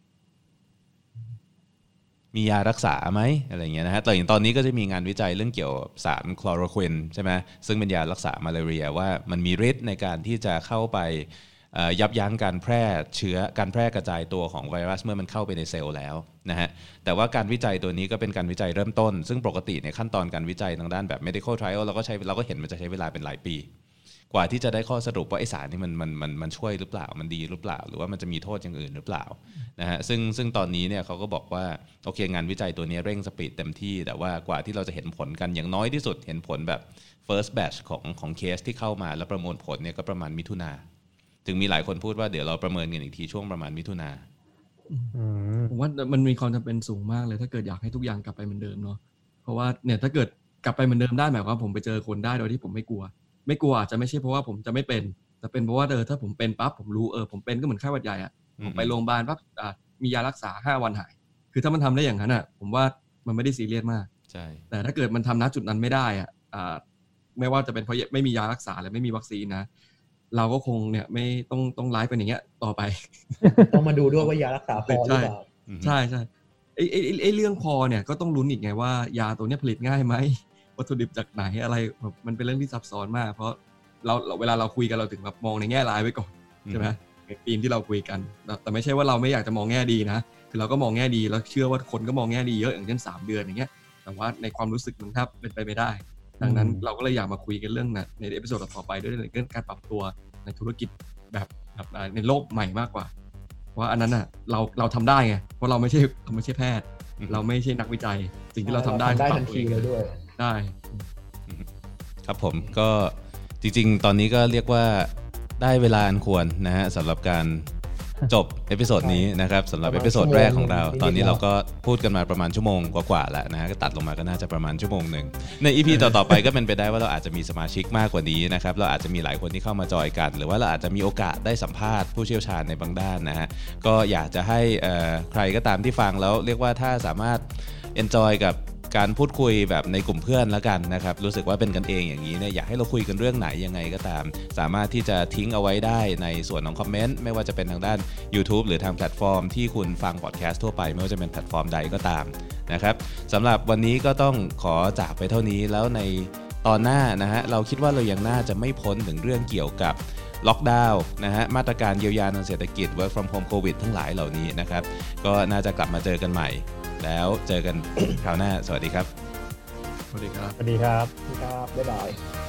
มียารักษาไหมอะไรเงี้ยนะฮะแต่อย่างตอนนี้ก็จะมีงานวิจัยเรื่องเกี่ยวกับสารคลอโรควินใช่ไหมซึ่งเป็นยารักษามาลาเรียว่ามันมีฤทธิ์ในการที่จะเข้าไปยับยั้งการแพร่เชื้อการแพร่กระจายตัวของไวรัสเมื่อมันเข้าไปในเซลล์แล้วนะฮะแต่ว่าการวิจัยตัวนี้ก็เป็นการวิจัยเริ่มต้นซึ่งปกติในขั้นตอนการวิจัยทางด้านแบบ medical trial เราก็ใช้เราก็เห็นมันจะใช้เวลาเป็นหลายปีกว่าที่จะได้ข้อสรุปว่าไอสารนี่มันมันมันมันช่วยหรือเปล่ามันดีหรือเปล่าหรือว่ามันจะมีโทษอย่างอื่นหรือเปล่านะฮะซึ่งซึ่งตอนนี้เนี่ยเขาก็บอกว่าโอเคงานวิจัยตัวนี้เร่งสปีดเต็มที่แต่ว่ากว่าที่เราจะเห็นผลกันอย่างน้อยที่สุดเห็นผลแบบ first batch ของของเคสที่เข้ามาแล้วประมวลผลเนี่ยก็ประมาณมิถุนาถึงมีหลายคนพูดว่าเดี๋ยวเราประเมินกันอีกทีช่วงประมาณมิถุนาผมว่ามันมีความจำเป็นสูงมากเลยถ้าเกิดอยากให้ทุกอย่างกลับไปเหมือนเดิมเนาะเพราะว่าเนี่ยถ้าเกิดกลับไปเหมือนเดิมได้หมายความว่าผมไปเจอคนได้โดยที่ผมไม่กลัวไม่กลัวอาจจะไม่ใช่เพราะว่าผมจะไม่เป็นแต่เป็นเพราะว่าเออถ้าผมเป็นปั๊บผมรู้เออผมเป็นก็เหมือนไข้หวัดใหญ่อ่ะผมไปโรงพยาบาลปั๊บอ่ะมียารักษาห้าวันหายคือถ้ามันทำได้อย่างนั้นอ่ะผมว่ามันไม่ได้ซีเรียสมากใช่แต่ถ้าเกิดมันทำณจุดนั้นไม่ได้อ่ะอ่าไม่ว่าจะเป็นเพราะไม่มียารักษาหรือไม่มีวัคซีนนะเราก็คงเนี่ยไม่ต้องต้องไลฟ์เป็นอย่างเงี้ยต่อไปต้องมาดูด้วยว่ายารักษาพอหรือเปล่าใช่ใช่ไอ้ไอ้ไอ้เรื่องพอเนี่ยก็ต้องลุ้นอีกไงว่ายาตัวนี้ผลิตง่ายไหมวัตถุดิบจากไหนอะไรมันเป็นเรื่องที่ซับซ้อนมากเพราะเราเวลาเราคุยกันเราถึงแบบมองในแง่ร้ายไว้ก่อนใช่ไหมในธีมที่เราคุยกันแต่ไม่ใช่ว่าเราไม่อยากจะมองแง่ดีนะคือเราก็มองแง่ดีแล้วเชื่อว่าคนก็มองแง่ดีเยอะอย่างเช่นสามเดือนอย่างเงี้ยแต่ว่าในความรู้สึกมันครับเป็นไปไม่ได้ดังนั้นเราก็เลยอยากมาคุยกันเรื่องนะในเอพิโซดต่อไปด้วยเรื่องการปรับตัวในธุรกิจแบบแบบในโลกใหม่มากกว่าว่าอันนั้นอ่ะเราเราทำได้ไงเพราะเราไม่ใช่เราไม่ใช่แพทย์เราไม่ใช่นักวิจัยสิ่งที่เราทำได้ได้ทันทีเลยด้วยได้ครับผมก็จริงๆตอนนี้ก็เรียกว่าได้เวลาอันควรนะฮะสำหรับการจบเอพิโซดนี้นะครับสำหรับเอพิโซดแรกของเราตอนนี้เราก็พูดกันมาประมาณชั่วโมงกว่าๆแล้วนะฮะก็ตัดลงมาก็น่าจะประมาณชั่วโมงหนึ่งใน อี พี ต่อๆไปก็เป็นไปได้ว่าเราอาจจะมีสมาชิกมากกว่านี้นะครับเราอาจจะมีหลายคนที่เข้ามาจอยกันหรือว่าเราอาจจะมีโอกาสได้สัมภาษณ์ผู้เชี่ยวชาญในบางด้านนะฮะก็อยากจะให้ใครก็ตามที่ฟังแล้วเรียกว่าถ้าสามารถ enjoy กับการพูดคุยแบบในกลุ่มเพื่อนแล้วกันนะครับรู้สึกว่าเป็นกันเองอย่างนี้เนี่ยอยากให้เราคุยกันเรื่องไหนยังไงก็ตามสามารถที่จะทิ้งเอาไว้ได้ในส่วนของคอมเมนต์ไม่ว่าจะเป็นทางด้าน YouTube หรือทางแพลตฟอร์มที่คุณฟังพอดแคสต์ทั่วไปไม่ว่าจะเป็นแพลตฟอร์มใดก็ตามนะครับสำหรับวันนี้ก็ต้องขอจากไปเท่านี้แล้วในตอนหน้านะฮะเราคิดว่าเรายังน่าจะไม่พ้นถึงเรื่องเกี่ยวกับล็อกดาวน์นะฮะมาตรการเยียวยาทางเศรษฐกิจ work from home โควิดทั้งหลายเหล่านี้นะครับก็น่าจะกลับมาเจอกันใหม่แล้วเจอกันคราวหน้าสวัสดีครับสวัสดีครับสวัสดีครับสวัสดีครับบ๊ายบาย